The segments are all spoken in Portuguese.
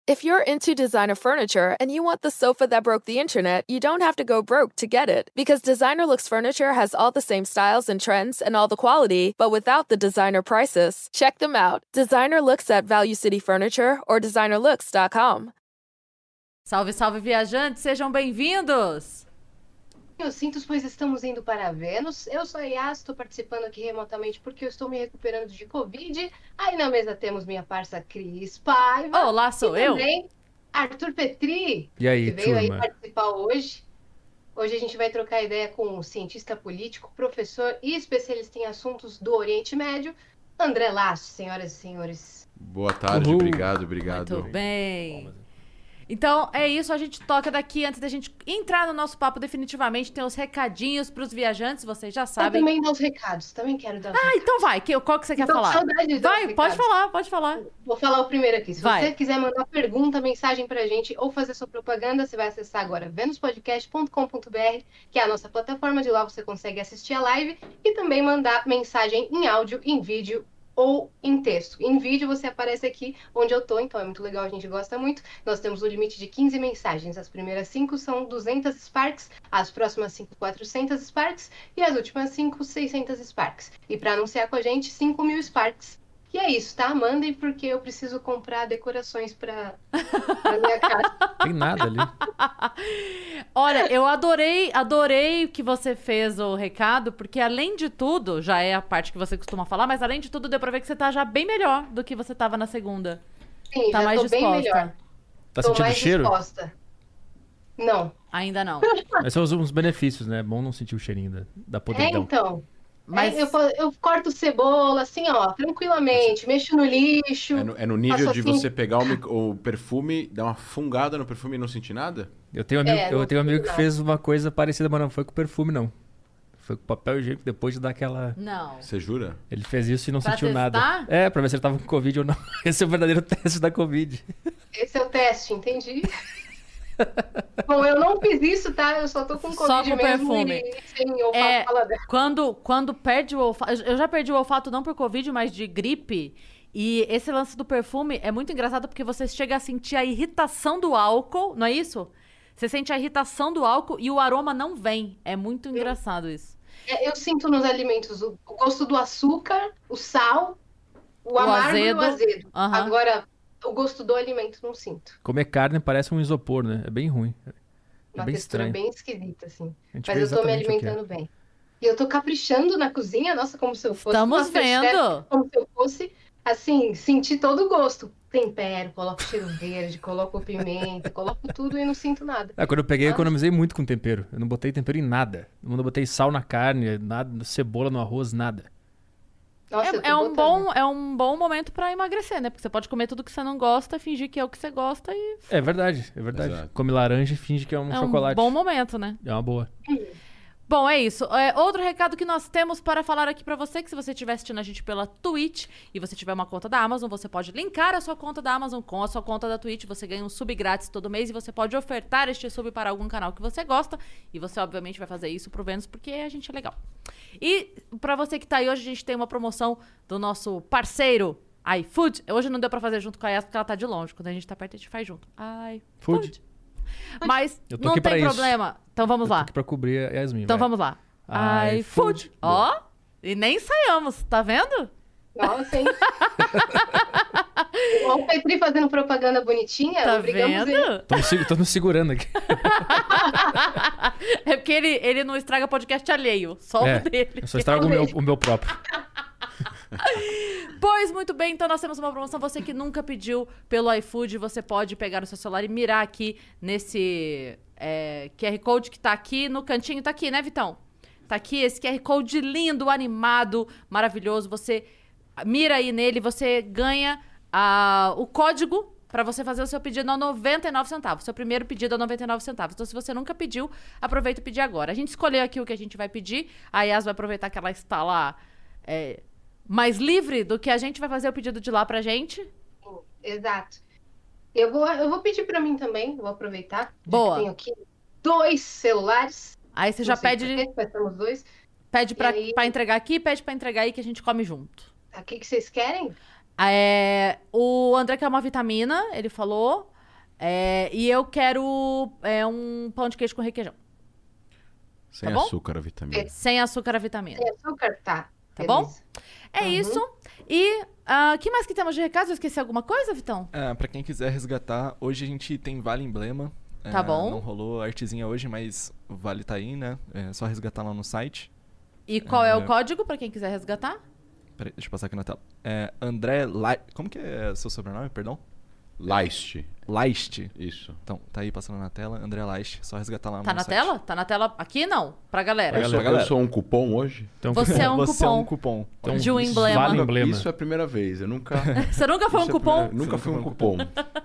If you're into designer furniture and you want the sofa that broke the internet, you don't have to go broke to get it. Because Designer Looks Furniture has all the same styles and trends and all the quality, but without the designer prices. Check them out. Designer Looks at Value City Furniture or designerlooks.com. Salve, salve, viajantes! Sejam bem-vindos! Eu sinto, pois estamos indo para Vênus. Eu sou a Yas, estou participando aqui remotamente porque eu estou me recuperando de Covid. Aí na mesa temos minha parça Cris Paiva. Olá, sou eu. E também Arthur Petri, E aí, que veio aí turma? participar hoje. Hoje a gente vai trocar ideia com um cientista político, professor e especialista em assuntos do Oriente Médio, André Lasso, senhoras e senhores. Boa tarde, Uhul. obrigado. Muito bem. Então, é isso, a gente toca daqui antes da gente entrar no nosso papo definitivamente. Tem os recadinhos pros viajantes, vocês já Eu sabem. também dou os recados, também quero dar os Ah, recados. então vai, qual que você quer Tô com falar? saudade de dar Vai, os pode recados. falar, pode falar. Vou falar o primeiro aqui. Se Vai. você quiser mandar pergunta, mensagem pra gente ou fazer sua propaganda, você vai acessar agora venuspodcast.com.br, que é a nossa plataforma. De lá você consegue assistir a live e também mandar mensagem em áudio, em vídeo ou em texto. Em vídeo você aparece aqui onde eu tô, então é muito legal, a gente gosta muito. Nós temos um limite de 15 mensagens. As primeiras 5 são 200 Sparks, as próximas 5, 400 Sparks e as últimas 5, 600 Sparks. E para anunciar com a gente, 5.000 Sparks. E é isso, tá? Mandem porque eu preciso comprar decorações pra minha casa. Tem nada ali. Olha, eu adorei que você fez o recado, porque além de tudo, já é a parte que você costuma falar, mas além de tudo deu pra ver que você tá já bem melhor do que você tava na segunda. Sim, Tá já mais tô bem disposta. melhor. Tá Tô sentindo mais cheiro? disposta. Não. Ainda não. Esses são uns benefícios, né? É bom não sentir o cheirinho da É, podridão. então. Mas Eu corto cebola, assim, ó, tranquilamente. Mexo no lixo. É no nível Faço de assim. você pegar o perfume, dar uma fungada no perfume e não sentir nada? Eu tenho um amigo, não eu tenho um amigo que nada. fez uma coisa parecida, mas não foi com perfume, não. Foi com papel higiênico depois de dar aquela... não. Você jura? Ele fez isso e não Pra sentiu testar? nada. É, pra ver se ele tava com Covid ou não. Esse é o verdadeiro teste da Covid. Esse é o teste, entendi. Bom, eu não fiz isso, tá? Eu só tô com Só Covid com mesmo perfume. e sem olfato É, paladar. quando perde o olfato... Eu já perdi o olfato não por Covid, mas de gripe. E esse lance do perfume é muito engraçado porque você chega a sentir a irritação do álcool, não é isso? Você sente a irritação do álcool e o aroma não vem. É muito engraçado isso. Eu sinto nos alimentos o gosto do açúcar, o sal, o amargo e o azedo. azedo. Aham. Agora, o gosto do alimento não sinto. Comer carne parece um isopor, né? É bem ruim. É Uma bem textura estranho. bem esquisita, assim. A gente Mas vê eu tô me exatamente o que é. alimentando bem. E eu tô caprichando na cozinha, nossa, como se eu fosse Estamos Masterchef, vendo. como se eu fosse, assim, sentir todo o gosto. Tempero, coloco cheiro verde, coloco pimenta, coloco tudo e não sinto nada. Ah, quando eu peguei, eu Ah. economizei muito com tempero. Eu não botei tempero em nada. Não botei sal na carne, nada, cebola no arroz, nada. Nossa, eu tô É um botando. é um bom momento pra emagrecer, né? Porque você pode comer tudo que você não gosta, fingir que é o que você gosta e É verdade, é verdade. Exato. Come laranja e finge que é um é chocolate. um bom momento, né? É uma boa. Bom, é isso. Outro recado que nós temos para falar aqui pra você, que se você estiver assistindo a gente pela Twitch e você tiver uma conta da Amazon, você pode linkar a sua conta da Amazon com a sua conta da Twitch, você ganha um sub grátis todo mês e você pode ofertar este sub para algum canal que você gosta e você obviamente vai fazer isso pro Vênus porque a gente é legal. E pra você que tá aí hoje, a gente tem uma promoção do nosso parceiro iFood. Hoje não deu pra fazer junto com a Yas porque ela tá de longe. Quando a gente tá perto, a gente faz junto. Food. iFood. Mas Eu tô não aqui tem pra isso. problema. Então vamos Eu tô lá. aqui pra cobrir a Yasmin. Então vai. vamos lá. iFood. iFood. Ó, e nem ensaiamos, tá vendo? Nossa, hein? Ó, o Petri fazendo propaganda bonitinha, Tá obrigamos ele. vendo? Tô me segurando aqui. É porque ele não estraga podcast alheio, só É, o dele. eu só estrago o meu próprio. Pois muito bem, então nós temos uma promoção. Você que nunca pediu pelo iFood, você pode pegar no seu celular e mirar aqui nesse QR Code que tá aqui no cantinho. Tá aqui, né, Vitão? Tá aqui esse QR Code lindo, animado, maravilhoso. Você mira aí nele, você ganha o código pra você fazer o seu pedido a 99 centavos. Seu primeiro pedido a 99 centavos. Então, se você nunca pediu, aproveita e pedir agora. A gente escolheu aqui o que a gente vai pedir. A Yas vai aproveitar que ela está lá mais livre do que a gente vai fazer o pedido de lá pra gente. Exato. Eu vou pedir pra mim também, vou aproveitar. já Boa. que tenho aqui 2 celulares. Aí você já Não sei pede, por quê, mas temos 2. pede pra, E aí? pra entregar aqui, pede pra entregar aí que a gente come junto. O que vocês querem? O André quer uma vitamina, ele falou. E eu quero um pão de queijo com requeijão. Sem Tá bom? açúcar a vitamina. Sem açúcar a vitamina. Tem açúcar? Tá. Tá bom? Beleza. É isso. E que mais que temos de recados? Eu esqueci alguma coisa, Vitão? Pra quem quiser resgatar, hoje a gente tem Vale Emblema. Tá bom. Não rolou artezinha hoje, mas o Vale tá aí, né? É só resgatar lá no site. E qual é o código pra quem quiser resgatar? Peraí, deixa eu passar aqui na tela. André Como que é seu sobrenome, perdão? Leist. Leist. Isso. Então, tá aí passando na tela, André Leist. Só resgatar lá no Tá na site. tela? Tá na tela aqui não? Pra galera. Eu sou um cupom hoje? Então, Você é um Você é cupom um cupom. então, de um emblema. Vale emblema. Isso é a primeira vez. Eu nunca. Você nunca foi um Isso é a cupom? primeira- Nunca fui um cupom.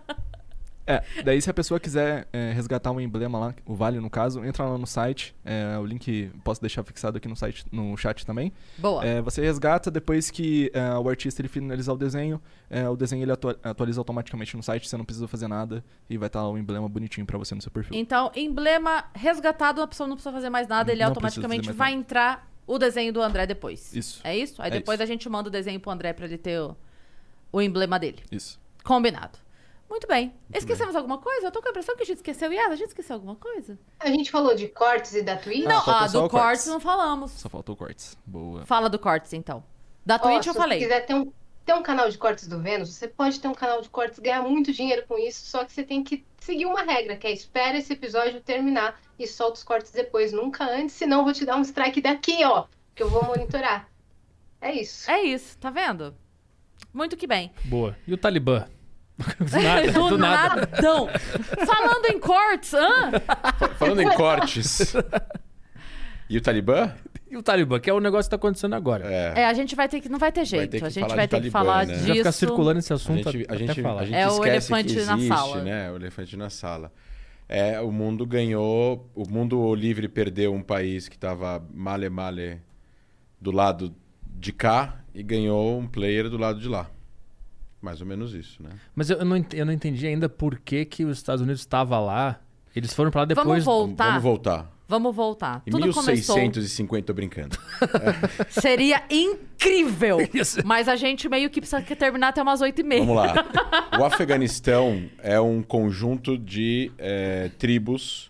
Daí se a pessoa quiser resgatar um emblema lá, o Vale no caso, entra lá no site. O link posso deixar fixado aqui no site, no chat também. Boa. Você resgata depois que o artista ele finalizar o desenho ele atualiza automaticamente no site, você não precisa fazer nada e vai estar o emblema bonitinho pra você no seu perfil. Então, emblema resgatado, a pessoa não precisa fazer mais nada, ele Não automaticamente precisa fazer vai mais entrar o desenho do André depois. Isso. É isso? Aí É depois isso. a gente manda o desenho pro André pra ele ter o emblema dele. Isso. Combinado. Muito bem. Esquecemos alguma coisa? Eu tô com a impressão que a gente esqueceu. Yas, a gente esqueceu alguma coisa? A gente falou de cortes e da Twitch. Não, falta só do o cortes cortes. não falamos. Só faltou o cortes. Boa. Fala do cortes, então. Da Twitch eu Se falei. você quiser ter um canal de cortes do Vênus, você pode ter um canal de cortes, ganhar muito dinheiro com isso, só que você tem que seguir uma regra, que é espera esse episódio terminar e solta os cortes depois, nunca antes, senão eu vou te dar um strike daqui, ó, que eu vou monitorar. É isso. É isso, tá vendo? Muito que bem. Boa. E o Talibã? Do nada. Nadão. Falando em cortes, Falando em cortes. E o Talibã? E o Talibã, que é o negócio que tá acontecendo agora. a gente vai ter que. Não vai ter jeito. ter que A gente falar vai de ter que Talibã, falar né? disso. Já ficar circulando esse assunto até falar. A gente É o esquece elefante que na existe, sala. né? O elefante na sala. O mundo ganhou... O mundo livre perdeu um país que estava male do lado de cá e ganhou um player do lado de lá. Mais ou menos isso, né? Mas eu não entendi ainda por que os Estados Unidos estavam lá. Eles foram pra lá depois. Vamos voltar. Vamos voltar. Vamos voltar. Em Tudo 1650, tô brincando. Seria incrível. Mas a gente meio que precisa terminar até umas 8h30. Vamos lá. O Afeganistão é um conjunto de tribos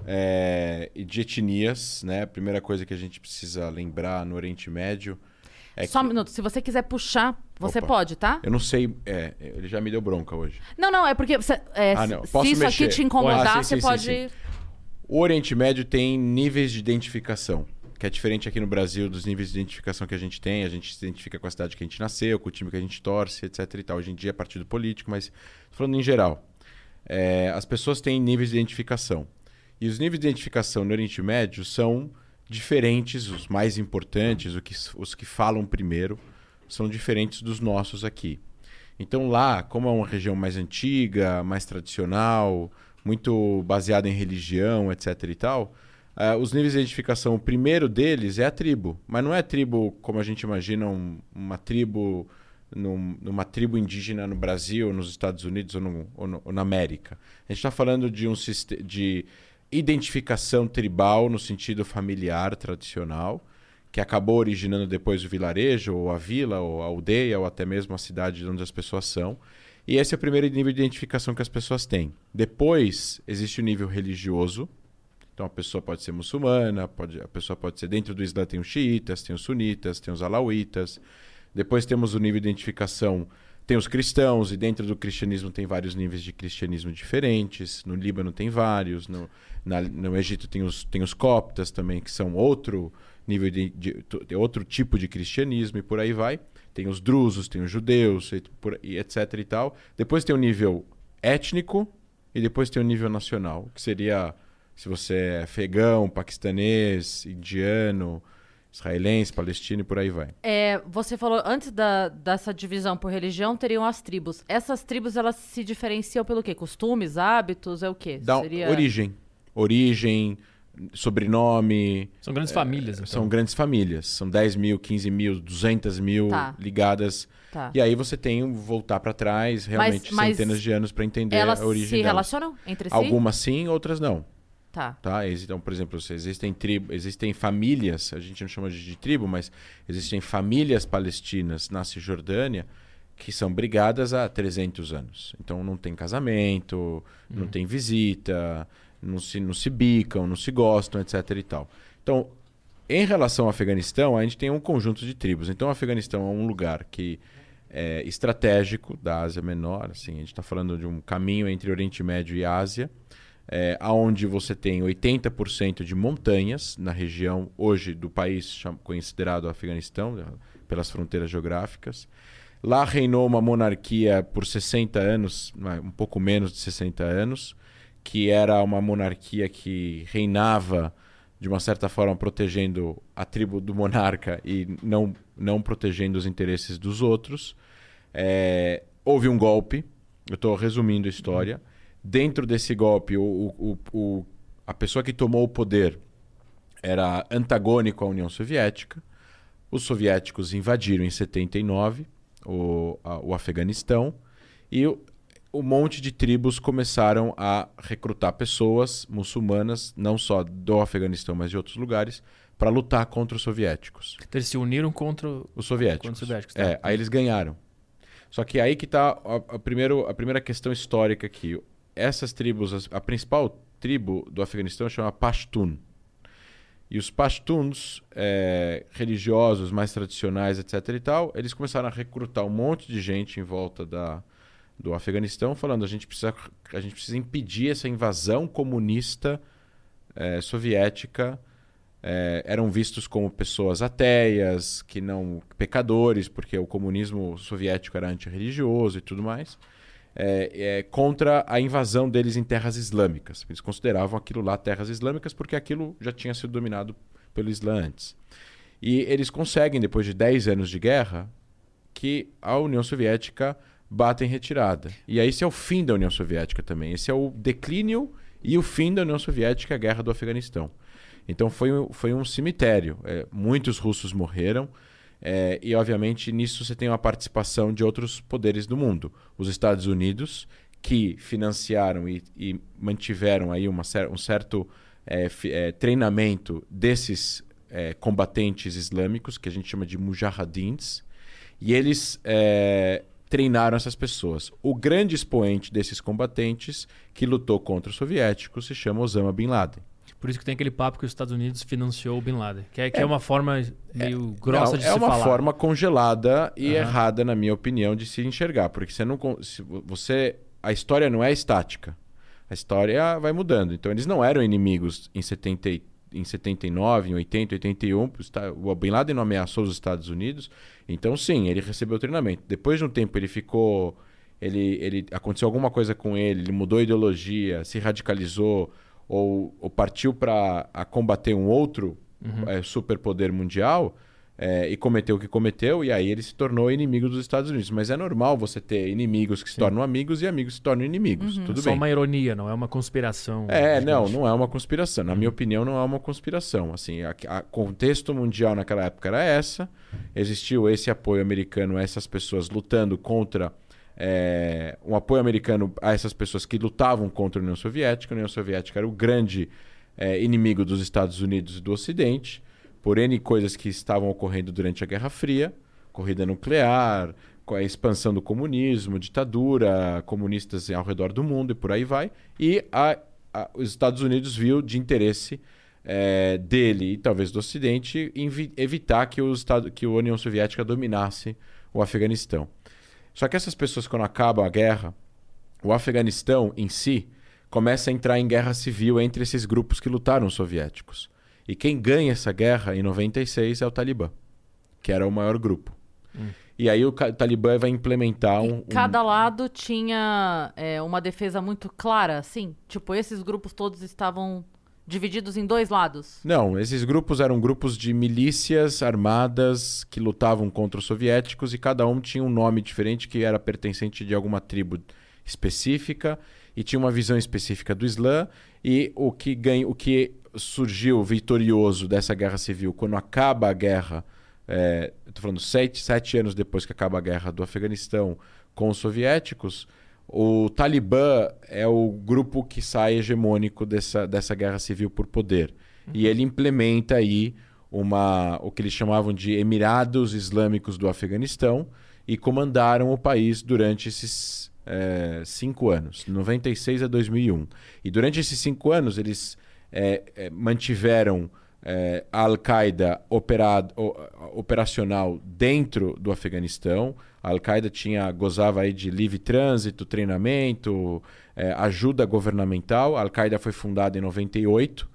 e de etnias, né? A primeira coisa que a gente precisa lembrar no Oriente Médio é Só um que... minuto. Se você quiser puxar, você Opa. pode, tá? Eu não sei... ele já me deu bronca hoje. Não, é porque não. Posso se isso mexer? aqui te incomodar, Sim, você pode... sim. O Oriente Médio tem níveis de identificação, que é diferente aqui no Brasil dos níveis de identificação que a gente tem. A gente se identifica com a cidade que a gente nasceu, com o time que a gente torce, etc e tal. Hoje em dia é partido político, mas falando em geral. As pessoas têm níveis de identificação. E os níveis de identificação no Oriente Médio são diferentes, os mais importantes, os que falam primeiro, são diferentes dos nossos aqui. Então lá, como é uma região mais antiga, mais tradicional, muito baseada em religião, etc e tal, os níveis de identificação, o primeiro deles é a tribo. Mas não é tribo como a gente imagina, uma tribo numa tribo indígena no Brasil, nos Estados Unidos ou na América. A gente está falando de de identificação tribal no sentido familiar, tradicional, que acabou originando depois o vilarejo, ou a vila, ou a aldeia, ou até mesmo a cidade onde as pessoas são. E esse é o primeiro nível de identificação que as pessoas têm. Depois, existe o nível religioso. Então, a pessoa pode ser muçulmana, a pessoa pode ser... Dentro do Islã tem os xiitas, tem os sunitas, tem os alauítas. Depois temos o nível de identificação... Tem os cristãos, e dentro do cristianismo tem vários níveis de cristianismo diferentes. No Líbano tem vários. No Egito tem os coptas também, que são outro nível de outro tipo de cristianismo, e por aí vai. Tem os drusos, tem os judeus, e etc e tal. Depois tem o nível étnico e depois tem o nível nacional, que seria se você é afegão, paquistanês, indiano, israelense, palestino e por aí vai. Você falou, antes dessa divisão por religião, teriam as tribos. Essas tribos, elas se diferenciam pelo quê? Costumes, hábitos, é o quê? Origem, sobrenome... São grandes famílias, então. São grandes famílias. São 10 mil, 15 mil, 200 mil ligadas. Tá. E aí você tem voltar para trás, realmente, mas centenas de anos para entender elas a origem se delas. relacionam entre si? Algumas sim, outras não. Tá. Então, por exemplo, existem famílias, a gente não chama de tribo, mas existem famílias palestinas na Cisjordânia que são brigadas há 300 anos. Então não tem casamento, não tem visita, não se bicam, não se gostam, etc. e tal. Então, em relação ao Afeganistão, a gente tem um conjunto de tribos. Então o Afeganistão é um lugar que é estratégico da Ásia Menor. Assim, a gente está falando de um caminho entre Oriente Médio e Ásia, onde você tem 80% de montanhas na região hoje do país considerado Afeganistão, pelas fronteiras geográficas. Lá reinou uma monarquia por 60 anos, um pouco menos de 60 anos, que era uma monarquia que reinava, de uma certa forma, protegendo a tribo do monarca e não protegendo os interesses dos outros. Houve um golpe, eu estou resumindo a história. Dentro desse golpe, a pessoa que tomou o poder era antagônico à União Soviética. Os soviéticos invadiram em 79 o Afeganistão e um monte de tribos começaram a recrutar pessoas muçulmanas, não só do Afeganistão, mas de outros lugares, para lutar contra os soviéticos. Então eles se uniram contra os soviéticos. Contra os soviéticos, tá? Aí eles ganharam. Só que aí que está a primeira questão histórica aqui. Essas tribos, a principal tribo do Afeganistão chama Pashtun. E os Pashtuns, religiosos, mais tradicionais, etc. e tal, eles começaram a recrutar um monte de gente em volta do Afeganistão, falando a gente precisa impedir essa invasão comunista soviética. Eram vistos como pessoas ateias, pecadores, porque o comunismo soviético era antirreligioso e tudo mais. Contra a invasão deles em terras islâmicas. Eles consideravam aquilo lá terras islâmicas porque aquilo já tinha sido dominado pelo Islã antes. E eles conseguem, depois de 10 anos de guerra, que a União Soviética bata em retirada. E aí esse é o fim da União Soviética também. Esse é o declínio e o fim da União Soviética, a Guerra do Afeganistão. Então foi um cemitério. Muitos russos morreram. E, obviamente, nisso você tem uma participação de outros poderes do mundo. Os Estados Unidos, que financiaram e mantiveram aí um certo treinamento desses combatentes islâmicos, que a gente chama de mujahidins, e eles treinaram essas pessoas. O grande expoente desses combatentes que lutou contra os soviéticos se chama Osama Bin Laden. Por isso que tem aquele papo que os Estados Unidos financiou o Bin Laden. Que é uma forma meio grossa de se falar. É uma forma congelada e errada, na minha opinião, de se enxergar. Porque a história não é estática. A história vai mudando. Então, eles não eram inimigos em 79, em 80, 81. O Bin Laden não ameaçou os Estados Unidos. Então, sim, ele recebeu treinamento. Depois de um tempo, ele ficou... aconteceu alguma coisa com ele mudou a ideologia, se radicalizou... ou partiu para combater um outro superpoder mundial e cometeu o que cometeu, e aí ele se tornou inimigo dos Estados Unidos. Mas é normal você ter inimigos que se tornam amigos e amigos que se tornam inimigos. Tudo Só bem. uma ironia, não é uma conspiração. Não é uma conspiração. Na minha opinião, não é uma conspiração. Assim, o contexto mundial naquela época era essa. Existiu esse apoio americano a essas pessoas lutando contra... um apoio americano a essas pessoas que lutavam contra a União Soviética. A União Soviética era o grande inimigo dos Estados Unidos e do Ocidente, por N coisas que estavam ocorrendo durante a Guerra Fria, corrida nuclear, a expansão do comunismo, ditadura, comunistas ao redor do mundo e por aí vai. E os Estados Unidos viu de interesse dele e talvez do Ocidente evitar que a União Soviética dominasse o Afeganistão. Só que essas pessoas, quando acaba a guerra, o Afeganistão em si começa a entrar em guerra civil entre esses grupos que lutaram os soviéticos. E quem ganha essa guerra em 96 é o Talibã, que era o maior grupo. E aí o Talibã vai implementar Cada lado tinha uma defesa muito clara, assim? Tipo, esses grupos todos estavam divididos em dois lados? Não, esses grupos eram grupos de milícias armadas que lutavam contra os soviéticos e cada um tinha um nome diferente que era pertencente de alguma tribo específica e tinha uma visão específica do Islã. E o que surgiu vitorioso dessa guerra civil, quando acaba a guerra, estou falando 7 anos depois que acaba a guerra do Afeganistão com os soviéticos, o Talibã é o grupo que sai hegemônico dessa guerra civil por poder. E ele implementa aí o que eles chamavam de Emirados Islâmicos do Afeganistão. e comandaram o país durante esses 5 anos, de 96 a 2001. E durante esses 5 anos eles mantiveram a Al-Qaeda operacional dentro do Afeganistão. A Al-Qaeda gozava aí de livre trânsito, treinamento, ajuda governamental. A Al-Qaeda foi fundada em 98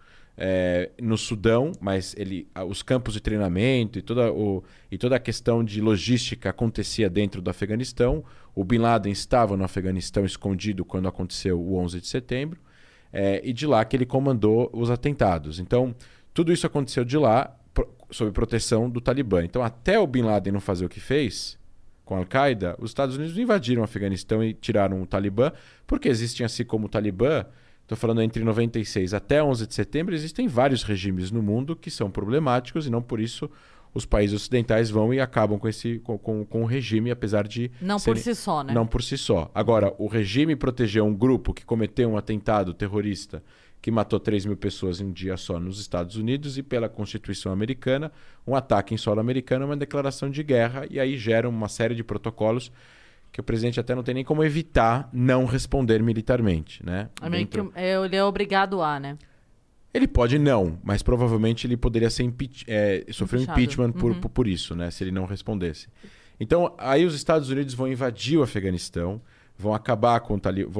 no Sudão, mas os campos de treinamento e toda a questão de logística acontecia dentro do Afeganistão. O Bin Laden estava no Afeganistão escondido quando aconteceu o 11 de setembro. E de lá que ele comandou os atentados. Então, tudo isso aconteceu de lá, sob proteção do Talibã. Então, até o Bin Laden não fazer o que fez com a Al-Qaeda, os Estados Unidos invadiram o Afeganistão e tiraram o Talibã, porque existem, assim como o Talibã, estou falando entre 96 até 11 de setembro, existem vários regimes no mundo que são problemáticos e não por isso os países ocidentais vão e acabam com o regime, apesar de... Não por si só, né? Não por si só. Agora, o regime protegeu um grupo que cometeu um atentado terrorista que matou 3 mil pessoas em um dia só nos Estados Unidos e pela Constituição americana, um ataque em solo americano é uma declaração de guerra e aí gera uma série de protocolos que o presidente até não tem nem como evitar não responder militarmente, né? Ele é obrigado a, né? Ele pode não, mas provavelmente ele poderia ser sofrer um impeachment por isso, né? Se ele não respondesse. Então, aí os Estados Unidos vão invadir o Afeganistão, vão acabar com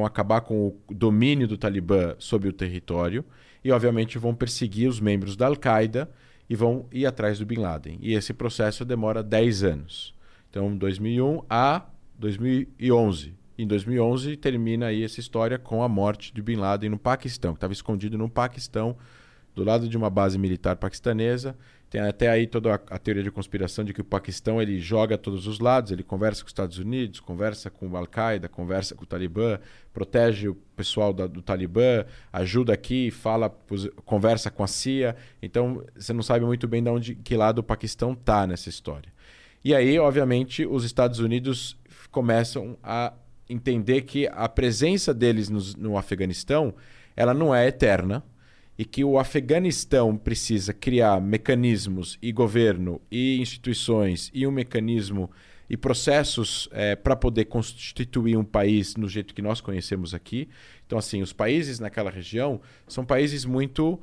o domínio do Talibã sobre o território e, obviamente, vão perseguir os membros da Al-Qaeda e vão ir atrás do Bin Laden. E esse processo demora 10 anos. Então, 2001 a 2011. Em 2011 termina aí essa história com a morte de Bin Laden no Paquistão, que estava escondido no Paquistão, do lado de uma base militar paquistanesa. Tem até aí toda a teoria de conspiração de que o Paquistão ele joga a todos os lados, ele conversa com os Estados Unidos, conversa com o Al-Qaeda, conversa com o Talibã, protege o pessoal do Talibã, ajuda aqui, conversa com a CIA. Então você não sabe muito bem que lado o Paquistão está nessa história. E aí, obviamente, os Estados Unidos começam a entender que a presença deles no Afeganistão ela não é eterna e que o Afeganistão precisa criar mecanismos e governo e instituições e um mecanismo e processos para poder constituir um país no jeito que nós conhecemos aqui. Então, assim, os países naquela região são países muito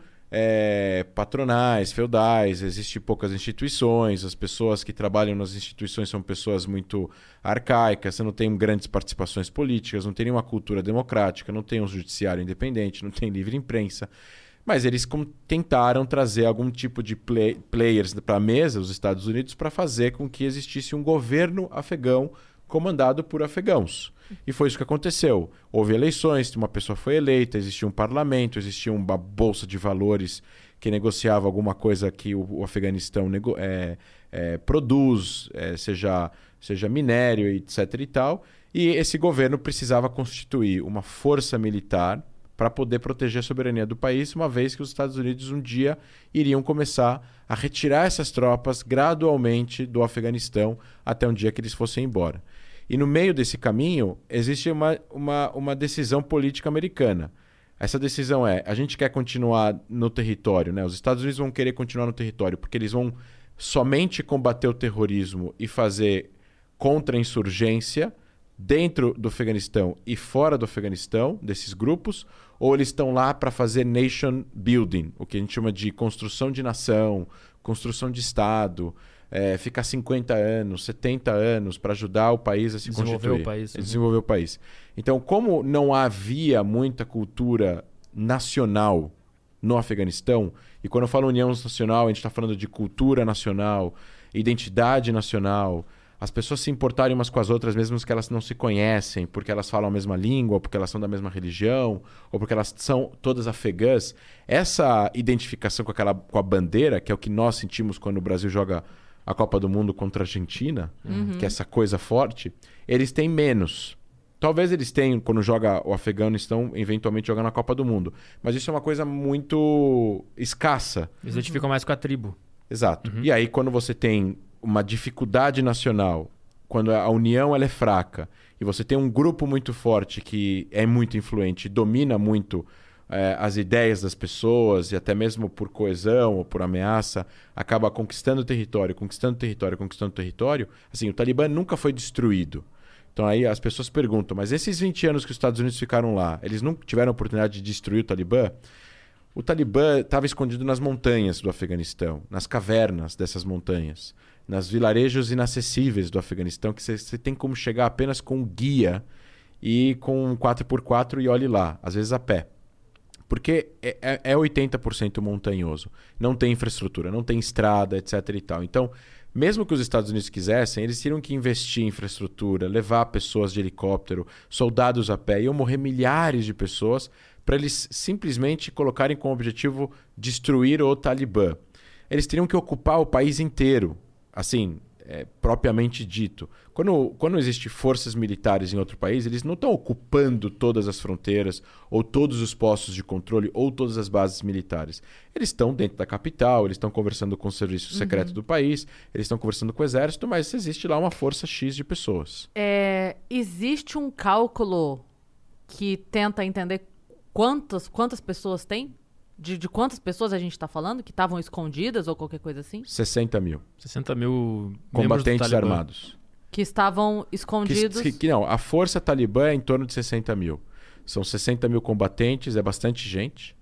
patronais, feudais, existem poucas instituições, as pessoas que trabalham nas instituições são pessoas muito arcaicas, você não tem grandes participações políticas, não tem nenhuma cultura democrática, não tem um judiciário independente, não tem livre imprensa. Mas eles tentaram trazer algum tipo de players para a mesa, os Estados Unidos, para fazer com que existisse um governo afegão comandado por afegãos. E foi isso que aconteceu. Houve eleições, uma pessoa foi eleita, existia um parlamento, existia uma bolsa de valores que negociava alguma coisa que o Afeganistão produz, seja minério, etc. e tal. E esse governo precisava constituir uma força militar para poder proteger a soberania do país, uma vez que os Estados Unidos um dia iriam começar a retirar essas tropas gradualmente do Afeganistão até um dia que eles fossem embora. E no meio desse caminho existe uma decisão política americana. Essa decisão a gente quer continuar no território, né? Os Estados Unidos vão querer continuar no território porque eles vão somente combater o terrorismo e fazer contra-insurgência dentro do Afeganistão e fora do Afeganistão, desses grupos, ou eles estão lá para fazer nation building, o que a gente chama de construção de nação, construção de Estado, ficar 50 anos, 70 anos para ajudar o país a se constituir. Desenvolver o país. Então, como não havia muita cultura nacional no Afeganistão, e quando eu falo união nacional, a gente está falando de cultura nacional, identidade nacional, as pessoas se importarem umas com as outras, mesmo que elas não se conhecem, porque elas falam a mesma língua, ou porque elas são da mesma religião, ou porque elas são todas afegãs. Essa identificação com a bandeira, que é o que nós sentimos quando o Brasil joga a Copa do Mundo contra a Argentina, que é essa coisa forte, eles têm menos. Talvez eles tenham, quando joga o Afeganistão, eventualmente jogando a Copa do Mundo. Mas isso é uma coisa muito escassa. Eles identificam mais com a tribo. Exato. E aí, quando você tem uma dificuldade nacional, quando a união ela é fraca, e você tem um grupo muito forte que é muito influente, domina muito as ideias das pessoas, e até mesmo por coesão ou por ameaça, acaba conquistando território, assim, o Talibã nunca foi destruído. Então aí as pessoas perguntam, mas esses 20 anos que os Estados Unidos ficaram lá, eles não tiveram a oportunidade de destruir o Talibã? O Talibã estava escondido nas montanhas do Afeganistão, nas cavernas dessas montanhas, nas vilarejos inacessíveis do Afeganistão, que você tem como chegar apenas com um guia e com um 4x4 e olhe lá, às vezes a pé. Porque é 80% montanhoso. Não tem infraestrutura, não tem estrada, etc. e tal. Então, mesmo que os Estados Unidos quisessem, eles teriam que investir em infraestrutura, levar pessoas de helicóptero, soldados a pé. Iam morrer milhares de pessoas para eles simplesmente colocarem como objetivo destruir o Talibã. Eles teriam que ocupar o país inteiro, assim, propriamente dito. Quando existem forças militares em outro país, eles não estão ocupando todas as fronteiras, ou todos os postos de controle, ou todas as bases militares. Eles estão dentro da capital, eles estão conversando com o serviço secreto do país, eles estão conversando com o exército, mas existe lá uma força X de pessoas. Existe um cálculo que tenta entender quantas pessoas tem? De quantas pessoas a gente está falando que estavam escondidas ou qualquer coisa assim? 60 mil. 60 mil combatentes armados. Que estavam escondidos. Não, a força talibã é em torno de 60 mil. São 60 mil combatentes, é bastante gente.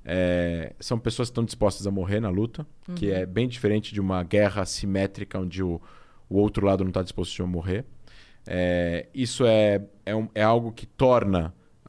São pessoas que estão dispostas a morrer na luta, que é bem diferente de uma guerra assimétrica onde o outro lado não está disposto a morrer. Isso é algo que torna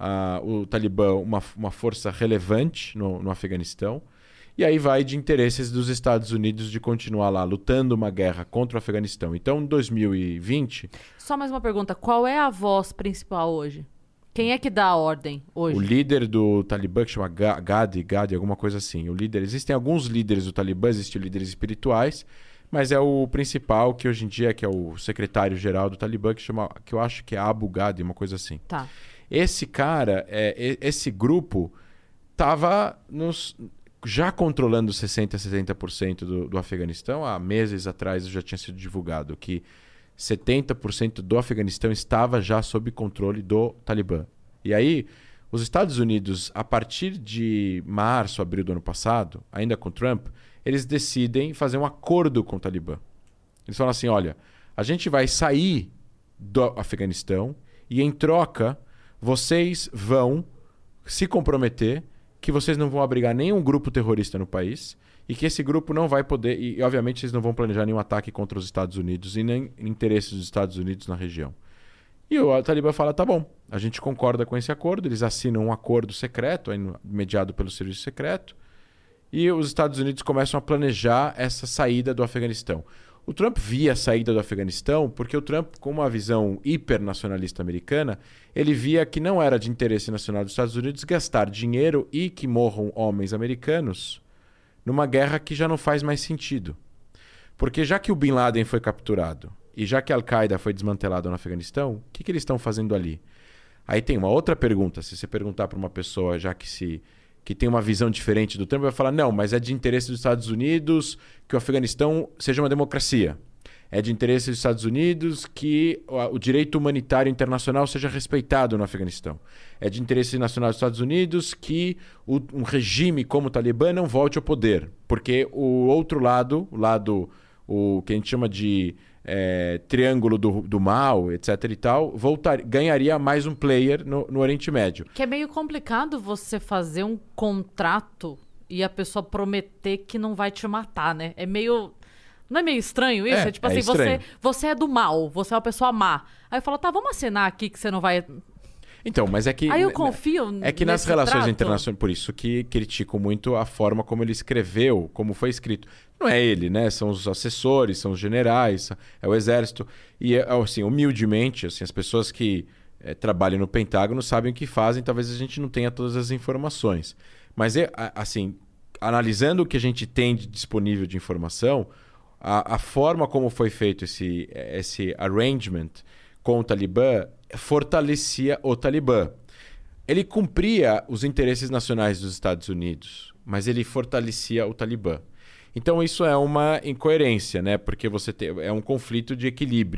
o Talibã uma força relevante no Afeganistão. E aí vai de interesses dos Estados Unidos de continuar lá lutando uma guerra contra o Afeganistão. Então, em 2020... Só mais uma pergunta. Qual é a voz principal hoje? Quem é que dá a ordem hoje? O líder do Talibã, que chama Gadi, alguma coisa assim. Existem alguns líderes do Talibã, existem líderes espirituais, mas é o principal, que hoje em dia que é o secretário-geral do Talibã, que eu acho que é Abu Ghadi, uma coisa assim. Tá. Esse cara, esse grupo, estava já controlando 60% a 70% do Afeganistão. Há meses atrás já tinha sido divulgado que 70% do Afeganistão estava já sob controle do Talibã. E aí, os Estados Unidos, a partir de março, abril do ano passado, ainda com Trump, eles decidem fazer um acordo com o Talibã. Eles falam assim, olha, a gente vai sair do Afeganistão e, em troca, vocês vão se comprometer que vocês não vão abrigar nenhum grupo terrorista no país e que esse grupo não vai poder... E, obviamente, vocês não vão planejar nenhum ataque contra os Estados Unidos e nem interesses dos Estados Unidos na região. E o Talibã fala, tá bom, a gente concorda com esse acordo. Eles assinam um acordo secreto, mediado pelo serviço secreto, e os Estados Unidos começam a planejar essa saída do Afeganistão. O Trump via a saída do Afeganistão porque o Trump, com uma visão hipernacionalista americana, ele via que não era de interesse nacional dos Estados Unidos gastar dinheiro e que morram homens americanos numa guerra que já não faz mais sentido. Porque já que o Bin Laden foi capturado e já que a Al-Qaeda foi desmantelada no Afeganistão, o que eles estão fazendo ali? Aí tem uma outra pergunta. Se você perguntar para uma pessoa que tem uma visão diferente do Trump, vai falar, não, mas é de interesse dos Estados Unidos que o Afeganistão seja uma democracia. É de interesse dos Estados Unidos que o direito humanitário internacional seja respeitado no Afeganistão. É de interesse nacional dos Estados Unidos que um regime como o Talibã não volte ao poder. Porque o outro lado, o que a gente chama de triângulo do mal, etc. e tal, ganharia mais um player no Oriente Médio. Que é meio complicado você fazer um contrato e a pessoa prometer que não vai te matar, né? Não é meio estranho isso? Tipo assim, você é do mal, você é uma pessoa má. Aí eu falo, tá, vamos assinar aqui que você não vai... Então, mas é que... Aí eu confio É que nas relações internacionais, por isso que critico muito a forma como ele escreveu, como foi escrito. Não é ele, né? São os assessores, são os generais, é o exército. E, assim, humildemente, assim, as pessoas que trabalham no Pentágono sabem o que fazem, talvez a gente não tenha todas as informações. Mas, assim, analisando o que a gente tem disponível de informação, a forma como foi feito esse arrangement com o Talibã fortalecia o Talibã. Ele cumpria os interesses nacionais dos Estados Unidos, mas ele fortalecia o Talibã. Então isso é uma incoerência, né? Porque é um conflito de equilíbrio.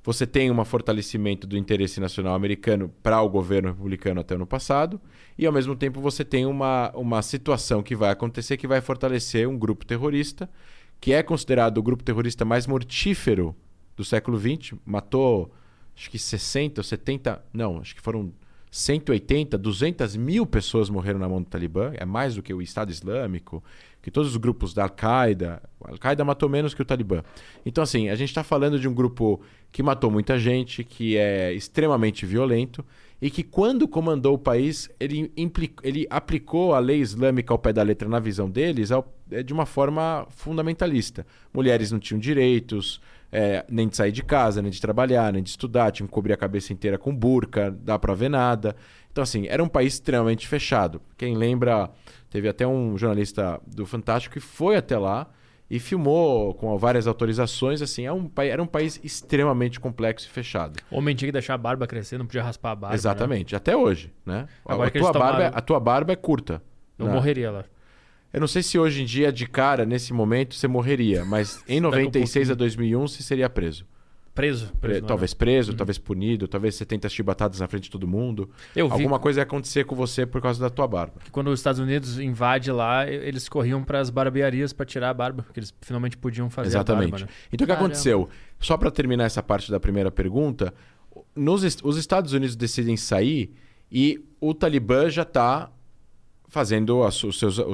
você tem um fortalecimento do interesse nacional americano para o governo republicano até o ano passado, e ao mesmo tempo você tem uma situação que vai acontecer que vai fortalecer um grupo terrorista, que é considerado o grupo terrorista mais mortífero do século XX, matou acho que 60 ou 70, não, acho que foram 180, 200 mil pessoas morreram na mão do Talibã, é mais do que o Estado Islâmico, que todos os grupos da Al-Qaeda. A Al-Qaeda matou menos que o Talibã. Então, assim, a gente está falando de um grupo que matou muita gente, que é extremamente violento e que, quando comandou o país, ele aplicou a lei islâmica ao pé da letra na visão deles de uma forma fundamentalista. Mulheres não tinham direitos, nem de sair de casa, nem de trabalhar, nem de estudar, tinham que cobrir a cabeça inteira com burca, dá pra ver nada. Então, assim, era um país extremamente fechado. Quem lembra, teve até um jornalista do Fantástico que foi até lá e filmou com várias autorizações. Assim, era um país extremamente complexo e fechado. O homem tinha que deixar a barba crescer, não podia raspar a barba. Exatamente, né? Até hoje, né? Agora A tua barba é curta. Eu morreria lá. Eu não sei se hoje em dia, de cara, nesse momento, você morreria, mas em 96 a 2001 você seria preso. Preso? Talvez preso, talvez punido, talvez você tenta chibatadas na frente de todo mundo. Alguma coisa ia acontecer com você por causa da tua barba. Que quando os Estados Unidos invadem lá, eles corriam para as barbearias para tirar a barba, porque eles finalmente podiam fazer Exatamente. a barba. Né? Então o que aconteceu? Só para terminar essa parte da primeira pergunta, os Estados Unidos decidem sair e o Talibã já está fazendo a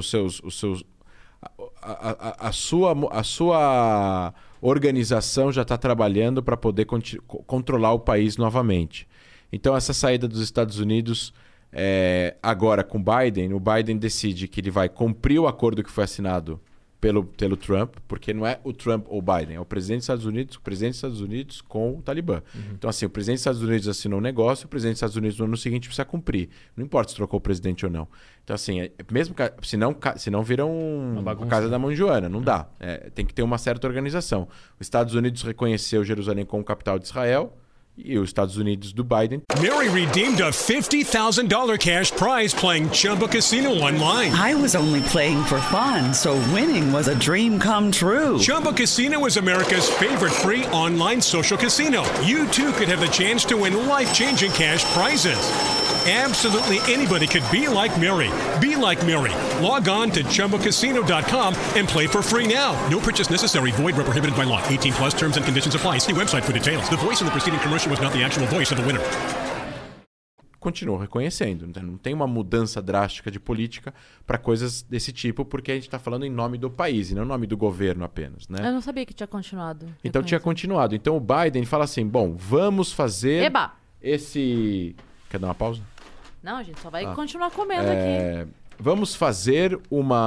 sua organização, já está trabalhando para poder controlar o país novamente. Então, essa saída dos Estados Unidos, agora com o Biden decide que ele vai cumprir o acordo que foi assinado pelo Trump, porque não é o Trump ou o Biden, é o presidente dos Estados Unidos com o Talibã. Então, assim, o presidente dos Estados Unidos assinou um negócio, o presidente dos Estados Unidos no ano seguinte precisa cumprir. Não importa se trocou o presidente ou não. Então, assim, mesmo senão vira uma casa da mão de Joana, não dá. Tem que ter uma certa organização. Os Estados Unidos reconheceu Jerusalém como capital de Israel, e os Estados Unidos do Biden. Mary redeemed a $50,000 cash prize playing Chumba Casino online. I was only playing for fun, so winning was a dream come true. Chumba Casino is America's favorite free online social casino. You too could have the chance to win life-changing cash prizes. Absolutely anybody could be like Mary. Be like Mary. Log on to ChumbaCasino.com and play for free now. No purchase necessary. Void where prohibited by law. 18 plus terms and conditions apply. See website for details. The voice in the preceding commercial was not the actual voice of the winner. Continuou reconhecendo. Não tem uma mudança drástica de política para coisas desse tipo, porque a gente está falando em nome do país e não em nome do governo apenas, né? Eu não sabia que tinha continuado. Então tinha continuado. Então o Biden fala assim, bom, vamos fazer esse... Quer dar uma pausa? Não, a gente só vai continuar comendo aqui. Vamos fazer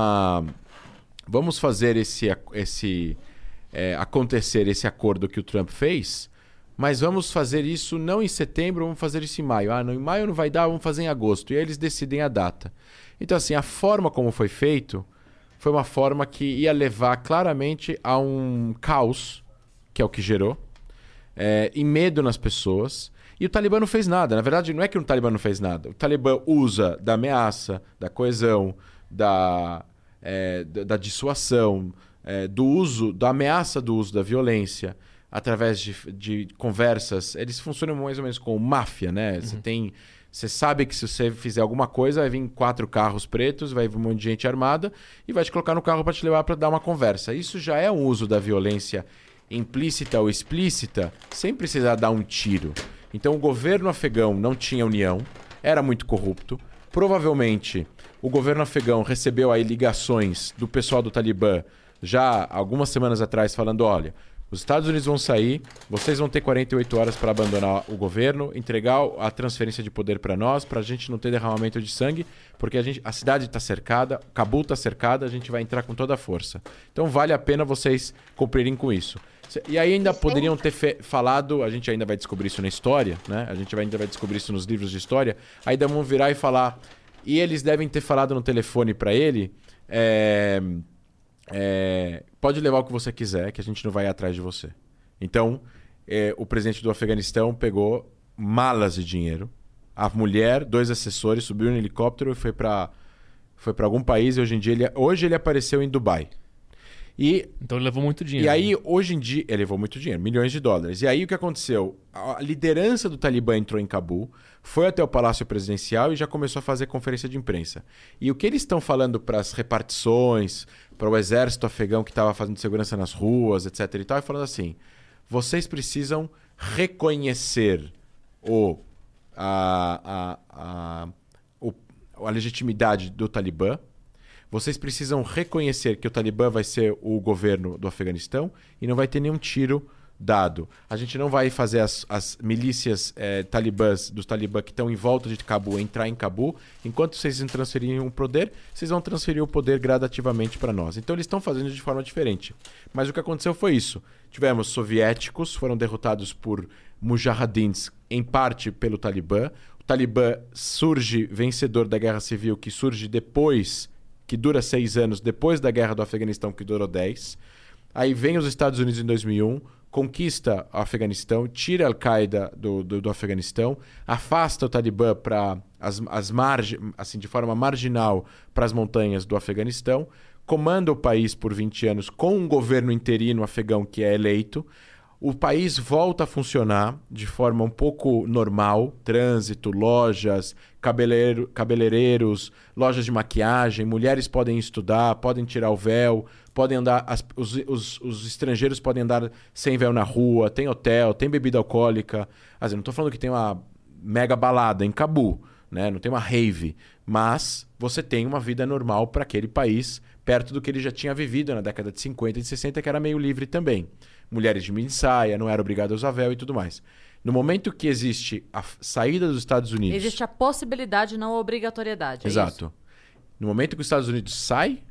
acontecer esse acordo que o Trump fez, mas vamos fazer isso não em setembro, vamos fazer isso em maio. Não, em maio não vai dar, vamos fazer em agosto. E aí eles decidem a data. Então, assim, a forma como foi feito foi uma forma que ia levar claramente a um caos, que é o que gerou, e medo nas pessoas. E o Talibã não fez nada. Na verdade, não é que o Talibã não fez nada. O Talibã usa da ameaça, da coesão, da dissuasão, da ameaça do uso da violência, através de conversas. Eles funcionam mais ou menos como máfia, né? Você sabe que se você fizer alguma coisa, vai vir 4 carros pretos, vai vir um monte de gente armada e vai te colocar no carro para te levar para dar uma conversa. Isso já é um uso da violência implícita ou explícita, sem precisar dar um tiro. Então o governo afegão não tinha união, era muito corrupto. Provavelmente o governo afegão recebeu aí ligações do pessoal do Talibã já algumas semanas atrás falando, olha, os Estados Unidos vão sair, vocês vão ter 48 horas para abandonar o governo, entregar a transferência de poder para nós, para a gente não ter derramamento de sangue, porque a cidade está cercada, Cabul está cercada, a gente vai entrar com toda a força. Então vale a pena vocês cumprirem com isso. E aí ainda poderiam ter falado, a gente ainda vai descobrir isso na história, né? A gente ainda vai descobrir isso nos livros de história, ainda vão virar e falar, e eles devem ter falado no telefone para ele, pode levar o que você quiser, que a gente não vai ir atrás de você. Então, o presidente do Afeganistão pegou malas de dinheiro, a mulher, 2 assessores, subiu no helicóptero e foi para algum país, e hoje ele apareceu em Dubai. Então ele levou muito dinheiro. E aí, hoje em dia, ele levou muito dinheiro, milhões de dólares. E aí o que aconteceu? A liderança do Talibã entrou em Cabul, foi até o Palácio Presidencial e já começou a fazer conferência de imprensa. E o que eles estão falando para as repartições, para o exército afegão que estava fazendo segurança nas ruas, etc. e tal, é falando assim: vocês precisam reconhecer a legitimidade do Talibã. Vocês precisam reconhecer que o Talibã vai ser o governo do Afeganistão e não vai ter nenhum tiro dado. A gente não vai fazer as milícias talibãs dos Talibã que estão em volta de Cabul entrar em Cabul. Enquanto vocês não transferirem o poder, vocês vão transferir o poder gradativamente para nós. Então eles estão fazendo de forma diferente. Mas o que aconteceu foi isso. Tivemos soviéticos, foram derrotados por mujahidins, em parte pelo Talibã. O Talibã surge vencedor da Guerra Civil, que surge depois, que dura 6 anos, depois da Guerra do Afeganistão, que durou 10. Aí vem os Estados Unidos em 2001, conquista o Afeganistão, tira a Al-Qaeda do Afeganistão, afasta o Talibã para as margens, assim, de forma marginal, para as montanhas do Afeganistão, comanda o país por 20 anos com um governo interino afegão que é eleito. O país volta a funcionar de forma um pouco normal, trânsito, lojas, cabeleireiros, lojas de maquiagem, mulheres podem estudar, podem tirar o véu, podem andar, os estrangeiros podem andar sem véu na rua, tem hotel, tem bebida alcoólica. Assim, não estou falando que tem uma mega balada em Cabul, né? Não tem uma rave, mas você tem uma vida normal para aquele país, perto do que ele já tinha vivido na década de 50 e de 60, que era meio livre também. Mulheres de mini saia, não era obrigado a usar véu e tudo mais. No momento que existe a saída dos Estados Unidos... Existe a possibilidade, não a obrigatoriedade. Exato. Isso? No momento que os Estados Unidos sai,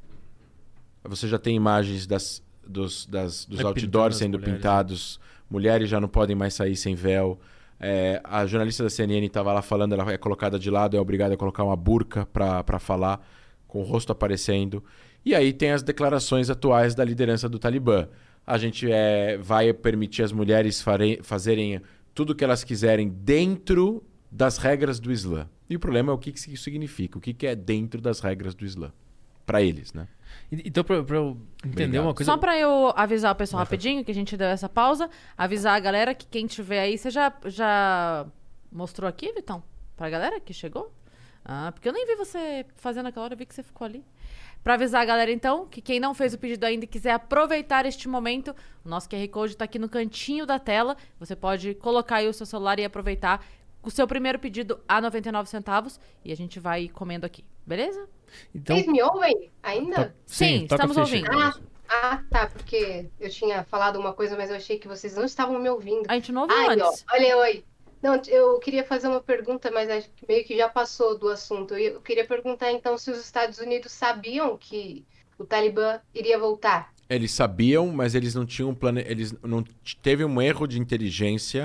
você já tem imagens dos outdoors sendo pintados. Mulheres já não podem mais sair sem véu. A jornalista da CNN estava lá falando, ela é colocada de lado, é obrigada a colocar uma burca para falar, com o rosto aparecendo. E aí tem as declarações atuais da liderança do Talibã. A gente vai permitir as mulheres fazerem tudo o que elas quiserem dentro das regras do Islã. E o problema é o que isso significa, o que é dentro das regras do Islã. Para eles, né? Então, pra eu entender uma coisa... Só pra eu avisar o pessoal rapidinho, que a gente deu essa pausa, avisar a galera que quem tiver aí... Você já mostrou aqui, Vitão? Pra galera que chegou? Ah, porque eu nem vi você fazendo aquela hora, eu vi que você ficou ali. Pra avisar a galera, então, que quem não fez o pedido ainda e quiser aproveitar este momento, o nosso QR Code tá aqui no cantinho da tela. Você pode colocar aí o seu celular e aproveitar o seu primeiro pedido a 99 centavos e a gente vai comendo aqui, beleza? Então... Vocês me ouvem ainda? Sim, estamos ouvindo. Tá, porque eu tinha falado uma coisa, mas eu achei que vocês não estavam me ouvindo. A gente não ouviu antes. Ó, olha, oi. Não, eu queria fazer uma pergunta, mas acho que meio que já passou do assunto. Eu queria perguntar, então, se os Estados Unidos sabiam que o Talibã iria voltar. Eles sabiam, mas eles não tinham eles não teve um erro de inteligência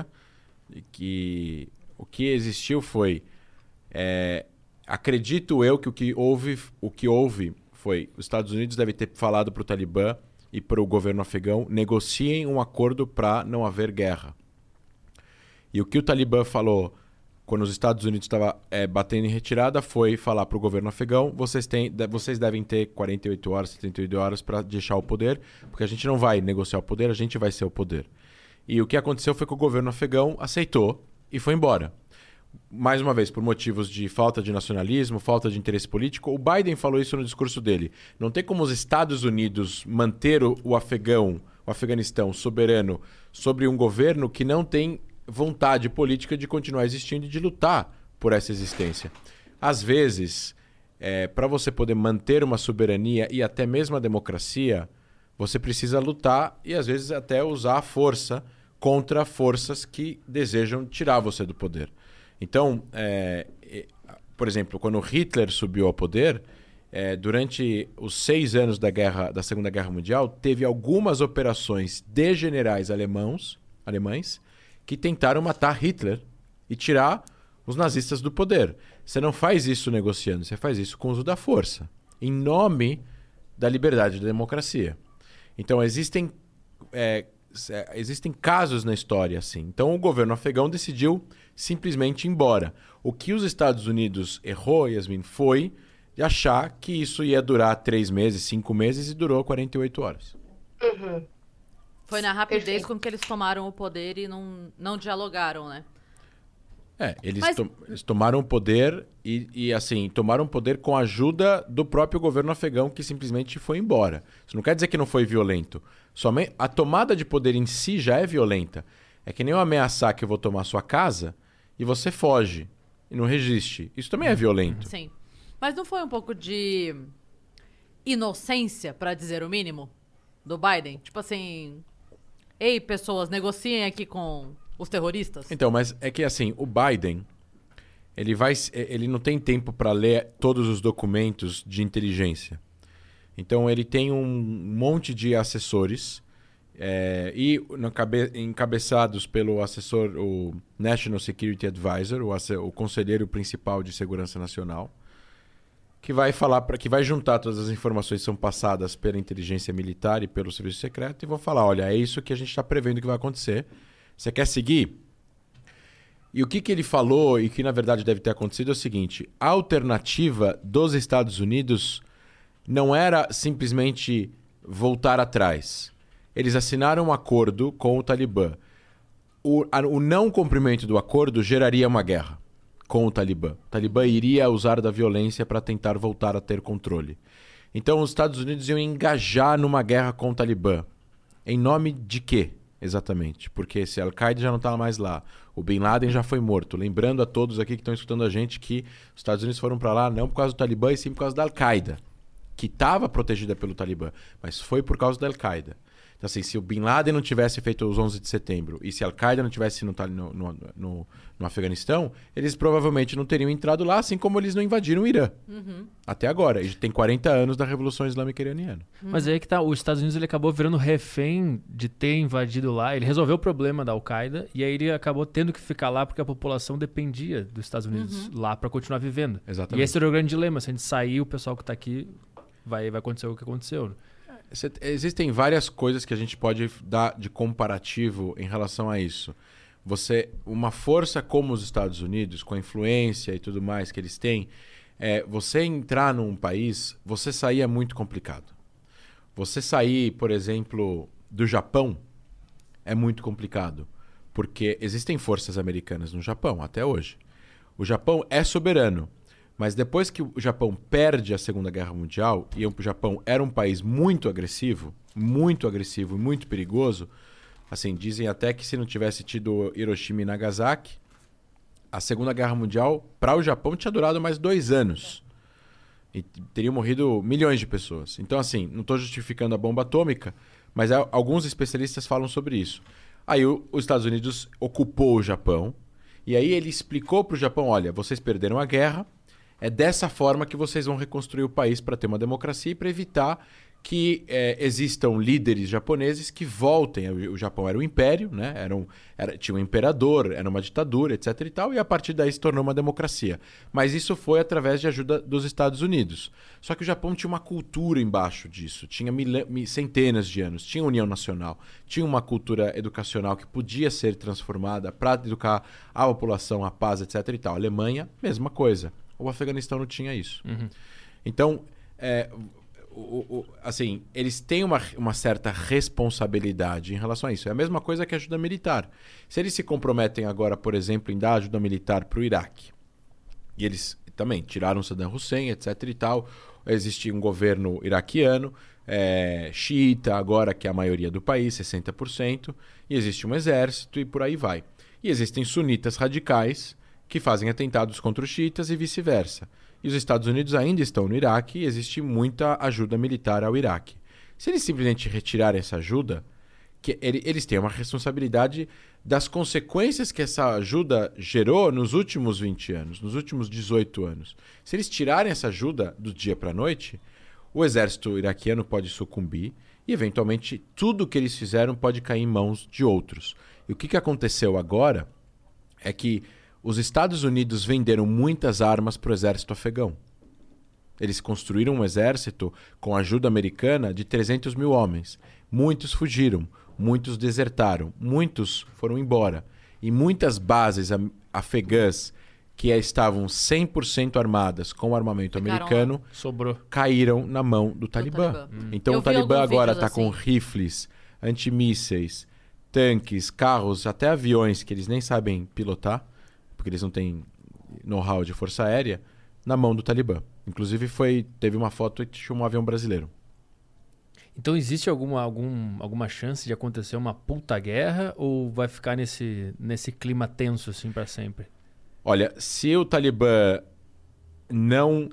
que o que existiu foi acredito eu que o que houve foi os Estados Unidos devem ter falado para o Talibã e para o governo afegão negociem um acordo para não haver guerra. E o que o Talibã falou quando os Estados Unidos estavam batendo em retirada foi falar para o governo afegão: vocês devem ter 48 horas, 78 horas para deixar o poder, porque a gente não vai negociar o poder, a gente vai ser o poder. E o que aconteceu foi que o governo afegão aceitou e foi embora. Mais uma vez, por motivos de falta de nacionalismo, falta de interesse político. O Biden falou isso no discurso dele. Não tem como os Estados Unidos manter o Afeganistão soberano sobre um governo que não tem vontade política de continuar existindo e de lutar por essa existência. Às vezes, para você poder manter uma soberania e até mesmo a democracia, você precisa lutar e às vezes até usar a força contra forças que desejam tirar você do poder. Então, por exemplo, quando Hitler subiu ao poder, durante os 6 anos da Segunda Guerra Mundial, teve algumas operações de generais alemães que tentaram matar Hitler e tirar os nazistas do poder. Você não faz isso negociando, você faz isso com o uso da força, em nome da liberdade e da democracia. Então, existem casos na história assim. Então, o governo afegão decidiu simplesmente ir embora. O que os Estados Unidos errou, Yasmin, foi de achar que isso ia durar 3 meses, 5 meses e durou 48 horas. Uhum. Foi na rapidez Perfeito. com que eles tomaram o poder e não dialogaram, né? Eles tomaram o poder e, assim, tomaram o poder com a ajuda do próprio governo afegão, que simplesmente foi embora. Isso não quer dizer que não foi violento. Somente a tomada de poder em si já é violenta. É que nem eu ameaçar que eu vou tomar sua casa e você foge e não resiste. Isso também é violento. Sim. Mas não foi um pouco de inocência, pra dizer o mínimo, do Biden? Tipo assim, ei, pessoas, negociem aqui com os terroristas? Então, mas é que assim, o Biden, ele não tem tempo para ler todos os documentos de inteligência. Então ele tem um monte de assessores encabeçados pelo assessor, o National Security Advisor, o conselheiro principal de segurança nacional, que vai juntar todas as informações que são passadas pela inteligência militar e pelo serviço secreto e vão falar, olha, é isso que a gente está prevendo que vai acontecer. Você quer seguir? E o que ele falou e que na verdade deve ter acontecido é o seguinte: a alternativa dos Estados Unidos não era simplesmente voltar atrás. Eles assinaram um acordo com o Talibã. O não cumprimento do acordo geraria uma guerra com o Talibã. O Talibã iria usar da violência para tentar voltar a ter controle. Então os Estados Unidos iam engajar numa guerra com o Talibã. Em nome de quê? Exatamente, porque se Al-Qaeda já não está mais lá, o Bin Laden já foi morto. Lembrando a todos aqui que estão escutando a gente que os Estados Unidos foram para lá não por causa do Talibã, e sim por causa da Al-Qaeda, que estava protegida pelo Talibã, mas foi por causa da Al-Qaeda. Então, assim, se o Bin Laden não tivesse feito os 11 de setembro e se a Al-Qaeda não tivesse no Afeganistão, eles provavelmente não teriam entrado lá, assim como eles não invadiram o Irã. Até agora. E tem 40 anos da Revolução Islâmica Iraniana. Mas aí que tá, os Estados Unidos ele acabou virando refém de ter invadido lá. Ele resolveu o problema da Al-Qaeda e aí ele acabou tendo que ficar lá porque a população dependia dos Estados Unidos lá para continuar vivendo. Exatamente. E esse era o grande dilema. Se a gente sair, o pessoal que tá aqui vai acontecer o que aconteceu. Existem várias coisas que a gente pode dar de comparativo em relação a isso. Uma força como os Estados Unidos, com a influência e tudo mais que eles têm, você entrar num país, você sair é muito complicado. Você sair, por exemplo, do Japão é muito complicado, porque existem forças americanas no Japão até hoje. O Japão é soberano. Mas depois que o Japão perde a Segunda Guerra Mundial, e o Japão era um país muito agressivo e muito perigoso, assim, dizem até que se não tivesse tido Hiroshima e Nagasaki, a Segunda Guerra Mundial, para o Japão, tinha durado mais 2 anos. E teriam morrido milhões de pessoas. Então, assim, não estou justificando a bomba atômica, mas alguns especialistas falam sobre isso. Aí os Estados Unidos ocupou o Japão, e aí ele explicou para o Japão, olha, vocês perderam a guerra, é dessa forma que vocês vão reconstruir o país para ter uma democracia e para evitar que existam líderes japoneses que voltem. O Japão era um império, né? Tinha um imperador, era uma ditadura, etc. e tal, e a partir daí se tornou uma democracia. Mas isso foi através de ajuda dos Estados Unidos. Só que o Japão tinha uma cultura embaixo disso, tinha centenas de anos, tinha União Nacional, tinha uma cultura educacional que podia ser transformada para educar a população, a paz, etc. e tal. A Alemanha, mesma coisa. O Afeganistão não tinha isso. Então, assim, eles têm uma certa responsabilidade em relação a isso. É a mesma coisa que a ajuda militar. Se eles se comprometem agora, por exemplo, em dar ajuda militar para o Iraque, e eles também tiraram Saddam Hussein, etc. e tal, existe um governo iraquiano, xiita agora, que é a maioria do país, 60%, e existe um exército e por aí vai. E existem sunitas radicais que fazem atentados contra os xiitas e vice-versa. E os Estados Unidos ainda estão no Iraque e existe muita ajuda militar ao Iraque. Se eles simplesmente retirarem essa ajuda, eles têm uma responsabilidade das consequências que essa ajuda gerou nos últimos 20 anos, nos últimos 18 anos. Se eles tirarem essa ajuda do dia para a noite, o exército iraquiano pode sucumbir e, eventualmente, tudo que eles fizeram pode cair em mãos de outros. E o que aconteceu agora é que os Estados Unidos venderam muitas armas para o exército afegão. Eles construíram um exército com ajuda americana de 300 mil homens. Muitos fugiram, muitos desertaram, muitos foram embora. E muitas bases afegãs que estavam 100% armadas com armamento americano, Sobrou. caíram na mão do Talibã. Então Eu o vi Talibã alguns agora vídeos está com assim. rifles, antimísseis, tanques, carros, até aviões que eles nem sabem pilotar, porque eles não têm know-how de força aérea, na mão do Talibã. Inclusive teve uma foto que tinha um avião brasileiro. Então existe alguma chance de acontecer uma puta guerra ou vai ficar nesse clima tenso assim para sempre? Olha, se o Talibã não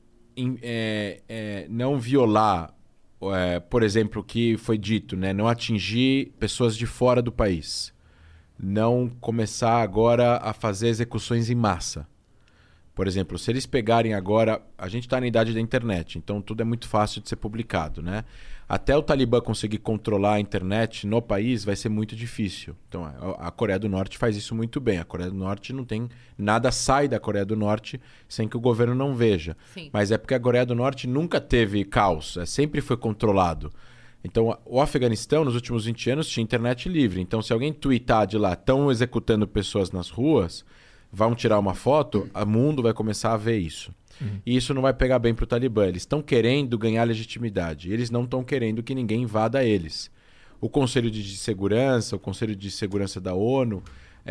violar, por exemplo, o que foi dito, né? Não atingir pessoas de fora do país, não começar agora a fazer execuções em massa. Por exemplo, se eles pegarem agora... A gente está na idade da internet, então tudo é muito fácil de ser publicado, né? Até o Talibã conseguir controlar a internet no país vai ser muito difícil. Então, a Coreia do Norte faz isso muito bem. A Coreia do Norte não tem... Nada sai da Coreia do Norte sem que o governo não veja. Sim. Mas é porque a Coreia do Norte nunca teve caos. Sempre foi controlado. Então, o Afeganistão, nos últimos 20 anos, tinha internet livre. Então, se alguém tweetar de lá, estão executando pessoas nas ruas... Vão tirar uma foto, o mundo vai começar a ver isso. E isso não vai pegar bem para o Talibã. Eles estão querendo ganhar legitimidade. Eles não estão querendo que ninguém invada eles. O Conselho de Segurança, o Conselho de Segurança da ONU,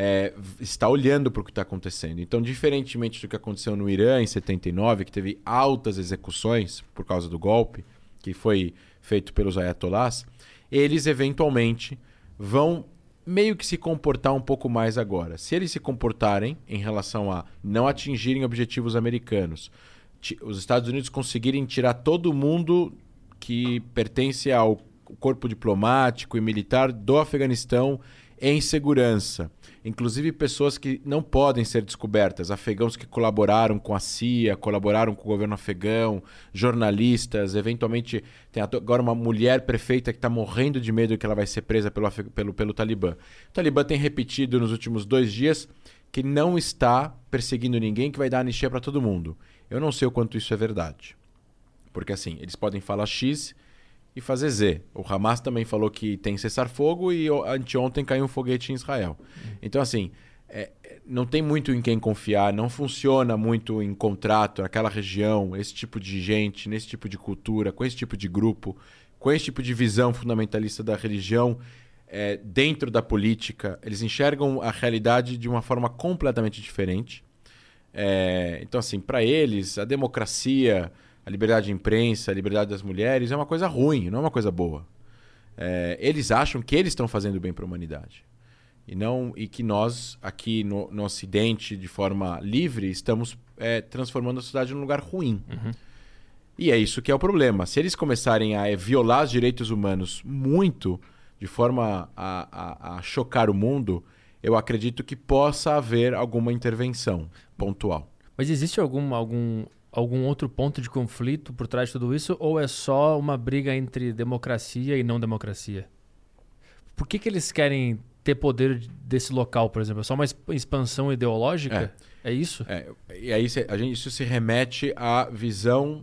está olhando para o que está acontecendo. Então, diferentemente do que aconteceu no Irã em 79, que teve altas execuções por causa do golpe, que foi feito pelos ayatolás, eles eventualmente vão... meio que se comportar um pouco mais agora. Se eles se comportarem em relação a não atingirem objetivos americanos, os Estados Unidos conseguirem tirar todo mundo que pertence ao corpo diplomático e militar do Afeganistão em segurança, inclusive pessoas que não podem ser descobertas, afegãos que colaboraram com a CIA, colaboraram com o governo afegão, jornalistas, eventualmente tem agora uma mulher prefeita que está morrendo de medo que ela vai ser presa pelo Talibã. O Talibã tem repetido nos últimos 2 dias que não está perseguindo ninguém, que vai dar anistia para todo mundo. Eu não sei o quanto isso é verdade, porque assim, eles podem falar X e fazer Z. O Hamas também falou que tem cessar-fogo e anteontem caiu um foguete em Israel. Então, assim, não tem muito em quem confiar, não funciona muito em contrato naquela região, esse tipo de gente, nesse tipo de cultura, com esse tipo de grupo, com esse tipo de visão fundamentalista da religião dentro da política. Eles enxergam a realidade de uma forma completamente diferente. Então, assim, para eles, a democracia... A liberdade de imprensa, a liberdade das mulheres é uma coisa ruim, não é uma coisa boa. Eles acham que eles estão fazendo bem para a humanidade. E que nós, aqui no Ocidente, de forma livre, estamos transformando a sociedade num lugar ruim. E é isso que é o problema. Se eles começarem a violar os direitos humanos muito, de forma a chocar o mundo, eu acredito que possa haver alguma intervenção pontual. Mas existe algum outro ponto de conflito por trás de tudo isso? Ou é só uma briga entre democracia e não democracia? Por que eles querem ter poder desse local, por exemplo? É só uma expansão ideológica? É isso? E aí isso se remete à visão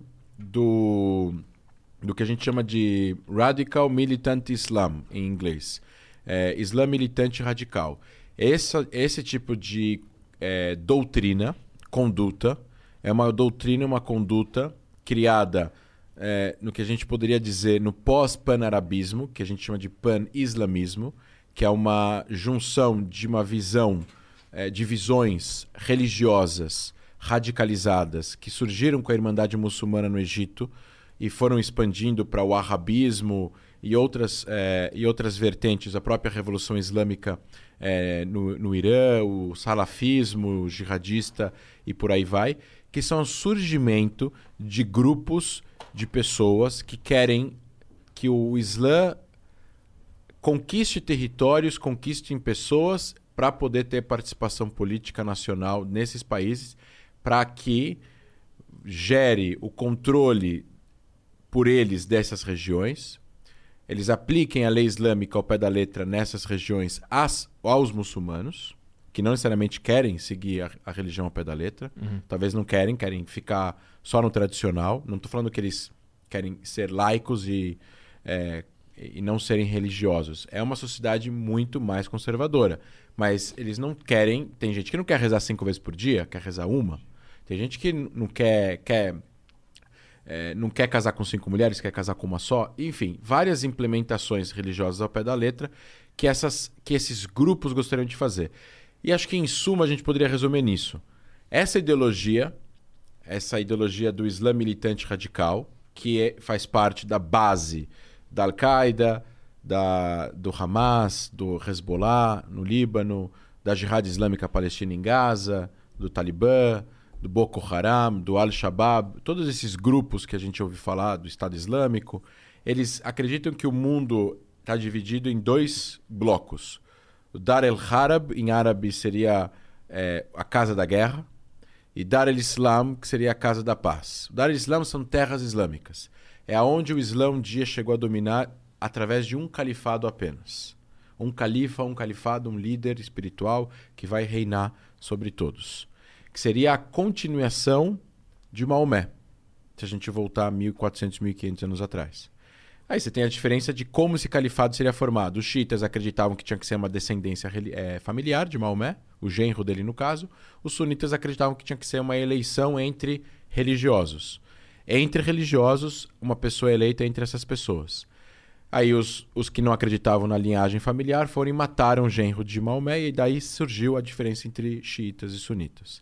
do que a gente chama de Radical Militant Islam, em inglês. Islã militante radical. Esse tipo de doutrina, conduta, é uma doutrina, uma conduta criada no que a gente poderia dizer no pós-pan-arabismo, que a gente chama de pan-islamismo, que é uma junção de uma visão de visões religiosas radicalizadas que surgiram com a Irmandade Muçulmana no Egito e foram expandindo para o arabismo e outras vertentes, a própria Revolução Islâmica no Irã, o salafismo, o jihadista e por aí vai, que são o surgimento de grupos de pessoas que querem que o Islã conquiste territórios, conquiste pessoas para poder ter participação política nacional nesses países, para que gere o controle por eles dessas regiões, eles apliquem a lei islâmica ao pé da letra nessas regiões aos muçulmanos, que não necessariamente querem seguir a religião ao pé da letra. Talvez não querem ficar só no tradicional. Não estou falando que eles querem ser laicos e e não serem religiosos. É uma sociedade muito mais conservadora. Mas eles não querem... Tem gente que não quer rezar 5 vezes por dia, quer rezar uma. Tem gente que não não quer casar com 5 mulheres, quer casar com uma só. Enfim, várias implementações religiosas ao pé da letra que esses grupos gostariam de fazer. E acho que, em suma, a gente poderia resumir nisso. Essa ideologia do Islã militante radical, que faz parte da base da Al-Qaeda, do Hamas, do Hezbollah no Líbano, da Jihad Islâmica Palestina em Gaza, do Talibã, do Boko Haram, do Al-Shabaab, todos esses grupos que a gente ouve falar, do Estado Islâmico, eles acreditam que o mundo está dividido em 2 blocos. O Dar el-Harab, em árabe, seria a Casa da Guerra, e Dar el-Islam, que seria a Casa da Paz. O Dar el-Islam são terras islâmicas. É onde o Islã um dia chegou a dominar através de um califado apenas. Um califa, um califado, um líder espiritual que vai reinar sobre todos. Que seria a continuação de Maomé, se a gente voltar 1.400, 1.500 anos atrás. Aí você tem a diferença de como esse califado seria formado. Os xiitas acreditavam que tinha que ser uma descendência familiar de Maomé, o genro dele no caso. Os sunitas acreditavam que tinha que ser uma eleição entre religiosos. Entre religiosos, uma pessoa eleita entre essas pessoas. Aí os que não acreditavam na linhagem familiar foram e mataram o genro de Maomé, e daí surgiu a diferença entre xiitas e sunitas.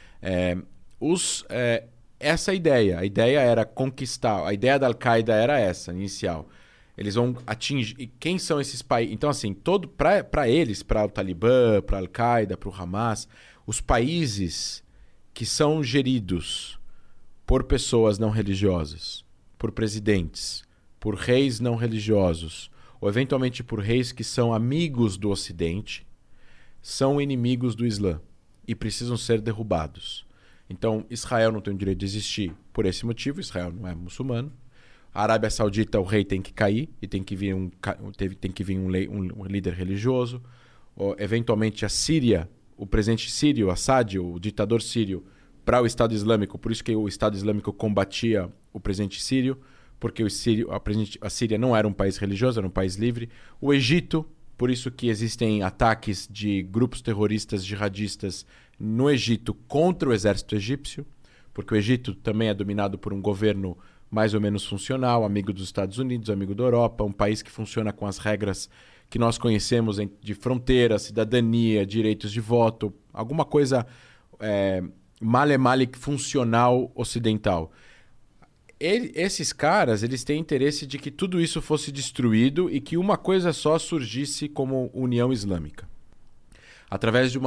Essa a ideia era conquistar, a ideia da Al-Qaeda era essa, inicial. Eles vão atingir... E quem são esses países? Então, assim, para eles, para o Talibã, para a Al-Qaeda, para o Hamas, os países que são geridos por pessoas não religiosas, por presidentes, por reis não religiosos, ou eventualmente por reis que são amigos do Ocidente, são inimigos do Islã e precisam ser derrubados. Então, Israel não tem o direito de existir por esse motivo. Israel não é muçulmano. A Arábia Saudita, o rei tem que cair e tem que vir um líder religioso. Ou, eventualmente, a Síria, o presidente sírio, Assad, o ditador sírio, para o Estado Islâmico. Por isso que o Estado Islâmico combatia o presidente sírio, porque a Síria não era um país religioso, era um país livre. O Egito, por isso que existem ataques de grupos terroristas jihadistas no Egito contra o exército egípcio, porque o Egito também é dominado por um governo mais ou menos funcional, amigo dos Estados Unidos, amigo da Europa, um país que funciona com as regras que nós conhecemos de fronteira, cidadania, direitos de voto, alguma coisa male funcional ocidental. Esses caras, eles têm interesse de que tudo isso fosse destruído e que uma coisa só surgisse como União Islâmica, através de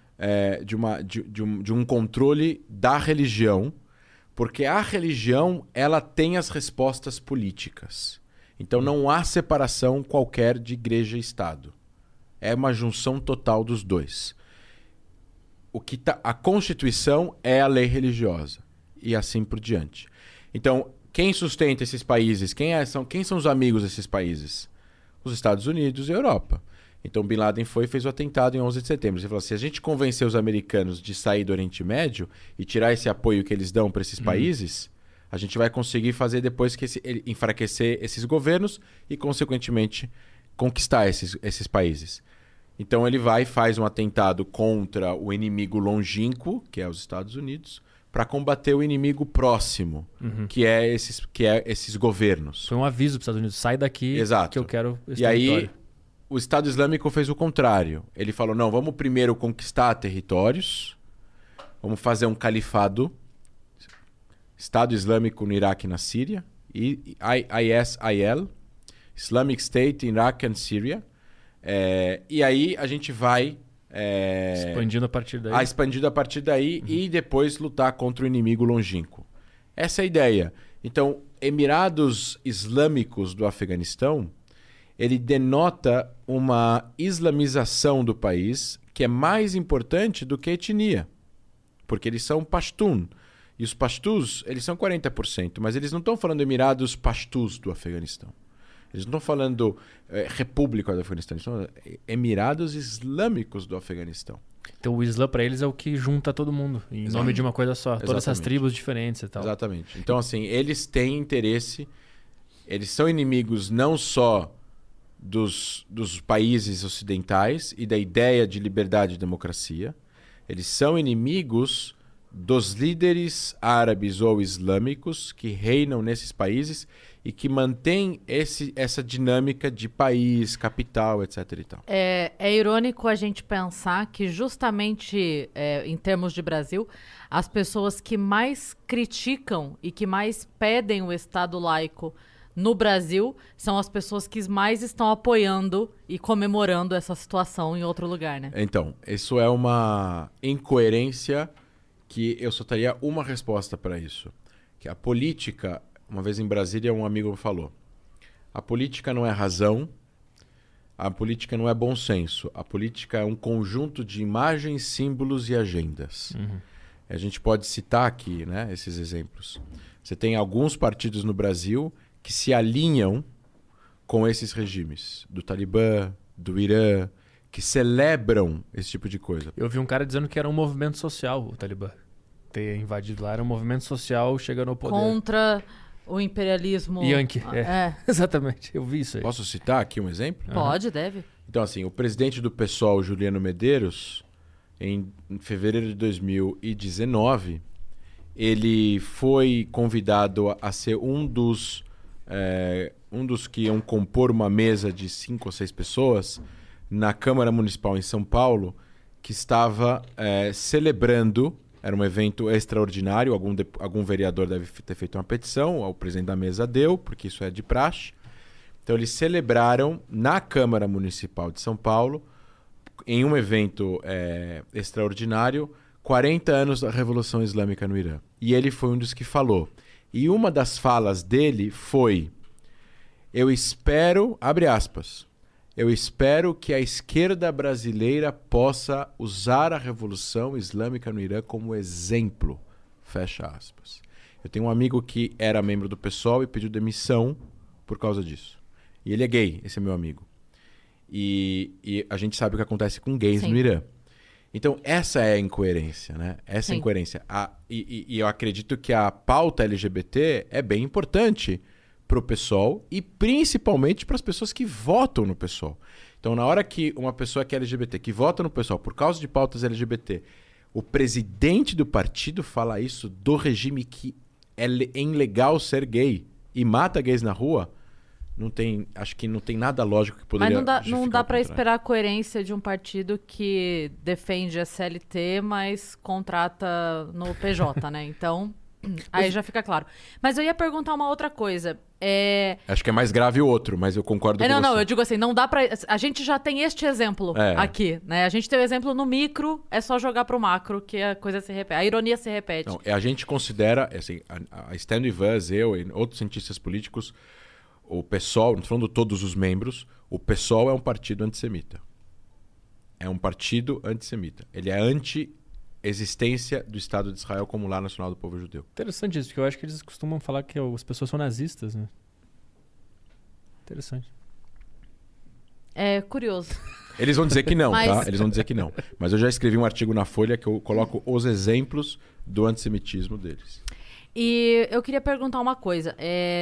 um controle da religião, porque a religião ela tem as respostas políticas. Então não há separação qualquer de igreja e Estado. É uma junção total dos dois. A Constituição é a lei religiosa e assim por diante. Então, quem sustenta esses países? Quem são os amigos desses países? Os Estados Unidos e a Europa. Então, Bin Laden fez o atentado em 11 de setembro. Ele falou, se a gente convencer os americanos de sair do Oriente Médio e tirar esse apoio que eles dão para esses países, a gente vai conseguir fazer depois enfraquecer esses governos e, consequentemente, conquistar esses países. Então, ele vai e faz um atentado contra o inimigo longínquo, que é os Estados Unidos, para combater o inimigo próximo, que é esses governos. Foi um aviso para os Estados Unidos, sai daqui. Exato. Que eu quero esse território. território. Aí o Estado Islâmico fez o contrário. Ele falou, não, vamos primeiro conquistar territórios, vamos fazer um califado, Estado Islâmico no Iraque e na Síria, ISIL, Islamic State in Iraq and Syria, e aí a gente vai... expandindo a partir daí. Expandindo a partir daí e depois lutar contra o inimigo longínquo. Essa é a ideia. Então, Emirados Islâmicos do Afeganistão, ele denota uma islamização do país que é mais importante do que a etnia. Porque eles são Pashtun. E os Pashtus, eles são 40%, mas eles não estão falando Emirados Pashtus do Afeganistão. Eles não estão falando República do Afeganistão, eles estão falando Emirados Islâmicos do Afeganistão. Então o Islã para eles é o que junta todo mundo, em nome de uma coisa só. Todas essas tribos diferentes e tal. Exatamente. Então, assim, eles têm interesse Eles são inimigos não só dos países ocidentais e da ideia de liberdade e democracia. Eles são inimigos dos líderes árabes ou islâmicos que reinam nesses países e que mantêm essa dinâmica de país, capital, etc. e tal. É irônico a gente pensar que justamente em termos de Brasil, as pessoas que mais criticam e que mais pedem o Estado laico no Brasil são as pessoas que mais estão apoiando e comemorando essa situação em outro lugar, né? Então, isso é uma incoerência que eu só teria uma resposta para isso. Que a política, uma vez em Brasília, um amigo me falou, a política não é razão, a política não é bom senso, a política é um conjunto de imagens, símbolos e agendas. A gente pode citar aqui, né, esses exemplos. Você tem alguns partidos no Brasil que se alinham com esses regimes, do Talibã, do Irã, que celebram esse tipo de coisa. Eu vi um cara dizendo que era um movimento social, o Talibã. Ter invadido lá era um movimento social chegando ao poder. Contra o imperialismo... Yankee, exatamente. Eu vi isso aí. Posso citar aqui um exemplo? Pode, deve. Então, assim, o presidente do PSOL, Juliano Medeiros, em fevereiro de 2019, ele foi convidado a ser um dos que iam compor uma mesa de 5 ou 6 pessoas na Câmara Municipal em São Paulo, que estava celebrando, era um evento extraordinário, algum vereador deve ter feito uma petição, o presidente da mesa deu, porque isso é de praxe. Então eles celebraram na Câmara Municipal de São Paulo, em um evento extraordinário, 40 anos da Revolução Islâmica no Irã. E ele foi um dos que falou. E uma das falas dele foi: eu espero, abre aspas, eu espero que a esquerda brasileira possa usar a Revolução Islâmica no Irã como exemplo, fecha aspas. Eu tenho um amigo que era membro do PSOL e pediu demissão por causa disso. E ele é gay, esse é meu amigo. E a gente sabe o que acontece com gays no Irã. Então, essa é a incoerência, né? Essa é a incoerência. E eu acredito que a pauta LGBT é bem importante para o PSOL e principalmente para as pessoas que votam no PSOL. Então, na hora que uma pessoa que é LGBT, que vota no PSOL por causa de pautas LGBT, o presidente do partido fala isso do regime que é ilegal ser gay e mata gays na rua, acho que não tem nada lógico que poderia Mas não dá para esperar a coerência de um partido que defende a CLT, mas contrata no PJ, né? Então, aí já fica claro. Mas eu ia perguntar uma outra coisa. Acho que é mais grave o outro, mas eu concordo com você. Não, eu digo assim, não dá pra... A gente já tem este exemplo aqui, né? A gente tem o exemplo no micro, é só jogar pro macro que a coisa se repete, a ironia se repete. Não, a gente considera, assim, a Stand With Us, eu e outros cientistas políticos, o PSOL, não estou falando de todos os membros, o PSOL é um partido antissemita. É um partido antissemita. Ele é anti-existência do Estado de Israel como lar nacional do povo judeu. Interessante isso, porque eu acho que eles costumam falar que as pessoas são nazistas, né? Interessante. É curioso. Eles vão dizer que não, tá? Eles vão dizer que não. Mas eu já escrevi um artigo na Folha que eu coloco os exemplos do antissemitismo deles. E eu queria perguntar uma coisa.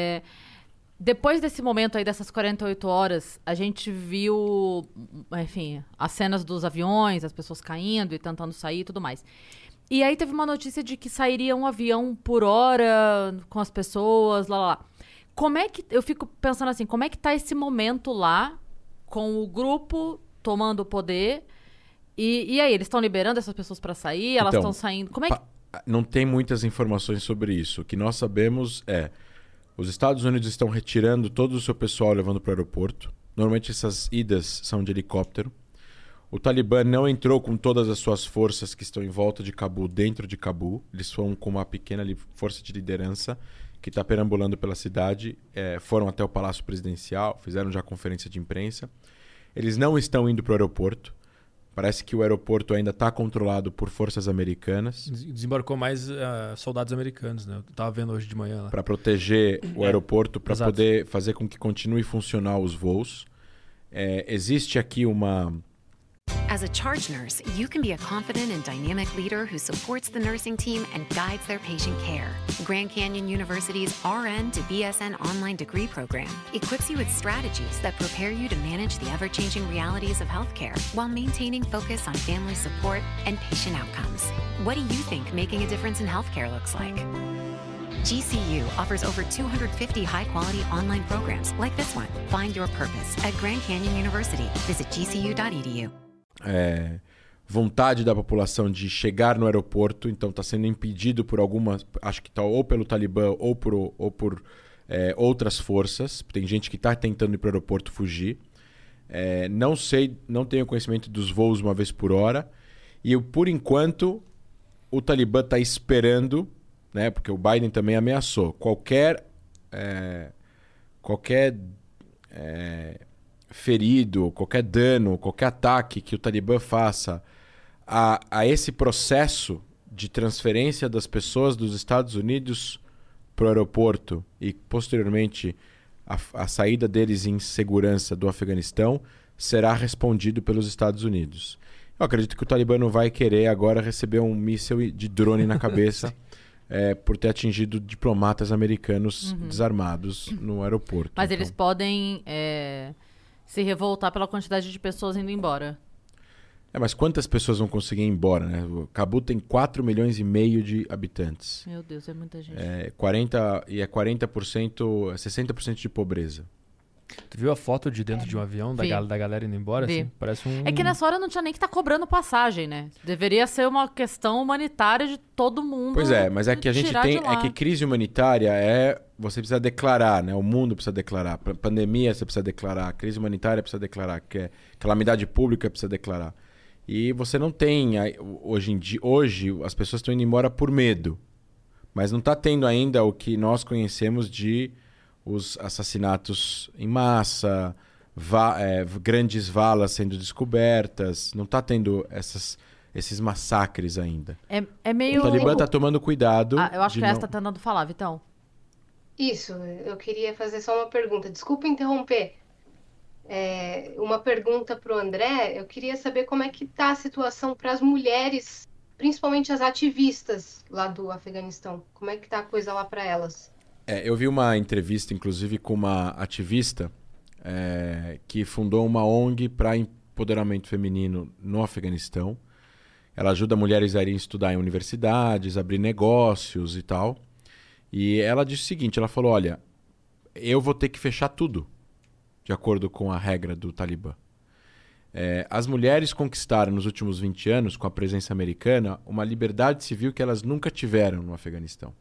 Depois desse momento aí, dessas 48 horas, a gente viu, enfim, as cenas dos aviões, as pessoas caindo e tentando sair e tudo mais. E aí teve uma notícia de que sairia um avião por hora com as pessoas, lá. Como é que... Eu fico pensando assim, como é que tá esse momento lá, com o grupo tomando o poder? E aí, eles estão liberando essas pessoas para sair? Elas estão saindo? Como é que... Não tem muitas informações sobre isso. O que nós sabemos os Estados Unidos estão retirando todo o seu pessoal, levando para o aeroporto. Normalmente essas idas são de helicóptero. O Talibã não entrou com todas as suas forças que estão em volta de Cabul, dentro de Cabul. Eles foram com uma pequena força de liderança que está perambulando pela cidade. Foram até o Palácio Presidencial, fizeram já conferência de imprensa. Eles não estão indo para o aeroporto. Parece que o aeroporto ainda está controlado por forças americanas. Desembarcou mais soldados americanos, né? Eu estava vendo hoje de manhã lá. Para proteger o aeroporto, para poder fazer com que continue funcionar os voos. Existe aqui uma As a charge nurse, you can be a confident and dynamic leader who supports the nursing team and guides their patient care. Grand Canyon University's RN to BSN online degree program equips you with strategies that prepare you to manage the ever-changing realities of healthcare while maintaining focus on family support and patient outcomes. What do you think making a difference in healthcare looks like? GCU offers over 250 high-quality online programs like this one. Find your purpose at Grand Canyon University. Visit gcu.edu. Vontade da população de chegar no aeroporto, então está sendo impedido por algumas, acho que tá ou pelo Talibã ou por outras forças. Tem gente que está tentando ir para o aeroporto fugir. Não sei, não tenho conhecimento dos voos uma vez por hora. E por enquanto o Talibã está esperando, né, porque o Biden também ameaçou qualquer ferido, qualquer dano, qualquer ataque que o Talibã faça a esse processo de transferência das pessoas dos Estados Unidos para o aeroporto e, posteriormente, a saída deles em segurança do Afeganistão será respondido pelos Estados Unidos. Eu acredito que o Talibã não vai querer agora receber um míssil de drone na cabeça por ter atingido diplomatas americanos desarmados no aeroporto. Mas eles podem se revoltar pela quantidade de pessoas indo embora. Mas quantas pessoas vão conseguir ir embora, né? O Cabu tem 4,5 milhões de habitantes. Meu Deus, é muita gente. 40% 60% de pobreza. Tu viu a foto de dentro de um avião da galera indo embora? Assim? Parece um... É que nessa hora não tinha nem que estar cobrando passagem, né? Deveria ser uma questão humanitária de todo mundo. Pois mas é que a gente tem... É que crise humanitária você precisa declarar, né? O mundo precisa declarar. Pandemia você precisa declarar. Crise humanitária precisa declarar. Calamidade pública precisa declarar. E você não tem... Hoje as pessoas estão indo embora por medo. Mas não está tendo ainda o que nós conhecemos de... os assassinatos em massa, grandes valas sendo descobertas. Não está tendo esses massacres ainda. É meio... O Talibã está tomando cuidado. Eu acho que essa está tentando falar, Vitão. Isso, eu queria fazer só uma pergunta. Desculpa interromper. Uma pergunta para o André. Eu queria saber como é que está a situação para as mulheres, principalmente as ativistas lá do Afeganistão. Como é que está a coisa lá para elas? Eu vi uma entrevista, inclusive, com uma ativista que fundou uma ONG para empoderamento feminino no Afeganistão. Ela ajuda mulheres a irem estudar em universidades, abrir negócios e tal. E ela disse o seguinte, ela falou, olha, eu vou ter que fechar tudo, de acordo com a regra do Talibã. As mulheres conquistaram nos últimos 20 anos, com a presença americana, uma liberdade civil que elas nunca tiveram no Afeganistão.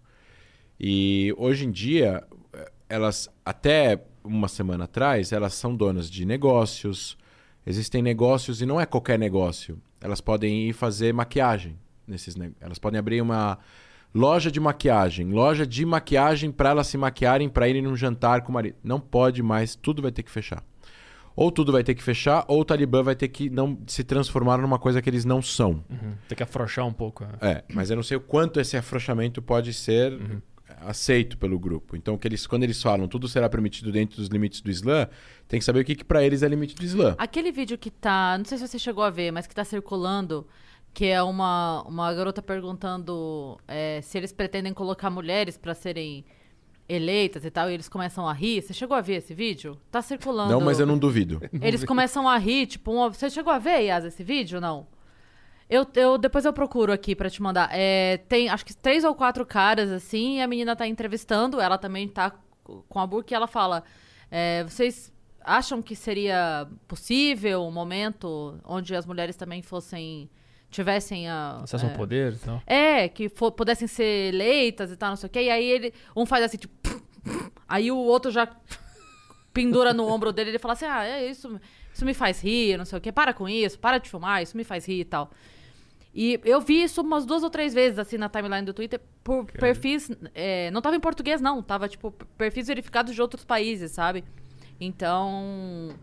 E hoje em dia, elas, até uma semana atrás, elas são donas de negócios. Existem negócios e não é qualquer negócio. Elas podem ir fazer maquiagem. Elas podem abrir uma loja de maquiagem para elas se maquiarem, para irem num jantar com o marido. Não pode mais, tudo vai ter que fechar. Ou tudo vai ter que fechar, ou o Talibã vai ter que não se transformar numa coisa que eles não são. Tem que afrouxar um pouco. Mas eu não sei o quanto esse afrouxamento pode ser... aceito pelo grupo. Então, quando eles falam tudo será permitido dentro dos limites do Islã, tem que saber o que para eles é limite do Islã. Aquele vídeo que tá... Não sei se você chegou a ver, mas que tá circulando, que é uma garota perguntando se eles pretendem colocar mulheres para serem eleitas e tal, e eles começam a rir. Você chegou a ver esse vídeo? Tá circulando. Não, mas eu não duvido. Eles começam a rir, tipo... Você chegou a ver, Yas, esse vídeo ou não? Depois eu procuro aqui pra te mandar. Tem, acho que 3 ou 4 caras, assim, e a menina tá entrevistando, ela também tá com a burca, e ela fala, vocês acham que seria possível um momento onde as mulheres também tivessem acesso ao poder e tal? Que pudessem ser eleitas e tal, não sei o quê, e aí um faz assim, tipo... Aí o outro já pendura no ombro dele, ele fala assim, isso me faz rir, não sei o quê, para com isso, para de filmar, isso me faz rir e tal. E eu vi isso umas 2 ou 3 vezes, assim, na timeline do Twitter, por perfis... não tava em português, não. Tava, tipo, perfis verificados de outros países, sabe? Então...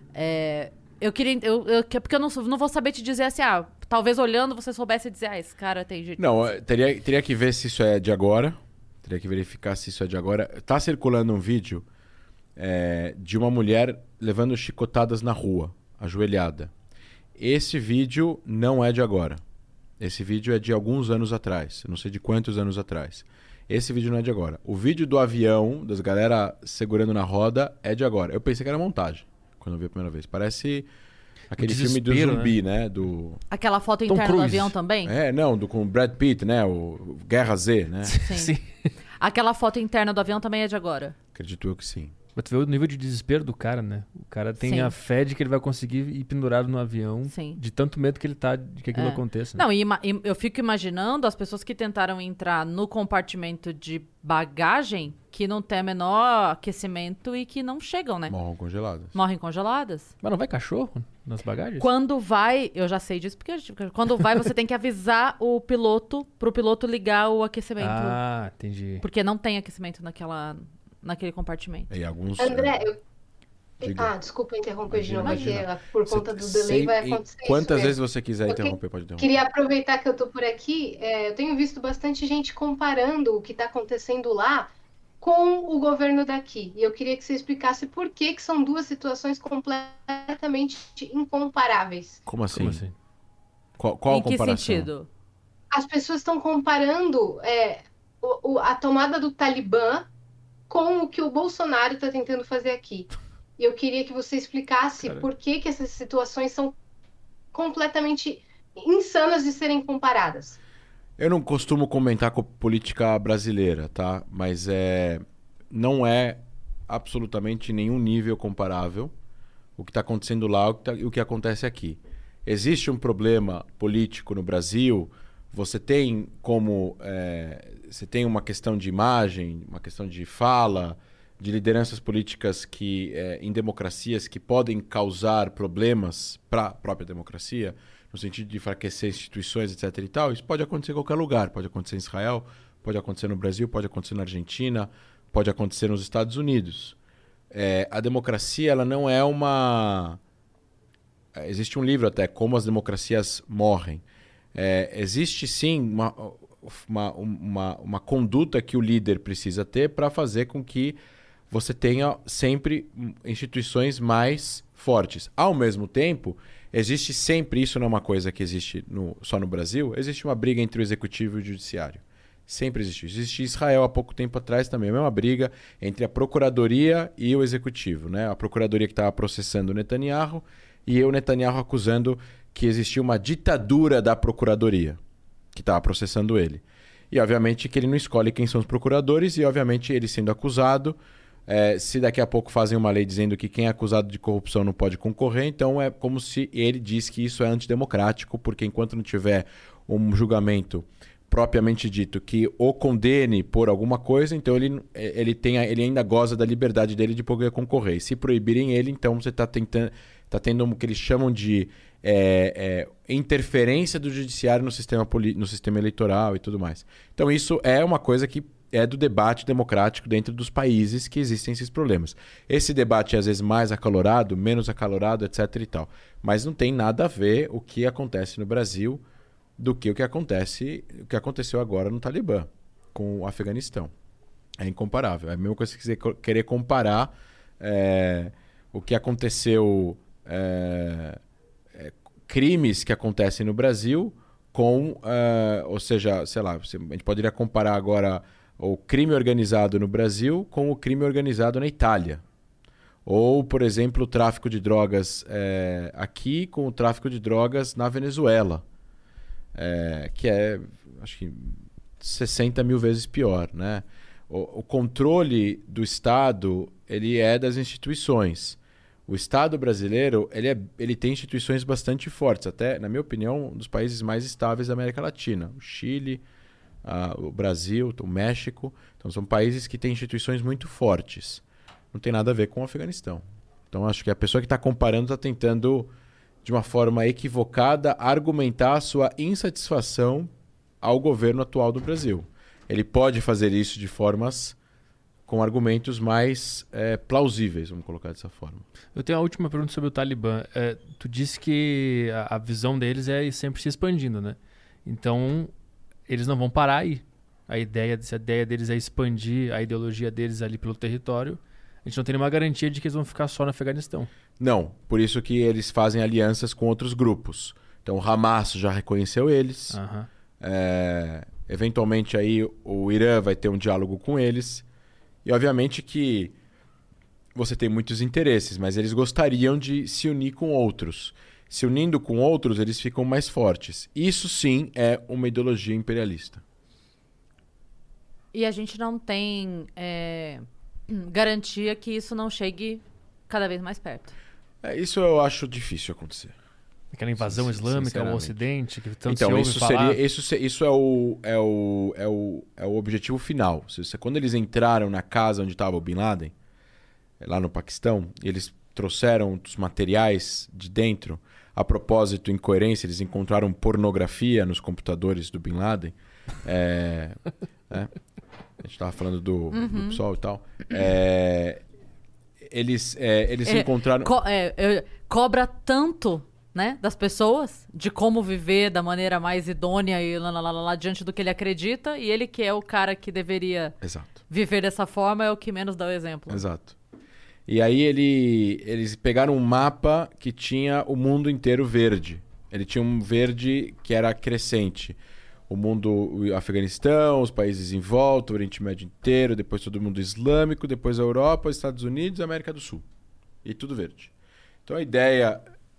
eu queria... porque eu não vou saber te dizer assim, talvez olhando você soubesse dizer, esse cara tem jeito... Não, teria que ver se isso é de agora. Teria que verificar se isso é de agora. Tá circulando um vídeo de uma mulher levando chicotadas na rua, ajoelhada. Esse vídeo não é de agora. Esse vídeo é de alguns anos atrás. Eu não sei de quantos anos atrás. Esse vídeo não é de agora. O vídeo do avião, das galera segurando na roda, é de agora. Eu pensei que era montagem, quando eu vi a primeira vez. Parece aquele filme do zumbi, né? Aquela foto Tom interna do Cruise. avião também? Com o Brad Pitt, né? O Guerra Z, né? Sim. Aquela foto interna do avião também é de agora? Acredito eu que sim. Mas tu vê o nível de desespero do cara, né? O cara tem Sim. a fé de que ele vai conseguir ir pendurado no avião. Sim. De tanto medo que ele tá de que aquilo aconteça. Né? Não, e eu fico imaginando as pessoas que tentaram entrar no compartimento de bagagem que não tem menor aquecimento e que não chegam, né? Morrem congeladas. Mas não vai cachorro nas bagagens? Quando vai, eu já sei disso, porque quando vai você tem que avisar o piloto, pro piloto ligar o aquecimento. Ah, entendi. Porque não tem aquecimento naquele compartimento. E alguns... André, desculpa interromper de novo aqui. Por conta do delay vai acontecer Quantas isso vezes você quiser interromper, pode interromper. Queria aproveitar que eu tô por aqui. Eu tenho visto bastante gente comparando o que está acontecendo lá com o governo daqui. E eu queria que você explicasse por que são duas situações completamente incomparáveis. Como assim? Em Qual a comparação? que sentido? As pessoas estão comparando a tomada do Talibã com o que o Bolsonaro está tentando fazer aqui. E eu queria que você explicasse por que essas situações são completamente insanas de serem comparadas. Eu não costumo comentar com política brasileira, tá? Mas não é absolutamente nenhum nível comparável o que está acontecendo lá e o que acontece aqui. Existe um problema político no Brasil. Você tem você tem uma questão de imagem, uma questão de fala, de lideranças políticas que em democracias que podem causar problemas para a própria democracia, no sentido de enfraquecer instituições, etc. e tal. Isso pode acontecer em qualquer lugar. Pode acontecer em Israel, pode acontecer no Brasil, pode acontecer na Argentina, pode acontecer nos Estados Unidos. A democracia, ela não é uma... Existe um livro até, Como as Democracias Morrem. Existe sim uma conduta que o líder precisa ter para fazer com que você tenha sempre instituições mais fortes. Ao mesmo tempo, existe sempre, isso não é uma coisa que existe só no Brasil, existe uma briga entre o executivo e o judiciário. Sempre existiu. Existe em Israel há pouco tempo atrás também, a mesma briga entre a procuradoria e o executivo, né? A procuradoria que estava processando o Netanyahu e o Netanyahu acusando que existia uma ditadura da procuradoria que estava processando ele. E obviamente que ele não escolhe quem são os procuradores e obviamente ele sendo acusado, se daqui a pouco fazem uma lei dizendo que quem é acusado de corrupção não pode concorrer, então é como se ele diz que isso é antidemocrático, porque enquanto não tiver um julgamento propriamente dito que o condene por alguma coisa, então ele ainda goza da liberdade dele de poder concorrer. E se proibirem ele, então você está tendo o que eles chamam de interferência do judiciário no sistema eleitoral e tudo mais. Então isso é uma coisa que é do debate democrático dentro dos países que existem esses problemas. Esse debate é às vezes mais acalorado, menos acalorado, etc. e tal. Mas não tem nada a ver o que acontece no Brasil do que o que aconteceu agora no Talibã, com o Afeganistão. É incomparável. É a mesma coisa que você querer comparar o que aconteceu, crimes que acontecem no Brasil com, ou seja, sei lá, a gente poderia comparar agora o crime organizado no Brasil com o crime organizado na Itália. Ou, por exemplo, o tráfico de drogas aqui com o tráfico de drogas na Venezuela. Que é, acho que 60 mil vezes pior, né? O controle do Estado, ele é das instituições. O Estado brasileiro, ele tem instituições bastante fortes, até, na minha opinião, um dos países mais estáveis da América Latina. O Chile, o Brasil, o México. Então, são países que têm instituições muito fortes. Não tem nada a ver com o Afeganistão. Então, acho que a pessoa que está comparando está tentando, de uma forma equivocada, argumentar a sua insatisfação ao governo atual do Brasil. Ele pode fazer isso de formas com argumentos mais plausíveis, vamos colocar dessa forma. Eu tenho a última pergunta sobre o Talibã. Tu disse que a visão deles é sempre se expandindo, né? Então, eles não vão parar aí. A ideia deles é expandir a ideologia deles ali pelo território A gente não tem nenhuma garantia de que eles vão ficar só no Afeganistão. Não, por isso que eles fazem alianças com outros grupos. Então o Hamas já reconheceu eles. Aham. Eventualmente aí o Irã vai ter um diálogo com eles. E obviamente que você tem muitos interesses, mas eles gostariam de se unir com outros. Se unindo com outros, eles ficam mais fortes. Isso sim é uma ideologia imperialista. E a gente não tem garantia que isso não chegue cada vez mais perto. Isso eu acho difícil acontecer. Aquela invasão islâmica ao sinceramente. Ocidente, que tanto Então, se ouve isso falar. isso é o objetivo final. Quando eles entraram na casa onde estava o Bin Laden, lá no Paquistão, eles trouxeram os materiais de dentro. A propósito, incoerência, eles encontraram pornografia nos computadores do Bin Laden. A gente estava falando do pessoal e tal. Eles encontraram... Cobra tanto, né, das pessoas, de como viver da maneira mais idônea e lá diante do que ele acredita, e ele que é o cara que deveria viver dessa forma é o que menos dá o exemplo. Exato. E aí eles pegaram um mapa que tinha o mundo inteiro verde. Ele tinha um verde que era crescente. O mundo, o Afeganistão, os países em volta, o Oriente Médio inteiro, depois todo mundo islâmico, depois a Europa, os Estados Unidos e a América do Sul. E tudo verde. Então a ideia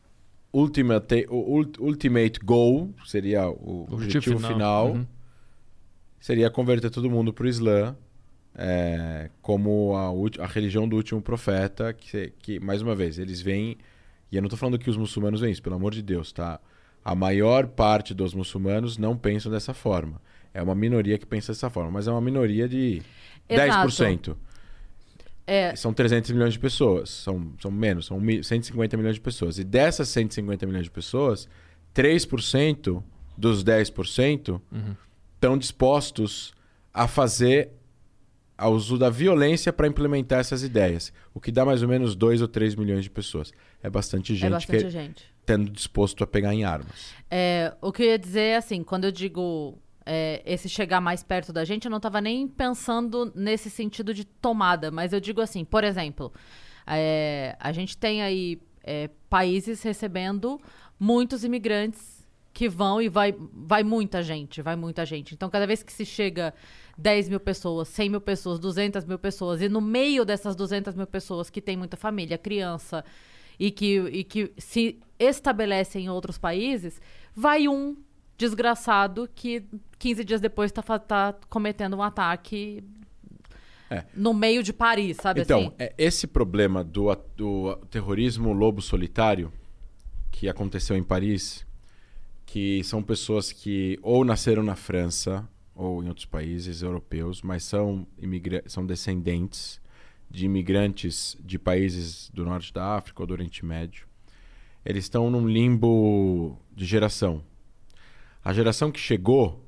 ultimate goal, seria o objetivo final, seria converter todo mundo para o Islã, como a religião do último profeta, que, mais uma vez, eles veem... E eu não estou falando que os muçulmanos veem isso, pelo amor de Deus, tá? A maior parte dos muçulmanos não pensam dessa forma. É uma minoria que pensa dessa forma, mas é uma minoria de 10%. São 300 milhões de pessoas. São menos, são 150 milhões de pessoas. E dessas 150 milhões de pessoas, 3% dos 10% estão dispostos a fazer a uso da violência para implementar essas ideias. O que dá mais ou menos 2 ou 3 milhões de pessoas. É bastante gente, tendo disposto a pegar em armas. O que eu ia dizer é assim, quando eu digo esse chegar mais perto da gente, eu não estava nem pensando nesse sentido de tomada, mas eu digo assim, por exemplo, a gente tem aí países recebendo muitos imigrantes que vão e vai muita gente. Então, cada vez que se chega 10 mil pessoas, 100 mil pessoas, 200 mil pessoas, e no meio dessas 200 mil pessoas que tem muita família, criança, e que se estabelece em outros países, vai um desgraçado que 15 dias depois tá cometendo um ataque no meio de Paris, sabe assim? Então, esse problema do terrorismo lobo solitário que aconteceu em Paris, que são pessoas que ou nasceram na França ou em outros países europeus, mas são descendentes de imigrantes de países do norte da África ou do Oriente Médio. Eles estão num limbo de geração. A geração que chegou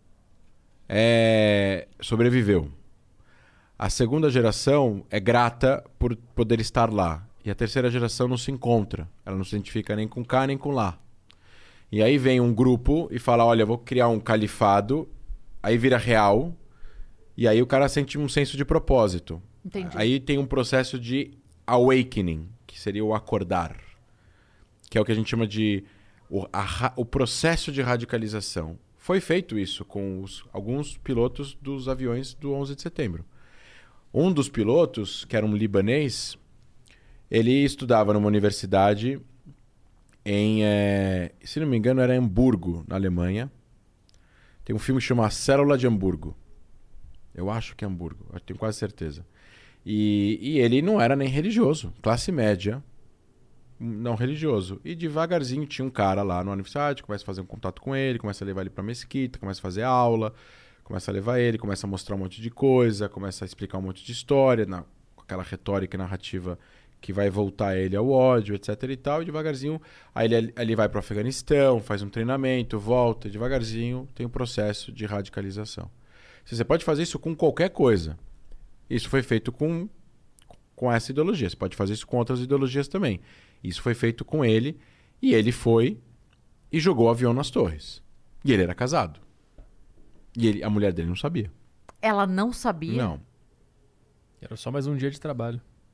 sobreviveu. A segunda geração é grata por poder estar lá. E a terceira geração não se encontra. Ela não se identifica nem com cá, nem com lá. E aí vem um grupo e fala, olha, vou criar um califado. Aí vira real. E aí o cara sente um senso de propósito. Entendi. Aí tem um processo de awakening, que seria o acordar. Que é o que a gente chama de o processo de radicalização. Foi feito isso com alguns pilotos dos aviões do 11 de setembro. Um dos pilotos, que era um libanês, ele estudava numa universidade se não me engano, era em Hamburgo, na Alemanha. Tem um filme que chama A Célula de Hamburgo. Eu acho que é Hamburgo, eu tenho quase certeza. E ele não era nem religioso, classe média, não religioso. E devagarzinho tinha um cara lá na universidade, começa a fazer um contato com ele, começa a levar ele pra mesquita, começa a fazer aula, começa a levar ele, começa a mostrar um monte de coisa, começa a explicar um monte de história, com aquela retórica e narrativa que vai voltar ele ao ódio, etc e tal. E devagarzinho, aí ele vai pro Afeganistão, faz um treinamento, volta, e devagarzinho tem um processo de radicalização. Você pode fazer isso com qualquer coisa. Isso foi feito com essa ideologia. Você pode fazer isso com outras ideologias também. Isso foi feito com ele, e ele foi e jogou o avião nas torres. E ele era casado. E a mulher dele não sabia. Ela não sabia? Não. Era só mais um dia de trabalho.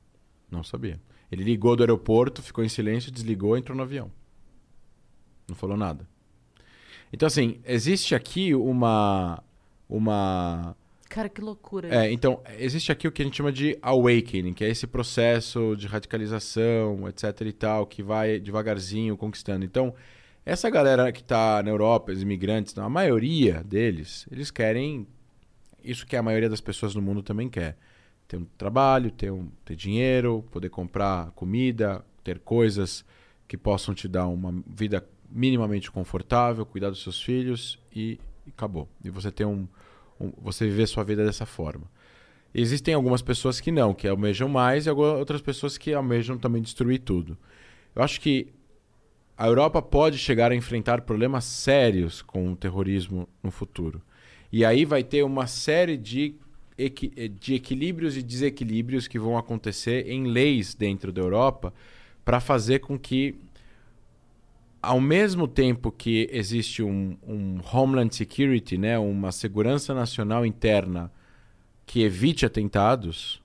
Não sabia. Ele ligou do aeroporto, ficou em silêncio, desligou e entrou no avião. Não falou nada. Então, assim, existe aqui uma... Cara, que loucura. Então, existe aqui o que a gente chama de awakening, que é esse processo de radicalização, etc e tal, que vai devagarzinho conquistando. Então, essa galera que está na Europa, os imigrantes, a maioria deles, eles querem isso que a maioria das pessoas no mundo também quer. Ter um trabalho, ter dinheiro, poder comprar comida, ter coisas que possam te dar uma vida minimamente confortável, cuidar dos seus filhos e acabou. E você ter você viver sua vida dessa forma. Existem algumas pessoas que não, que almejam mais, e outras pessoas que almejam também destruir tudo. Eu acho que a Europa pode chegar a enfrentar problemas sérios com o terrorismo no futuro. E aí vai ter uma série de equilíbrios e desequilíbrios que vão acontecer em leis dentro da Europa para fazer com que, ao mesmo tempo que existe um Homeland Security, né, uma segurança nacional interna que evite atentados,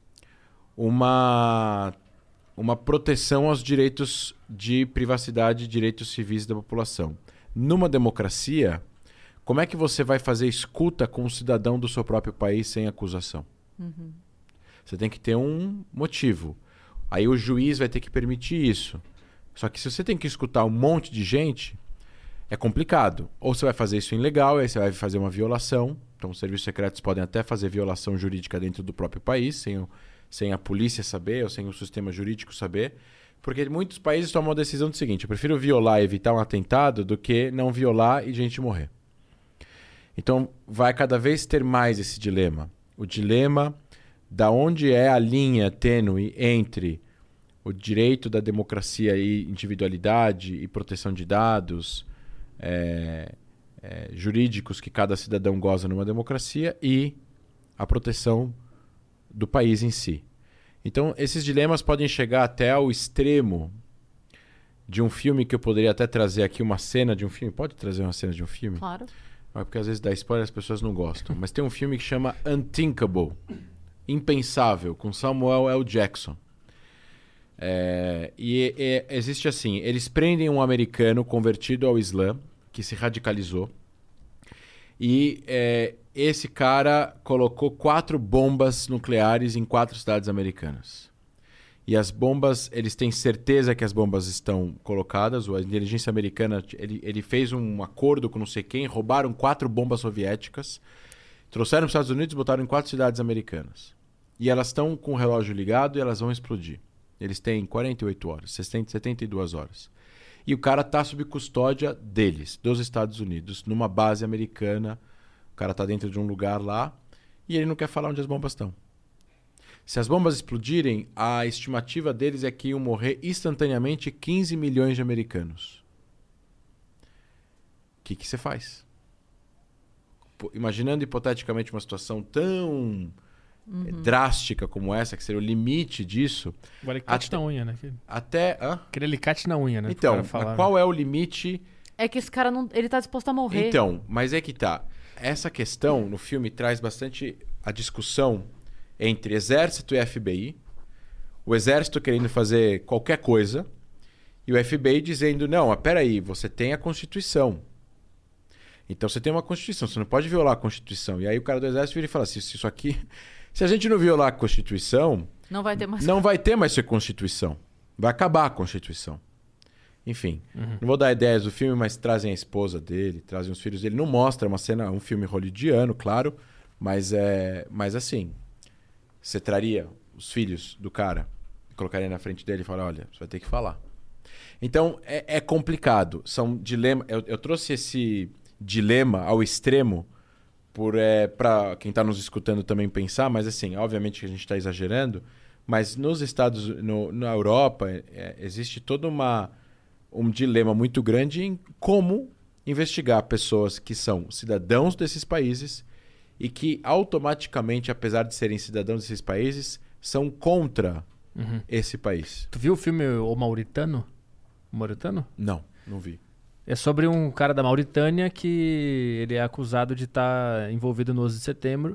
uma proteção aos direitos de privacidade e direitos civis da população. Numa democracia, como é que você vai fazer escuta com um cidadão do seu próprio país sem acusação? Uhum. Você tem que ter um motivo. Aí o juiz vai ter que permitir isso. Só que se você tem que escutar um monte de gente, é complicado. Ou você vai fazer isso ilegal, aí você vai fazer uma violação. Então os serviços secretos podem até fazer violação jurídica dentro do próprio país, sem a polícia saber ou sem o sistema jurídico saber. Porque muitos países tomam a decisão do seguinte: eu prefiro violar e evitar um atentado do que não violar e gente morrer. Então vai cada vez ter mais esse dilema. O dilema da onde é a linha tênue entre o direito da democracia e individualidade e proteção de dados jurídicos que cada cidadão goza numa democracia e a proteção do país em si. Então, esses dilemas podem chegar até ao extremo de um filme que eu poderia até trazer aqui uma cena de um filme. Pode trazer uma cena de um filme? Claro. Porque às vezes dá spoiler e as pessoas não gostam. Mas tem um filme que chama Unthinkable, Impensável, com Samuel L. Jackson. Existe assim, eles prendem um americano convertido ao Islã, que se radicalizou, e esse cara colocou 4 bombas nucleares em 4 cidades americanas. E as bombas, eles têm certeza que as bombas estão colocadas, a inteligência americana, ele fez um acordo com não sei quem, roubaram 4 bombas soviéticas, trouxeram para os Estados Unidos e botaram em 4 cidades americanas. E elas estão com o relógio ligado e elas vão explodir. Eles têm 48 horas, 72 horas. E o cara está sob custódia deles, dos Estados Unidos, numa base americana. O cara está dentro de um lugar lá e ele não quer falar onde as bombas estão. Se as bombas explodirem, a estimativa deles é que iam morrer instantaneamente 15 milhões de americanos. O que você faz? Imaginando hipoteticamente uma situação tão drástica como essa, que seria o limite disso. O alicate na unha, né? Até... Aquele alicate na unha, né? Então, qual é o limite? É que esse cara não, ele tá disposto a morrer. Então, mas é que tá. Essa questão no filme traz bastante a discussão entre exército e FBI, o exército querendo fazer qualquer coisa e o FBI dizendo, não, peraí, você tem a Constituição. Então você tem uma Constituição, você não pode violar a Constituição. E aí o cara do exército vira e fala assim, isso aqui... Se a gente não violar a Constituição, não vai ter mais Constituição. Vai acabar a Constituição. Enfim, não vou dar ideias do filme, mas trazem a esposa dele, trazem os filhos dele. Não mostra uma cena, um filme hollywoodiano, claro, mas assim, você traria os filhos do cara e colocaria na frente dele e falaria, olha, você vai ter que falar. Então, é complicado. São dilemas. Eu trouxe esse dilema ao extremo para quem está nos escutando também pensar, mas assim, obviamente que a gente está exagerando, mas na Europa existe todo um dilema muito grande em como investigar pessoas que são cidadãos desses países e que automaticamente, apesar de serem cidadãos desses países, são contra esse país. Tu viu o filme O Mauritano? O Mauritano? Não vi. É sobre um cara da Mauritânia que ele é acusado de estar envolvido no 11 de setembro,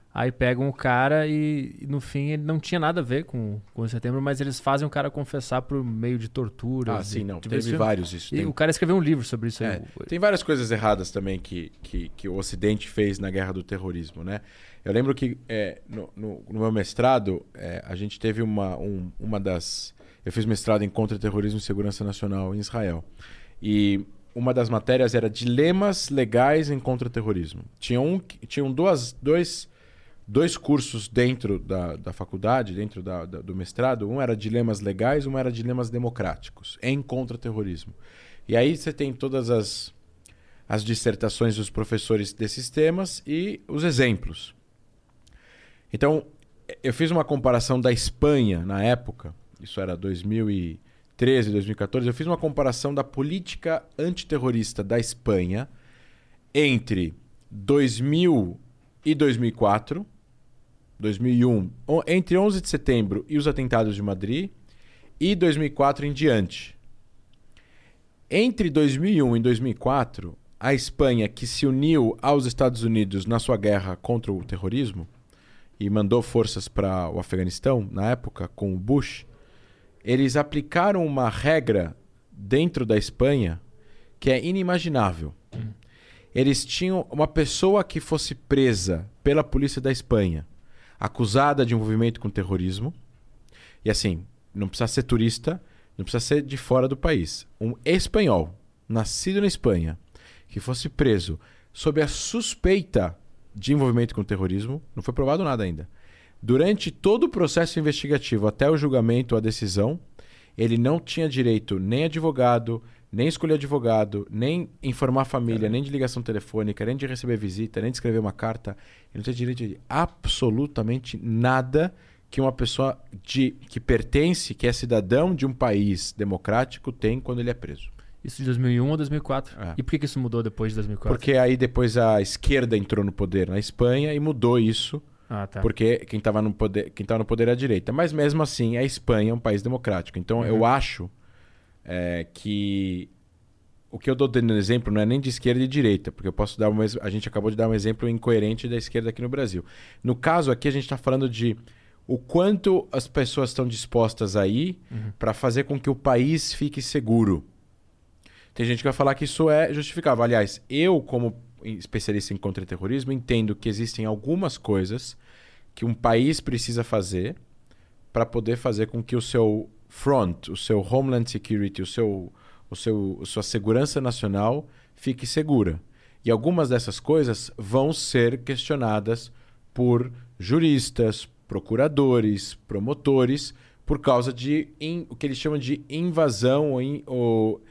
Aí pegam o cara e no fim ele não tinha nada a ver com o setembro, mas eles fazem o cara confessar por meio de tortura. Ah, sim, não. Teve vários isso. E o cara escreveu um livro sobre isso aí. Tem várias coisas erradas também que o Ocidente fez na guerra do terrorismo, né? Eu lembro que no meu mestrado, a gente teve uma das... Eu fiz mestrado em Contra-Terrorismo e Segurança Nacional em Israel. E uma das matérias era dilemas legais em contra-terrorismo. Tinham dois cursos dentro da faculdade, dentro do mestrado. Um era dilemas legais, um era dilemas democráticos em contra-terrorismo. E aí você tem todas as dissertações dos professores desses temas e os exemplos. Então, eu fiz uma comparação da Espanha na época, isso era 2013, 2014, eu fiz uma comparação da política antiterrorista da Espanha entre 2000 e 2004, 2001, entre 11 de setembro e os atentados de Madrid, e 2004 em diante. Entre 2001 e 2004, a Espanha, que se uniu aos Estados Unidos na sua guerra contra o terrorismo e mandou forças para o Afeganistão, na época, com o Bush, eles aplicaram uma regra dentro da Espanha que é inimaginável. Eles tinham uma pessoa que fosse presa pela polícia da Espanha, acusada de envolvimento com terrorismo, e assim, não precisa ser turista, não precisa ser de fora do país. Um espanhol, nascido na Espanha, que fosse preso sob a suspeita de envolvimento com terrorismo, não foi provado nada ainda. Durante todo o processo investigativo, até o julgamento, a decisão, ele não tinha direito nem a advogado, nem escolher advogado, nem informar a família, nem de ligação telefônica, nem de receber visita, nem de escrever uma carta. Ele não tinha direito de absolutamente nada que uma pessoa que pertence, que é cidadão de um país democrático, tem quando ele é preso. Isso de 2001 ou 2004? E por que isso mudou depois de 2004? Porque aí depois a esquerda entrou no poder na Espanha e mudou isso. Porque quem estava no poder era a direita. Mas mesmo assim, a Espanha é um país democrático. Então eu acho que o que eu estou dando exemplo não é nem de esquerda e de direita, porque eu posso dar a gente acabou de dar um exemplo incoerente da esquerda aqui no Brasil. No caso aqui, a gente está falando de o quanto as pessoas estão dispostas a ir para fazer com que o país fique seguro. Tem gente que vai falar que isso é justificável. Aliás, eu, como especialista em contra-terrorismo, entendo que existem algumas coisas que um país precisa fazer para poder fazer com que o seu front, o seu Homeland Security, sua segurança nacional fique segura. E algumas dessas coisas vão ser questionadas por juristas, procuradores, promotores, por causa de o que eles chamam de invasão ou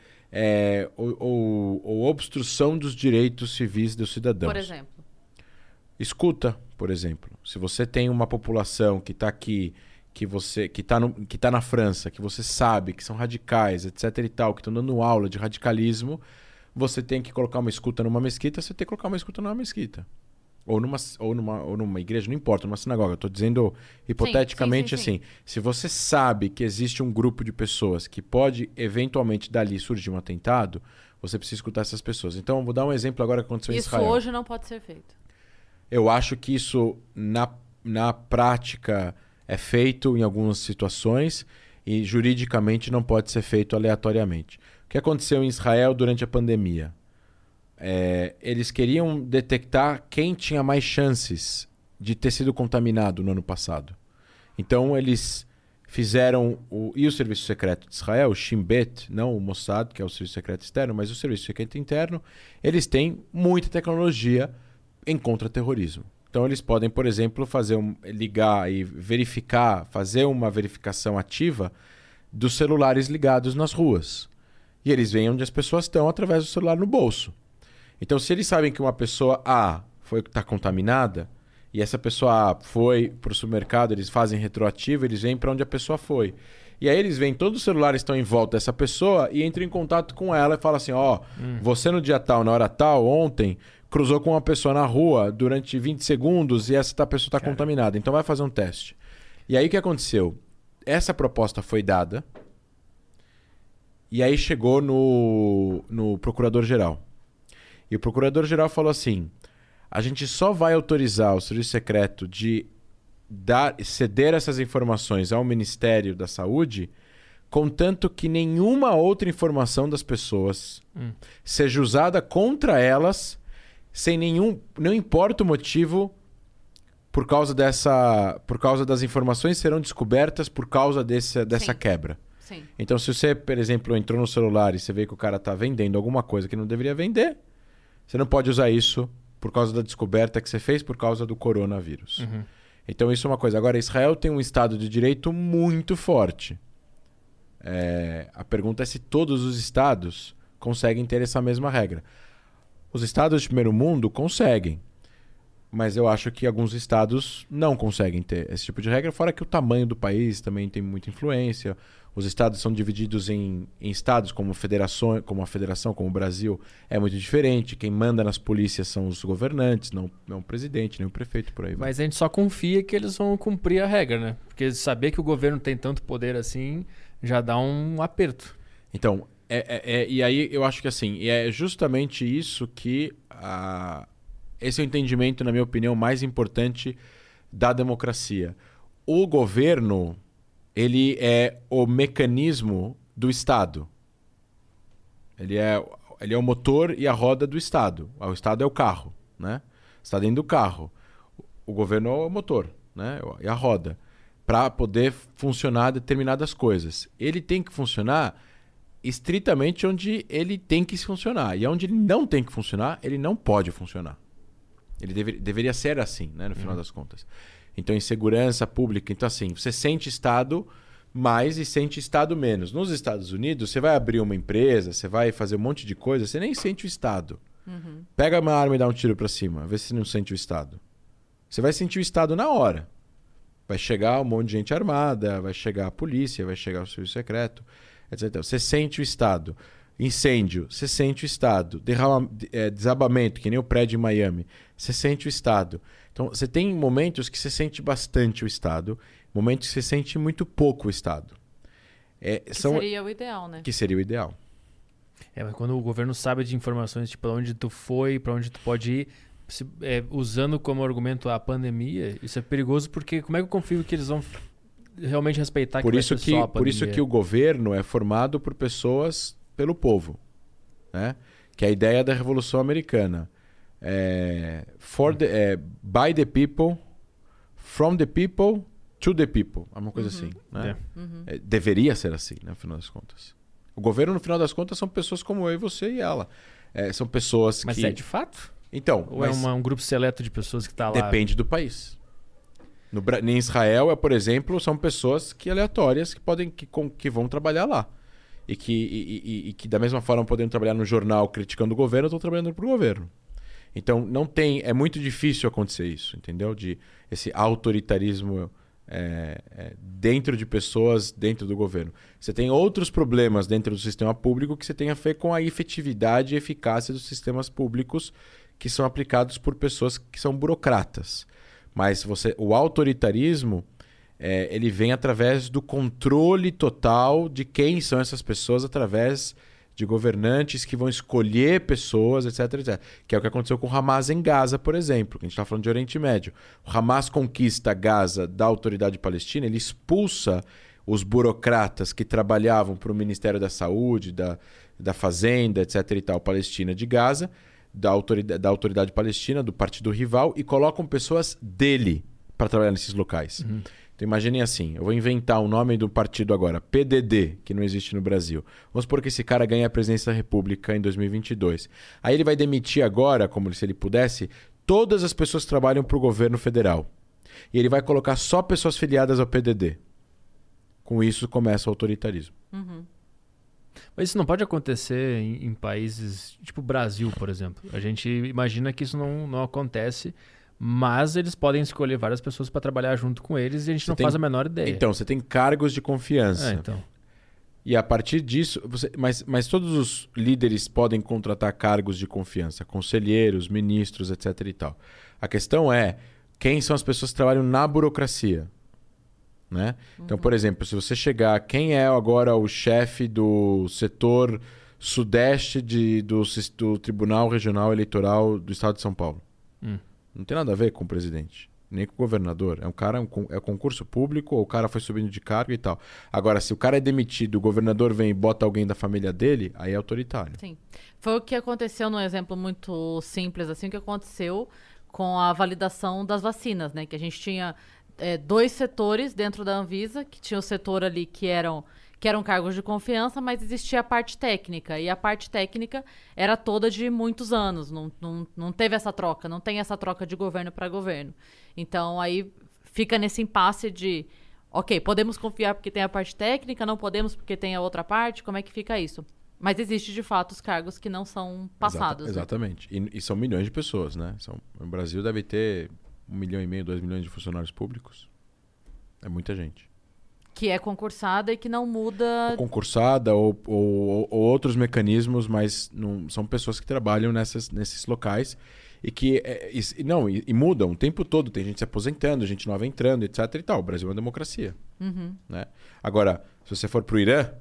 obstrução dos direitos civis dos cidadãos. Por exemplo? Escuta, por exemplo. Se você tem uma população que está aqui, que está na França, que você sabe que são radicais, etc e tal, que estão dando aula de radicalismo, você tem que colocar uma escuta numa mesquita, você tem que colocar uma escuta numa mesquita. Ou numa igreja, não importa, numa sinagoga. Eu estou dizendo hipoteticamente assim. Se você sabe que existe um grupo de pessoas que pode eventualmente dali surgir um atentado, você precisa escutar essas pessoas. Então, eu vou dar um exemplo agora que aconteceu em Israel. Isso hoje não pode ser feito. Eu acho que isso, na prática, é feito em algumas situações e juridicamente não pode ser feito aleatoriamente. O que aconteceu em Israel durante a pandemia? Eles queriam detectar quem tinha mais chances de ter sido contaminado no ano passado. Então eles fizeram o Serviço Secreto de Israel, o Shin Bet, não o Mossad, que é o Serviço Secreto Externo, mas o Serviço Secreto Interno, eles têm muita tecnologia em contra-terrorismo. Então eles podem, por exemplo, ligar e verificar, fazer uma verificação ativa dos celulares ligados nas ruas. E eles veem onde as pessoas estão através do celular no bolso. Então, se eles sabem que uma pessoa A está contaminada e essa pessoa A foi para o supermercado, eles fazem retroativo, eles veem para onde a pessoa foi. E aí eles veem todos os celulares estão em volta dessa pessoa e entram em contato com ela e falam assim, você no dia tal, na hora tal, ontem, cruzou com uma pessoa na rua durante 20 segundos e essa pessoa está contaminada. Então vai fazer um teste. E aí o que aconteceu? Essa proposta foi dada e aí chegou no procurador-geral. E o procurador-geral falou assim, A gente só vai autorizar o serviço secreto de ceder essas informações ao Ministério da Saúde, contanto que nenhuma outra informação das pessoas seja usada contra elas, sem não importa o motivo, por causa das informações que serão descobertas por causa dessa quebra. Sim. Então, se você, por exemplo, entrou no celular e você vê que o cara está vendendo alguma coisa que não deveria vender, você não pode usar isso por causa da descoberta que você fez por causa do coronavírus. Então, isso é uma coisa. Agora, Israel tem um Estado de Direito muito forte. A pergunta é se todos os estados conseguem ter essa mesma regra. Os estados de primeiro mundo conseguem. Mas eu acho que alguns estados não conseguem ter esse tipo de regra, fora que o tamanho do país também tem muita influência. Os estados são divididos em estados como a federação, como o Brasil, é muito diferente. Quem manda nas polícias são os governantes, não o presidente, nem o prefeito, por aí vai. Mas a gente só confia que eles vão cumprir a regra, né? Porque saber que o governo tem tanto poder assim já dá um aperto. Então, e aí eu acho que assim, é justamente isso que... Esse é o entendimento, na minha opinião, mais importante da democracia. O governo, ele é o mecanismo do Estado. Ele é o motor e a roda do Estado. O Estado é o carro, né? Você está dentro do carro. O governo é o motor, né? E a roda. Para poder funcionar determinadas coisas. Ele tem que funcionar estritamente onde ele tem que funcionar. E onde ele não tem que funcionar, ele não pode funcionar. Ele deveria ser assim, né, no final das contas. Então, em segurança pública, então assim, você sente Estado mais e sente Estado menos. Nos Estados Unidos, você vai abrir uma empresa, você vai fazer um monte de coisa, você nem sente o Estado. Pega uma arma e dá um tiro para cima, vê se você não sente o Estado. Você vai sentir o Estado na hora. Vai chegar um monte de gente armada, vai chegar a polícia, vai chegar o serviço secreto, etc. Então, você sente o Estado. Incêndio, você sente o Estado. Desabamento, que nem o prédio em Miami, você sente o Estado. Então, você tem momentos que você sente bastante o Estado, momentos que você sente muito pouco o Estado. Seria o ideal, né? Que seria o ideal. Mas quando o governo sabe de informações, tipo, para onde tu foi, para onde tu pode ir, usando como argumento a pandemia, isso é perigoso porque como é que eu confio que eles vão realmente respeitar por isso que o governo é formado por pessoas... pelo povo, né? Que é a ideia da Revolução Americana. By the people, from the people, to the people. É uma coisa assim, né? Deveria ser assim, né, no final das contas. O governo, no final das contas, são pessoas como eu e você e ela. São pessoas Mas que... é de fato? Então... Ou é um grupo seleto de pessoas que está lá? Depende do país. Em Israel, por exemplo, são pessoas aleatórias que vão trabalhar lá. E que da mesma forma podendo trabalhar no jornal criticando o governo, estão trabalhando para o governo. Então é muito difícil acontecer isso, entendeu? Esse autoritarismo dentro de pessoas, dentro do governo. Você tem outros problemas dentro do sistema público que você tem a ver com a efetividade e eficácia dos sistemas públicos que são aplicados por pessoas que são burocratas. Mas o autoritarismo... ele vem através do controle total de quem são essas pessoas, através de governantes que vão escolher pessoas, etc, etc. Que é o que aconteceu com o Hamas em Gaza, por exemplo, que a gente está falando de Oriente Médio. O Hamas conquista Gaza da autoridade palestina, ele expulsa os burocratas que trabalhavam para o Ministério da Saúde, da Fazenda, etc e tal, Palestina de Gaza, da autoridade palestina, do partido rival, e colocam pessoas dele para trabalhar nesses locais. Então imaginem assim, eu vou inventar o nome do partido agora, PDD, que não existe no Brasil. Vamos supor que esse cara ganha a presidência da República em 2022. Aí ele vai demitir agora, como se ele pudesse, todas as pessoas que trabalham para o governo federal. E ele vai colocar só pessoas filiadas ao PDD. Com isso começa o autoritarismo. Mas isso não pode acontecer em países tipo o Brasil, por exemplo. A gente imagina que isso não acontece... Mas eles podem escolher várias pessoas para trabalhar junto com eles e a gente não faz a menor ideia. Então, você tem cargos de confiança. Então. E a partir disso... Mas todos os líderes podem contratar cargos de confiança. Conselheiros, ministros, etc e tal. A questão é quem são as pessoas que trabalham na burocracia. Né? Então, por exemplo, se você chegar... Quem é agora o chefe do setor sudeste do Tribunal Regional Eleitoral do Estado de São Paulo? Não tem nada a ver com o presidente, nem com o governador. É concurso público, ou o cara foi subindo de cargo e tal. Agora, se o cara é demitido, o governador vem e bota alguém da família dele, aí é autoritário. Sim. Foi o que aconteceu num exemplo muito simples, assim, o que aconteceu com a validação das vacinas, né? Que a gente tinha 2 setores dentro da Anvisa, que tinha o setor ali que eram cargos de confiança, mas existia a parte técnica. E a parte técnica era toda de muitos anos. Não teve essa troca, não tem essa troca de governo para governo. Então, aí fica nesse impasse de, ok, podemos confiar porque tem a parte técnica, não podemos porque tem a outra parte, como é que fica isso? Mas existe, de fato, os cargos que não são passados. Exatamente. E são milhões de pessoas, né? O Brasil deve ter 1,5 milhão, 2 milhões de funcionários públicos. É muita gente. Que é concursada e que não muda... Ou concursada ou outros mecanismos, mas não, são pessoas que trabalham nesses locais e que e mudam o tempo todo. Tem gente se aposentando, gente nova entrando, etc. e tal. O Brasil é uma democracia. Né? Agora, se você for para o Irã,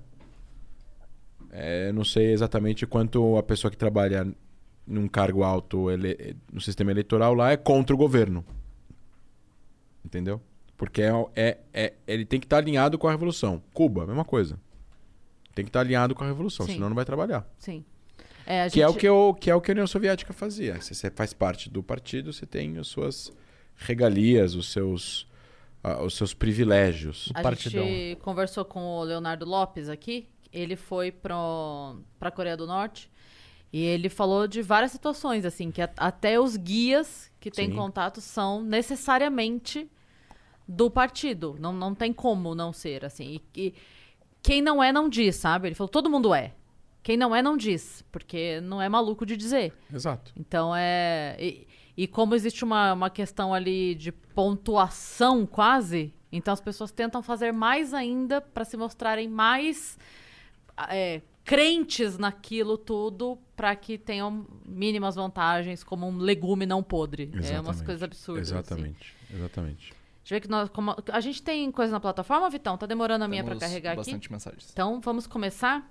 não sei exatamente quanto a pessoa que trabalha num cargo alto no sistema eleitoral lá é contra o governo. Entendeu? Porque ele tem que estar alinhado com a revolução. Cuba, mesma coisa. Tem que estar alinhado com a revolução, Sim. senão não vai trabalhar. Sim. Que é o que a União Soviética fazia. Se você faz parte do partido, você tem as suas regalias, os seus privilégios. A gente conversou com o Leonardo Lopes aqui. Ele foi para a Coreia do Norte e ele falou de várias situações, assim, que até os guias que têm contato são necessariamente do partido. Não tem como não ser, assim. E quem não é, não diz, sabe? Ele falou, todo mundo é. Quem não é, não diz. Porque não é maluco de dizer. Exato. Então, E como existe uma questão ali de pontuação, quase, então as pessoas tentam fazer mais ainda para se mostrarem mais crentes naquilo tudo, para que tenham mínimas vantagens, como um legume não podre. Exatamente. É umas coisas absurdas. Exatamente. Assim. Exatamente. Deixa eu ver que a gente tem coisa na plataforma, Vitão? Tá demorando a minha para carregar aqui? Bastante mensagens. Então, vamos começar?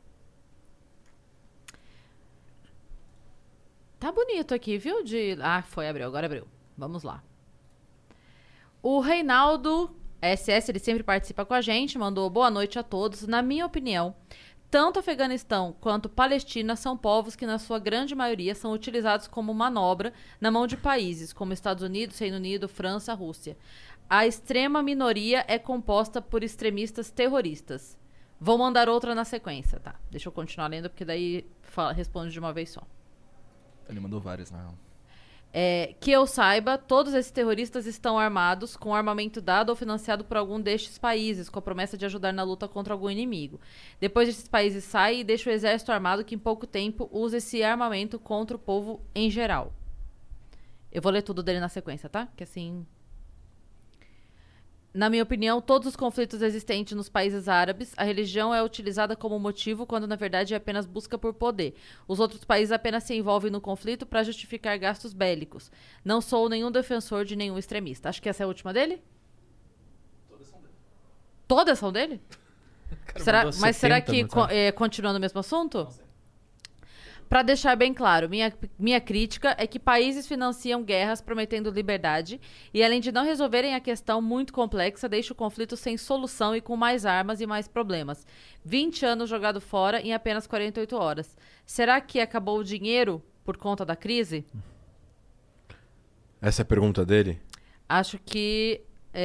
Tá bonito aqui, viu? Agora abriu. Vamos lá. O Reinaldo SS, ele sempre participa com a gente, mandou boa noite a todos. Na minha opinião, tanto Afeganistão quanto Palestina são povos que, na sua grande maioria, são utilizados como manobra na mão de países como Estados Unidos, Reino Unido, França, Rússia. A extrema minoria é composta por extremistas terroristas. Vou mandar outra na sequência, tá? Deixa eu continuar lendo, porque daí responde de uma vez só. Ele mandou várias, na real. Que eu saiba, todos esses terroristas estão armados, com armamento dado ou financiado por algum destes países, com a promessa de ajudar na luta contra algum inimigo. Depois esses países saem e deixam o exército armado que em pouco tempo usa esse armamento contra o povo em geral. Eu vou ler tudo dele na sequência, tá? Que assim... Na minha opinião, todos os conflitos existentes nos países árabes, a religião é utilizada como motivo quando na verdade é apenas busca por poder. Os outros países apenas se envolvem no conflito para justificar gastos bélicos. Não sou nenhum defensor de nenhum extremista. Acho que essa é a última dele? Todas são dele. Todas são dele? Cara, mas será que mensagem. continua no mesmo assunto? Não sei. Para deixar bem claro, minha crítica é que países financiam guerras prometendo liberdade e, além de não resolverem a questão muito complexa, deixa o conflito sem solução e com mais armas e mais problemas. 20 anos jogado fora em apenas 48 horas. Será que acabou o dinheiro por conta da crise? Essa é a pergunta dele? Acho que...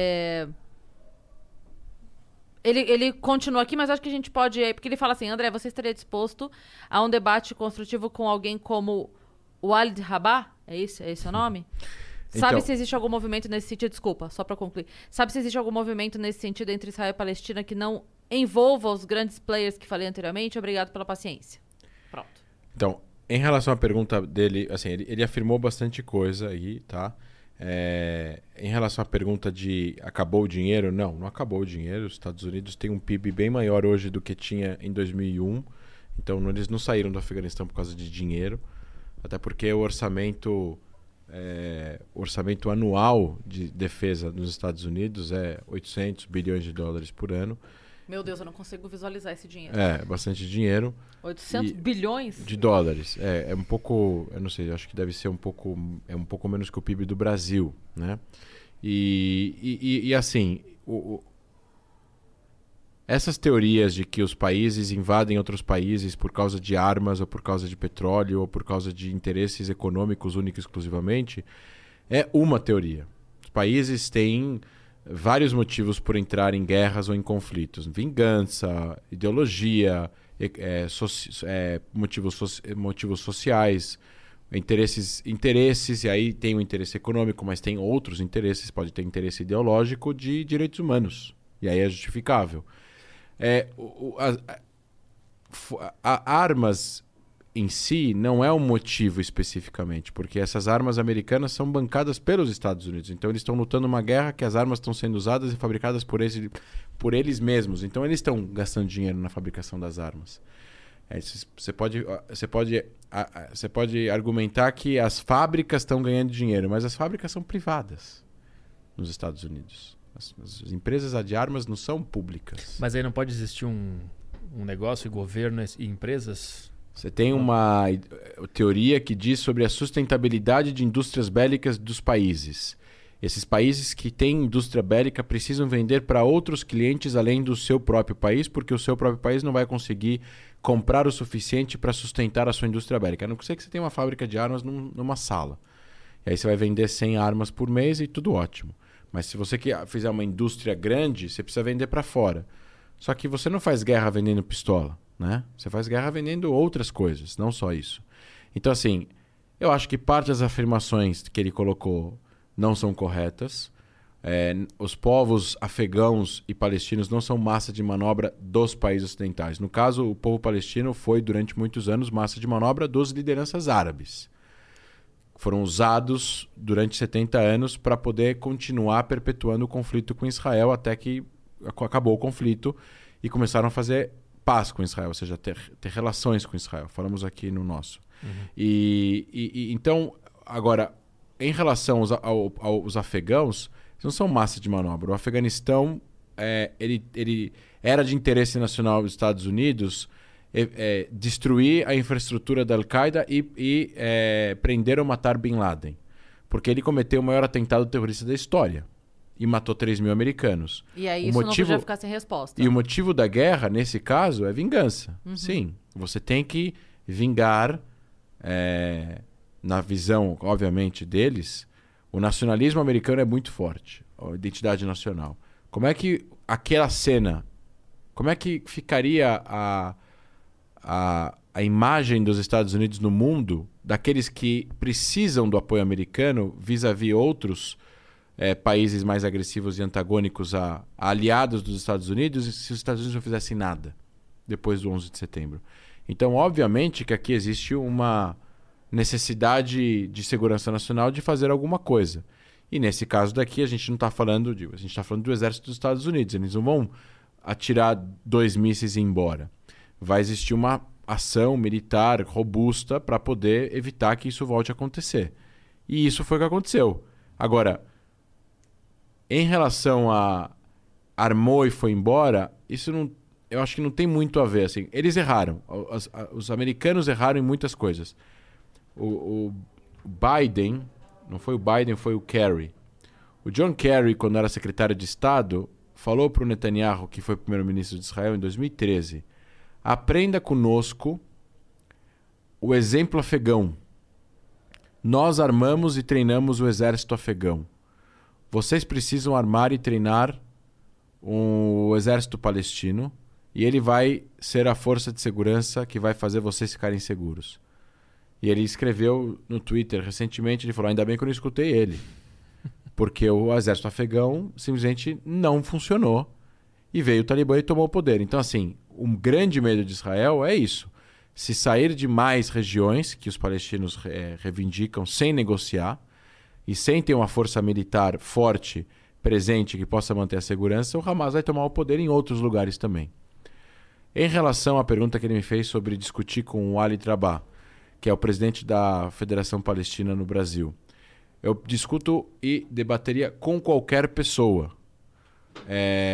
Ele continua aqui, mas acho que a gente pode... Porque ele fala assim, André, você estaria disposto a um debate construtivo com alguém como o Walid Rabah? É esse o nome? Sabe se existe algum movimento nesse sentido? Desculpa, só para concluir. Sabe se existe algum movimento nesse sentido entre Israel e Palestina que não envolva os grandes players que falei anteriormente? Obrigado pela paciência. Pronto. Então, em relação à pergunta dele, assim, ele afirmou bastante coisa aí, tá? Em relação à pergunta de acabou o dinheiro, não acabou o dinheiro. Os Estados Unidos têm um PIB bem maior hoje do que tinha em 2001. Então eles não saíram do Afeganistão por causa de dinheiro, até porque o orçamento anual de defesa nos Estados Unidos é 800 bilhões de dólares por ano, Meu Deus, eu não consigo visualizar esse dinheiro. Bastante dinheiro. 800 bilhões? De dólares. É um pouco, eu não sei, acho que deve ser um pouco menos que o PIB do Brasil, né? E assim, essas teorias de que os países invadem outros países por causa de armas ou por causa de petróleo ou por causa de interesses econômicos únicos e exclusivamente é uma teoria. Os países têm vários motivos por entrar em guerras ou em conflitos. Vingança, ideologia, motivos sociais, interesses, e aí tem o interesse econômico, mas tem outros interesses, pode ter interesse ideológico de direitos humanos, e aí é justificável. Armas em si não é um motivo especificamente, porque essas armas americanas são bancadas pelos Estados Unidos. Então eles estão lutando uma guerra que as armas estão sendo usadas e fabricadas por eles mesmos. Então eles estão gastando dinheiro na fabricação das armas. Você pode argumentar que as fábricas estão ganhando dinheiro, mas as fábricas são privadas nos Estados Unidos. As empresas de armas não são públicas. Mas aí não pode existir um negócio, governo e empresas? Você tem uma teoria que diz sobre a sustentabilidade de indústrias bélicas dos países. Esses países que têm indústria bélica precisam vender para outros clientes além do seu próprio país, porque o seu próprio país não vai conseguir comprar o suficiente para sustentar a sua indústria bélica. A não ser que você tenha uma fábrica de armas numa sala. E aí você vai vender 100 armas por mês e tudo ótimo. Mas se você fizer uma indústria grande, você precisa vender para fora. Só que você não faz guerra vendendo pistola, né? Você faz guerra vendendo outras coisas, não só isso. Então, assim, eu acho que parte das afirmações que ele colocou não são corretas. Os povos afegãos e palestinos não são massa de manobra dos países ocidentais. No caso, o povo palestino foi, durante muitos anos, massa de manobra dos lideranças árabes. Foram usados durante 70 anos para poder continuar perpetuando o conflito com Israel até que acabou o conflito e começaram a fazer paz com Israel, ou seja, ter relações com Israel. Falamos aqui no nosso. Então, agora, em relação aos afegãos, eles não são massa de manobra. O Afeganistão ele era de interesse nacional dos Estados Unidos destruir a infraestrutura da Al-Qaeda e prender ou matar Bin Laden. Porque ele cometeu o maior atentado terrorista da história e matou 3 mil americanos. E aí isso não podia ficar sem resposta. E o motivo da guerra, nesse caso, é vingança. Sim, você tem que vingar, na visão, obviamente, deles, o nacionalismo americano é muito forte, a identidade nacional. Como é que aquela cena, como é que ficaria a imagem dos Estados Unidos no mundo daqueles que precisam do apoio americano vis-à-vis outros países mais agressivos e antagônicos a aliados dos Estados Unidos, se os Estados Unidos não fizessem nada depois do 11 de setembro? Então, obviamente que aqui existe uma necessidade de segurança nacional de fazer alguma coisa. E nesse caso daqui, a gente não está falando a gente está falando do exército dos Estados Unidos. Eles não vão atirar 2 mísseis e ir embora. Vai existir uma ação militar robusta para poder evitar que isso volte a acontecer. E isso foi o que aconteceu. Agora, em relação a armou e foi embora, isso não, eu acho que não tem muito a ver. Assim, eles erraram. Os americanos erraram em muitas coisas. O Biden, não foi o Biden, foi o Kerry. O John Kerry, quando era secretário de Estado, falou para o Netanyahu, que foi primeiro-ministro de Israel em 2013, aprenda conosco o exemplo afegão. Nós armamos e treinamos o exército afegão. Vocês precisam armar e treinar o exército palestino e ele vai ser a força de segurança que vai fazer vocês ficarem seguros. E ele escreveu no Twitter recentemente, ele falou, ainda bem que eu não escutei ele. Porque o exército afegão simplesmente não funcionou. E veio o Talibã e tomou o poder. Então, assim, o grande medo de Israel é isso. Se sair de mais regiões que os palestinos reivindicam sem negociar e sem ter uma força militar forte, presente, que possa manter a segurança, o Hamas vai tomar o poder em outros lugares também. Em relação à pergunta que ele me fez sobre discutir com o Ali Trabah, que é o presidente da Federação Palestina no Brasil. Eu discuto e debateria com qualquer pessoa.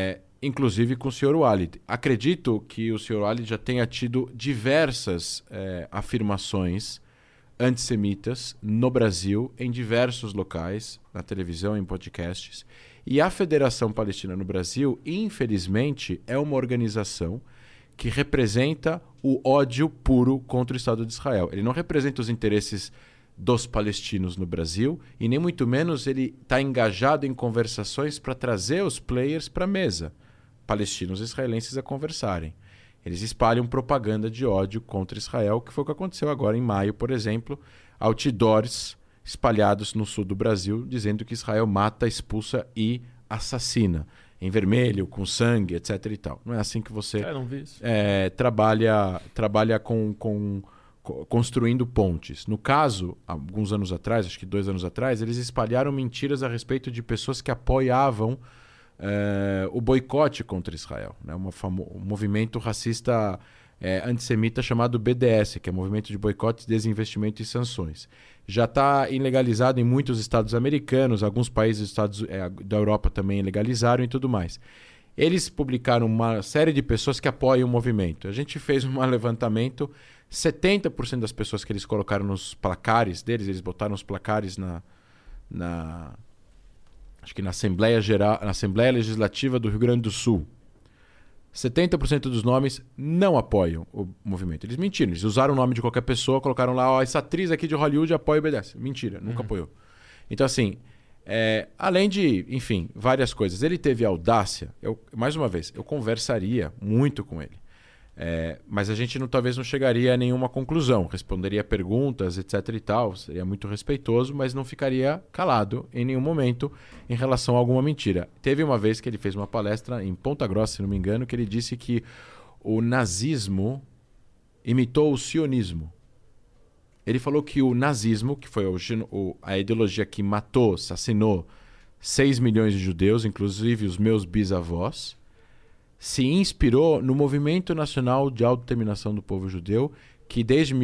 inclusive com o Sr. Walid. Acredito que o Sr. Walid já tenha tido diversas afirmações antissemitas no Brasil, em diversos locais, na televisão, em podcasts. E a Federação Palestina no Brasil, infelizmente, é uma organização que representa o ódio puro contra o Estado de Israel. Ele não representa os interesses dos palestinos no Brasil e nem muito menos ele está engajado em conversações para trazer os players para a mesa, palestinos e israelenses a conversarem. Eles espalham propaganda de ódio contra Israel, que foi o que aconteceu agora em maio, por exemplo, outdoors espalhados no sul do Brasil, dizendo que Israel mata, expulsa e assassina, em vermelho, com sangue, etc. e tal. Não é assim que você não vi isso. trabalha construindo pontes. No caso, alguns anos atrás, acho que 2 anos atrás, eles espalharam mentiras a respeito de pessoas que apoiavam o boicote contra Israel, né? Um movimento racista antissemita chamado BDS, que é o Movimento de Boicote, Desinvestimento e Sanções. Já está ilegalizado em muitos estados americanos, alguns países da Europa também legalizaram e tudo mais. Eles publicaram uma série de pessoas que apoiam o movimento. A gente fez um levantamento, 70% das pessoas que eles colocaram nos placares deles, eles botaram os placares acho que na Assembleia Legislativa do Rio Grande do Sul. 70% dos nomes não apoiam o movimento. Eles mentiram. Eles usaram o nome de qualquer pessoa, colocaram lá, essa atriz aqui de Hollywood apoia o BDS. Mentira, nunca apoiou. Então, assim, além de, enfim, várias coisas, ele teve a audácia, mais uma vez, eu conversaria muito com ele. Mas a gente talvez não chegaria a nenhuma conclusão, responderia perguntas, etc e tal, seria muito respeitoso, mas não ficaria calado em nenhum momento em relação a alguma mentira. Teve uma vez que ele fez uma palestra em Ponta Grossa, se não me engano, que ele disse que o nazismo imitou o sionismo. Ele falou que o nazismo, que foi a ideologia que matou, assassinou 6 milhões de judeus, inclusive os meus bisavós, se inspirou no Movimento Nacional de Autodeterminação do Povo Judeu, que desde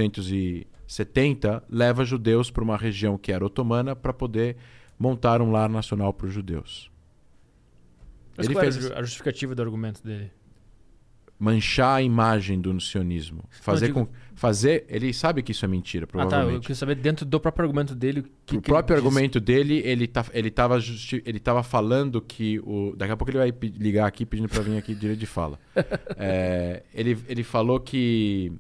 1870 leva judeus para uma região que era otomana para poder montar um lar nacional para os judeus. Mas qual é a justificativa do argumento dele? Manchar a imagem do sionismo. Ele sabe que isso é mentira, provavelmente. Eu queria saber dentro do próprio argumento dele. O próprio argumento dele, ele tava falando que daqui a pouco ele vai ligar aqui pedindo para vir aqui direito de fala. Ele falou que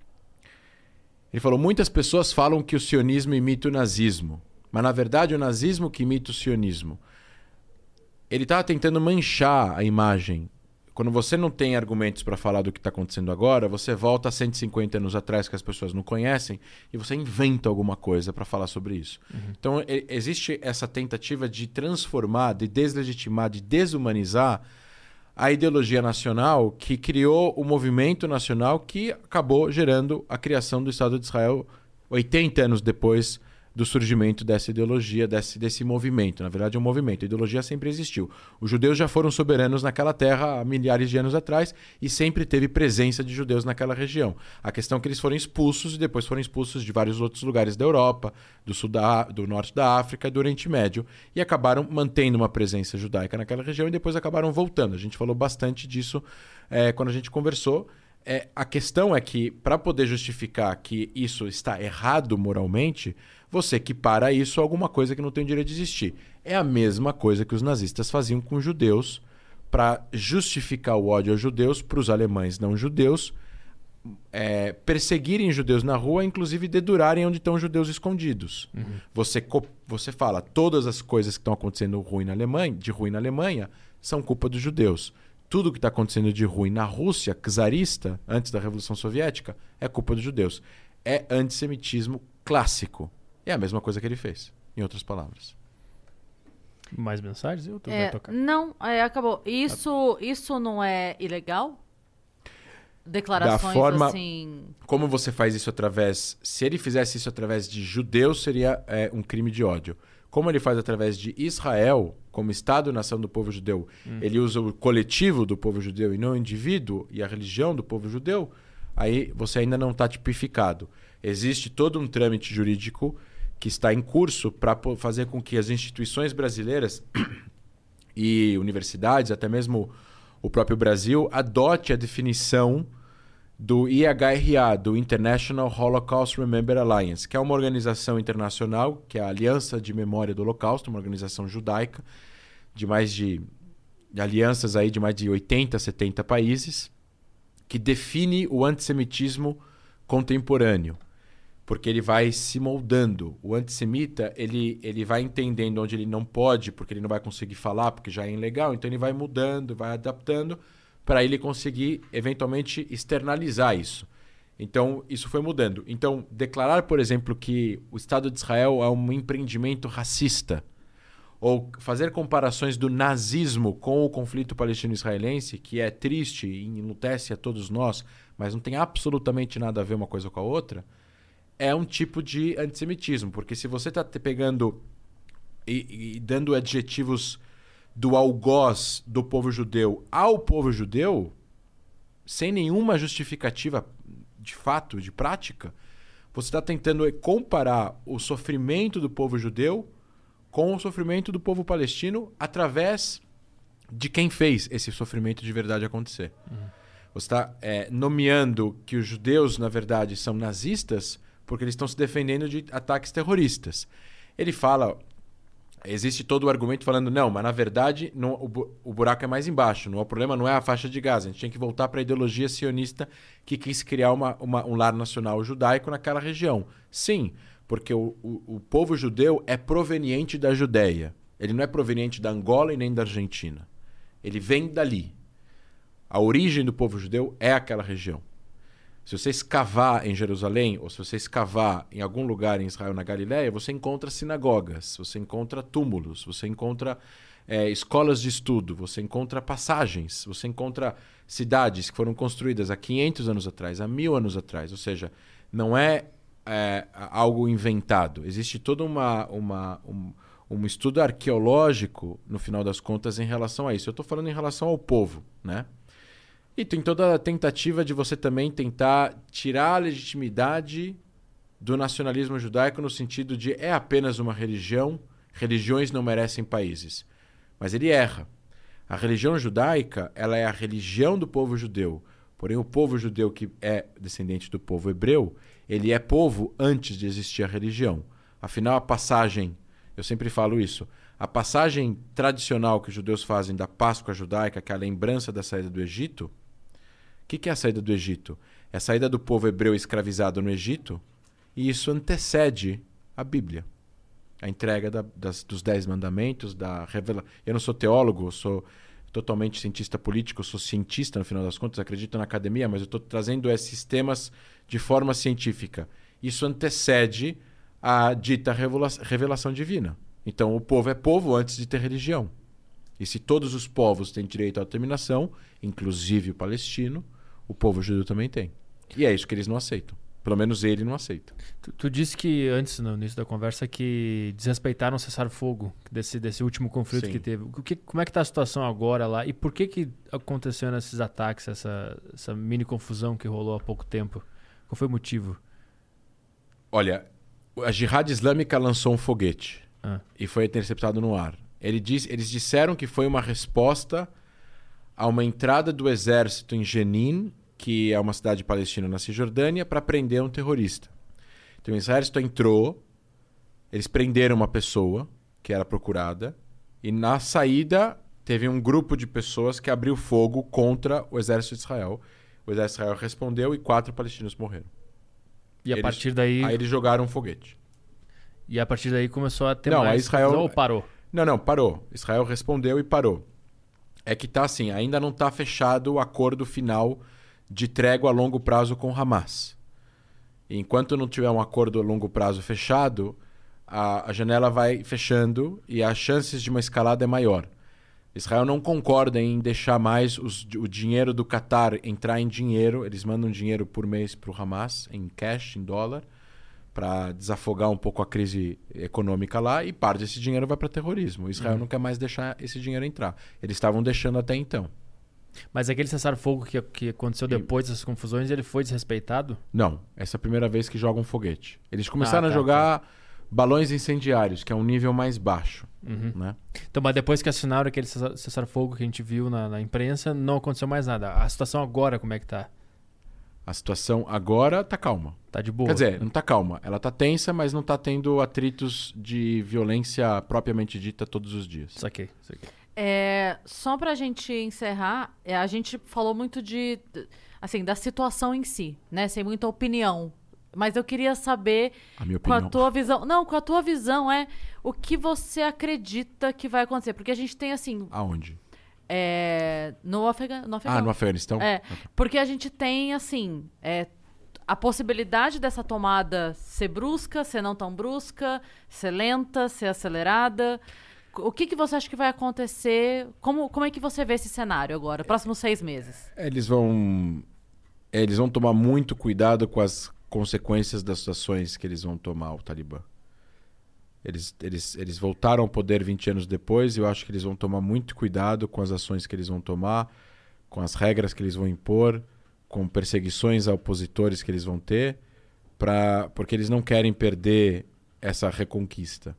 muitas pessoas falam que o sionismo imita o nazismo, mas na verdade é o nazismo que imita o sionismo. Ele estava tentando manchar a imagem. Quando você não tem argumentos para falar do que está acontecendo agora, você volta a 150 anos atrás que as pessoas não conhecem e você inventa alguma coisa para falar sobre isso. Então, existe essa tentativa de transformar, de deslegitimar, de desumanizar a ideologia nacional que criou o movimento nacional que acabou gerando a criação do Estado de Israel 80 anos depois do surgimento dessa ideologia, desse movimento. Na verdade, é um movimento. A ideologia sempre existiu. Os judeus já foram soberanos naquela terra há milhares de anos atrás e sempre teve presença de judeus naquela região. A questão é que eles foram expulsos e depois foram expulsos de vários outros lugares da Europa, do sul do norte da África e do Oriente Médio e acabaram mantendo uma presença judaica naquela região e depois acabaram voltando. A gente falou bastante disso quando a gente conversou. A questão é que, para poder justificar que isso está errado moralmente, você equipara isso a alguma coisa que não tem o direito de existir. É a mesma coisa que os nazistas faziam com os judeus para justificar o ódio aos judeus para os alemães não judeus, perseguirem judeus na rua, inclusive dedurarem onde estão judeus escondidos. Você fala, todas as coisas que estão acontecendo de ruim na Alemanha são culpa dos judeus. Tudo que está acontecendo de ruim na Rússia czarista, antes da Revolução Soviética, é culpa dos judeus. É antissemitismo clássico. É a mesma coisa que ele fez, em outras palavras. Mais mensagens? Vai tocar? Não, acabou. Isso não é ilegal? Declarações da forma, assim... Como você faz isso através... Se ele fizesse isso através de judeus, seria um crime de ódio. Como ele faz através de Israel, como Estado-nação do povo judeu, ele usa o coletivo do povo judeu e não o indivíduo e a religião do povo judeu, aí você ainda não está tipificado. Existe todo um trâmite jurídico que está em curso para fazer com que as instituições brasileiras e universidades, até mesmo o próprio Brasil adote a definição do IHRA, do International Holocaust Remember Alliance, que é uma organização internacional, que é a Aliança de Memória do Holocausto, uma organização judaica de alianças aí de mais de 80, 70 países, que define o antissemitismo contemporâneo, porque ele vai se moldando. O antissemita, ele vai entendendo onde ele não pode, porque ele não vai conseguir falar, porque já é ilegal, então ele vai mudando, vai adaptando, para ele conseguir, eventualmente, externalizar isso. Então, isso foi mudando. Então, declarar, por exemplo, que o Estado de Israel é um empreendimento racista, ou fazer comparações do nazismo com o conflito palestino-israelense, que é triste e enlutece a todos nós, mas não tem absolutamente nada a ver uma coisa com a outra, é um tipo de antissemitismo. Porque se você está pegando e dando adjetivos do algoz do povo judeu ao povo judeu, sem nenhuma justificativa de fato, de prática, você está tentando comparar o sofrimento do povo judeu com o sofrimento do povo palestino através de quem fez esse sofrimento de verdade acontecer. Você está nomeando que os judeus, na verdade, são nazistas porque eles estão se defendendo de ataques terroristas. Ele fala... Existe todo o argumento falando, não, mas na verdade o buraco é mais embaixo. O problema não é a faixa de Gaza. A gente tem que voltar para a ideologia sionista que quis criar um lar nacional judaico naquela região. Sim, porque o povo judeu é proveniente da Judéia. Ele não é proveniente da Angola e nem da Argentina. Ele vem dali. A origem do povo judeu é aquela região. Se você escavar em Jerusalém, ou se você escavar em algum lugar em Israel, na Galileia, você encontra sinagogas, você encontra túmulos, você encontra escolas de estudo, você encontra passagens, você encontra cidades que foram construídas há 500 anos atrás, há 1000 anos atrás. Ou seja, não é algo inventado. Existe todo um estudo arqueológico, no final das contas, em relação a isso. Eu estou falando em relação ao povo, né? E tem toda a tentativa de você também tentar tirar a legitimidade do nacionalismo judaico no sentido de é apenas uma religião, religiões não merecem países. Mas ele erra. A religião judaica, ela é a religião do povo judeu. Porém, o povo judeu que é descendente do povo hebreu, ele é povo antes de existir a religião. Afinal, a passagem, eu sempre falo isso, a passagem tradicional que os judeus fazem da Páscoa judaica, que é a lembrança da saída do Egito. O que é a saída do Egito? É a saída do povo hebreu escravizado no Egito, e isso antecede a Bíblia. A entrega dos 10 mandamentos, da revelação. Eu não sou teólogo, eu sou totalmente cientista político, eu sou cientista no final das contas, acredito na academia, mas eu estou trazendo esses temas de forma científica. Isso antecede a dita revelação divina. Então, o povo é povo antes de ter religião. E se todos os povos têm direito à autodeterminação, inclusive o palestino, o povo judeu também tem. E é isso que eles não aceitam. Pelo menos ele não aceita. Tu disse que antes, no início da conversa, que desrespeitaram o cessar-fogo desse último conflito Sim. que teve. Como é que está a situação agora lá? E por que aconteceram esses ataques, essa mini confusão que rolou há pouco tempo? Qual foi o motivo? Olha, a Jihad Islâmica lançou um foguete e foi interceptado no ar. Eles disseram que foi uma resposta a uma entrada do exército em Jenin, que é uma cidade palestina na Cisjordânia, para prender um terrorista. Então o exército entrou, eles prenderam uma pessoa que era procurada, e na saída teve um grupo de pessoas que abriu fogo contra o exército de Israel. O exército de Israel respondeu e 4 palestinos morreram. E a partir daí... Aí eles jogaram um foguete. E a partir daí começou a ter Não, mais... Israel... Ou parou? Não, parou. Israel respondeu e parou. É que tá assim, ainda não está fechado o acordo final de trégua a longo prazo com Hamas. E enquanto não tiver um acordo a longo prazo fechado, a janela vai fechando e as chances de uma escalada é maior. Israel não concorda em deixar mais o dinheiro do Qatar entrar em dinheiro. Eles mandam dinheiro por mês para o Hamas, em cash, em dólar, para desafogar um pouco a crise econômica lá, e parte desse dinheiro vai para terrorismo. Israel não quer mais deixar esse dinheiro entrar. Eles estavam deixando até então. Mas aquele cessar-fogo que aconteceu depois dessas confusões, ele foi desrespeitado? Não, essa é a primeira vez que jogam um foguete. Eles começaram a jogar balões incendiários, que é um nível mais baixo. Né? Então, mas depois que assinaram aquele cessar-fogo que a gente viu na imprensa, não aconteceu mais nada. A situação agora, como é que tá? A situação agora tá calma. Tá de boa. Quer dizer, não tá calma. Ela tá tensa, mas não tá tendo atritos de violência propriamente dita todos os dias. Saquei. Só pra gente encerrar, a gente falou muito assim, da situação em si, né? Sem muita opinião. Mas eu queria saber, a minha com opinião. a tua visão... Não, com a tua visão, o que você acredita que vai acontecer? Porque a gente tem, assim... Aonde? No Afeganistão. Ah, no Afeganistão? Porque a gente tem, assim... a possibilidade dessa tomada ser brusca, ser não tão brusca, ser lenta, ser acelerada. O que você acha que vai acontecer? Como é que você vê esse cenário agora, próximos 6 meses? Eles vão tomar muito cuidado com as consequências das ações que eles vão tomar, o Talibã. Eles voltaram ao poder 20 anos depois e eu acho que eles vão tomar muito cuidado com as ações que eles vão tomar, com as regras que eles vão impor, com perseguições a opositores que eles vão ter, porque eles não querem perder essa reconquista.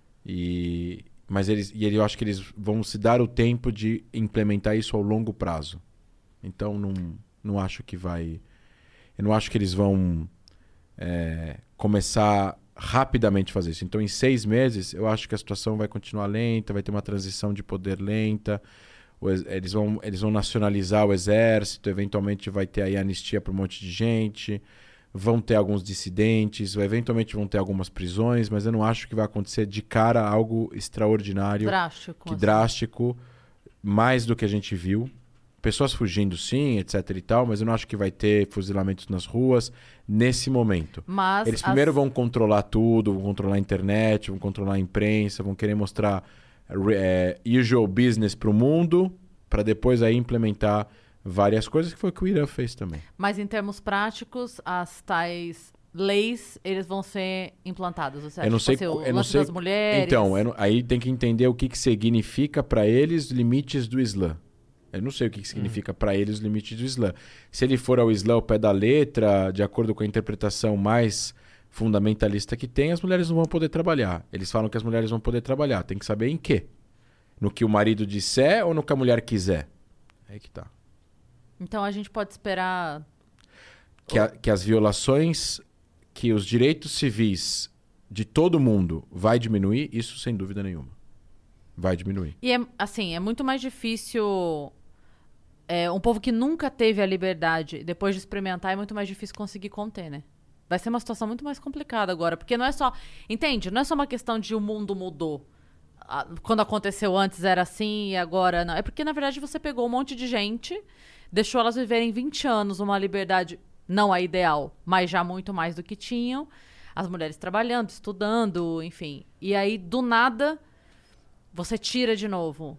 Mas eu acho que eles vão se dar o tempo de implementar isso ao longo prazo. Então, não acho que vai... Eu não acho que eles vão começar rapidamente a fazer isso. Então, em 6 meses, eu acho que a situação vai continuar lenta, vai ter uma transição de poder lenta, eles vão nacionalizar o exército, eventualmente vai ter aí anistia para um monte de gente, vão ter alguns dissidentes, eventualmente vão ter algumas prisões, mas eu não acho que vai acontecer de cara algo extraordinário, drástico, mais do que a gente viu. Pessoas fugindo sim, etc e tal, mas eu não acho que vai ter fuzilamentos nas ruas nesse momento. Mas eles primeiro vão controlar tudo, vão controlar a internet, vão controlar a imprensa, vão querer mostrar usual business para o mundo, para depois aí implementar várias coisas, que foi o que o Irã fez também. Mas em termos práticos, as tais leis, eles vão ser implantados? Você acha eu não que sei, vai ser o eu não lance sei, das mulheres? Então, aí tem que entender o que significa para eles limites do Islã. Eu não sei o que significa para eles os limites do Islã. Se ele for ao Islã ao pé da letra, de acordo com a interpretação mais fundamentalista que tem, as mulheres não vão poder trabalhar. Eles falam que as mulheres vão poder trabalhar. Tem que saber em quê? No que o marido disser ou no que a mulher quiser? É aí que tá. Então a gente pode esperar... Que as violações, que os direitos civis de todo mundo vai diminuir, isso sem dúvida nenhuma. Vai diminuir. E é muito mais difícil... um povo que nunca teve a liberdade, depois de experimentar, é muito mais difícil conseguir conter, né? Vai ser uma situação muito mais complicada agora, porque não é só... Entende? Não é só uma questão de o mundo mudou. Quando aconteceu antes era assim e agora não. É porque, na verdade, você pegou um monte de gente, deixou elas viverem 20 anos uma liberdade, não a ideal, mas já muito mais do que tinham. As mulheres trabalhando, estudando, enfim. E aí, do nada, você tira de novo.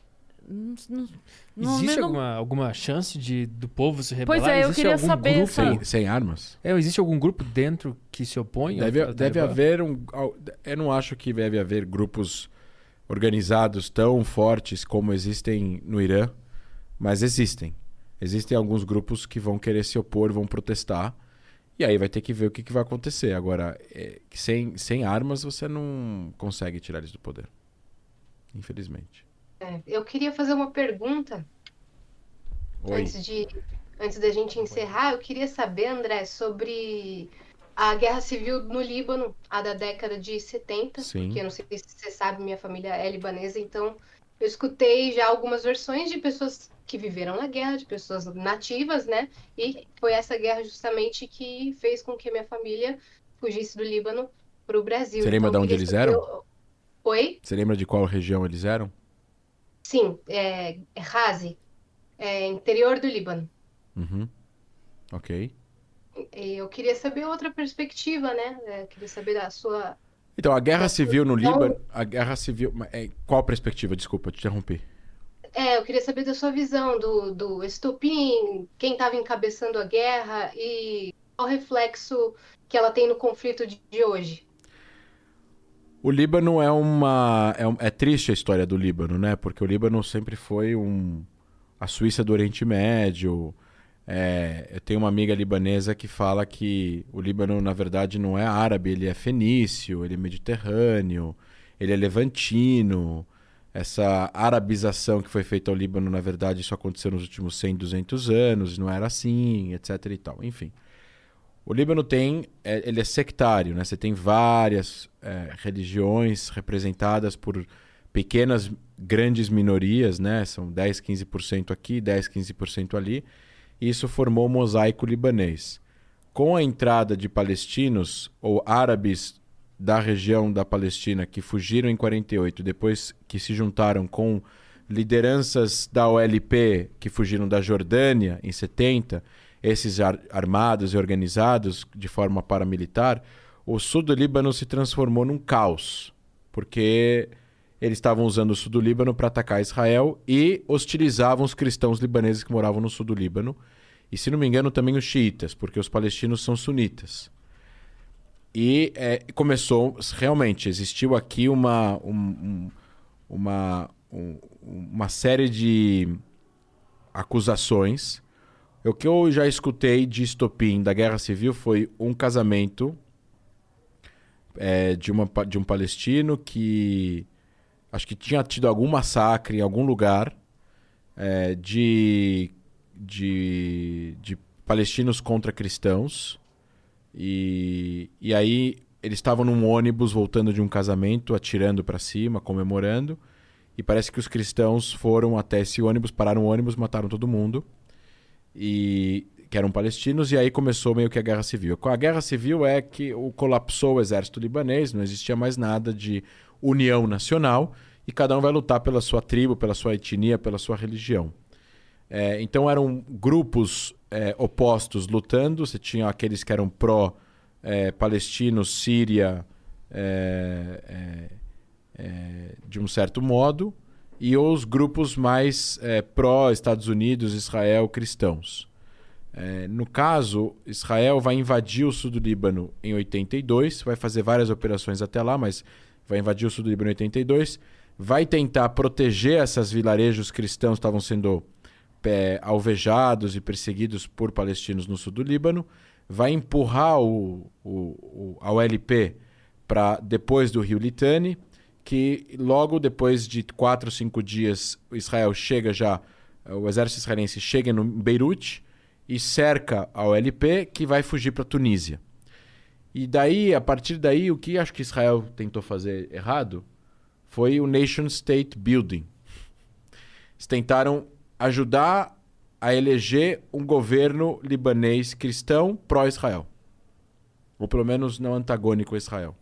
Existe alguma chance do povo se rebelar? Pois é, eu existe queria algum saber... grupo sem armas? Existe algum grupo dentro que se opõe? Deve haver eu não acho que deve haver grupos organizados tão fortes como existem no Irã, mas existem. Existem alguns grupos que vão querer se opor, vão protestar, e aí vai ter que ver o que vai acontecer. Agora, sem armas você não consegue tirar eles do poder. Infelizmente. Eu queria fazer uma pergunta. Oi. Antes da gente encerrar, eu queria saber, André, sobre a guerra civil no Líbano, a da década de 70. Sim. Porque eu não sei se você sabe, minha família é libanesa, então eu escutei já algumas versões de pessoas que viveram na guerra, de pessoas nativas, né? E foi essa guerra justamente que fez com que a minha família fugisse do Líbano para o Brasil. Você lembra de onde eles eram? Oi? Você lembra de qual região eles eram? Sim, Razi, interior do Líbano. Uhum. Ok. Eu queria saber outra perspectiva, né? Queria saber da sua... Então, a guerra civil no Líbano... A guerra civil... Qual perspectiva? Desculpa, te interrompi. Eu queria saber da sua visão do estopim, quem estava encabeçando a guerra e qual o reflexo que ela tem no conflito de hoje. O Líbano é triste a história do Líbano, né? Porque o Líbano sempre foi a Suíça do Oriente Médio. Eu tenho uma amiga libanesa que fala que o Líbano, na verdade, não é árabe, ele é fenício, ele é mediterrâneo, ele é levantino. Essa arabização que foi feita ao Líbano, na verdade, isso aconteceu nos últimos 100, 200 anos, não era assim, etc. e tal. Enfim, o Líbano ele é sectário, né? Você tem várias religiões representadas por pequenas, grandes minorias, né? São 10, 15% aqui, 10, 15% ali. E isso formou o mosaico libanês. Com a entrada de palestinos ou árabes da região da Palestina que fugiram em 48, depois que se juntaram com lideranças da OLP que fugiram da Jordânia em 70, esses armados e organizados de forma paramilitar, o sul do Líbano se transformou num caos, porque eles estavam usando o sul do Líbano para atacar Israel e hostilizavam os cristãos libaneses que moravam no sul do Líbano. E, se não me engano, também os xiitas, porque os palestinos são sunitas. E começou, realmente, existiu aqui uma série de acusações. O que eu já escutei de estopim da Guerra Civil foi um casamento de um palestino que acho que tinha tido algum massacre em algum lugar de palestinos contra cristãos. E aí eles estavam num ônibus voltando de um casamento, atirando para cima, comemorando. E parece que os cristãos foram até esse ônibus, pararam o ônibus, mataram todo mundo. Que eram palestinos, e aí começou meio que a Guerra Civil. Com a Guerra Civil que colapsou o exército libanês, não existia mais nada de união nacional, e cada um vai lutar pela sua tribo, pela sua etnia, pela sua religião. Então eram grupos opostos lutando. Você tinha aqueles que eram pró-palestinos, Síria, de um certo modo, e os grupos mais pró-Estados Unidos, Israel, cristãos. No caso, Israel vai invadir o sul do Líbano em 82, vai fazer várias operações até lá, mas vai invadir o sul do Líbano em 82, vai tentar proteger esses vilarejos cristãos que estavam sendo alvejados e perseguidos por palestinos no sul do Líbano, vai empurrar a OLP para depois do rio Litani, que logo depois de 4 ou 5 dias o exército israelense chega em Beirute e cerca a OLP, que vai fugir para a Tunísia. E daí, a partir daí, o que acho que Israel tentou fazer errado foi o Nation State Building. Eles tentaram ajudar a eleger um governo libanês cristão pró-Israel. Ou pelo menos não antagônico a Israel.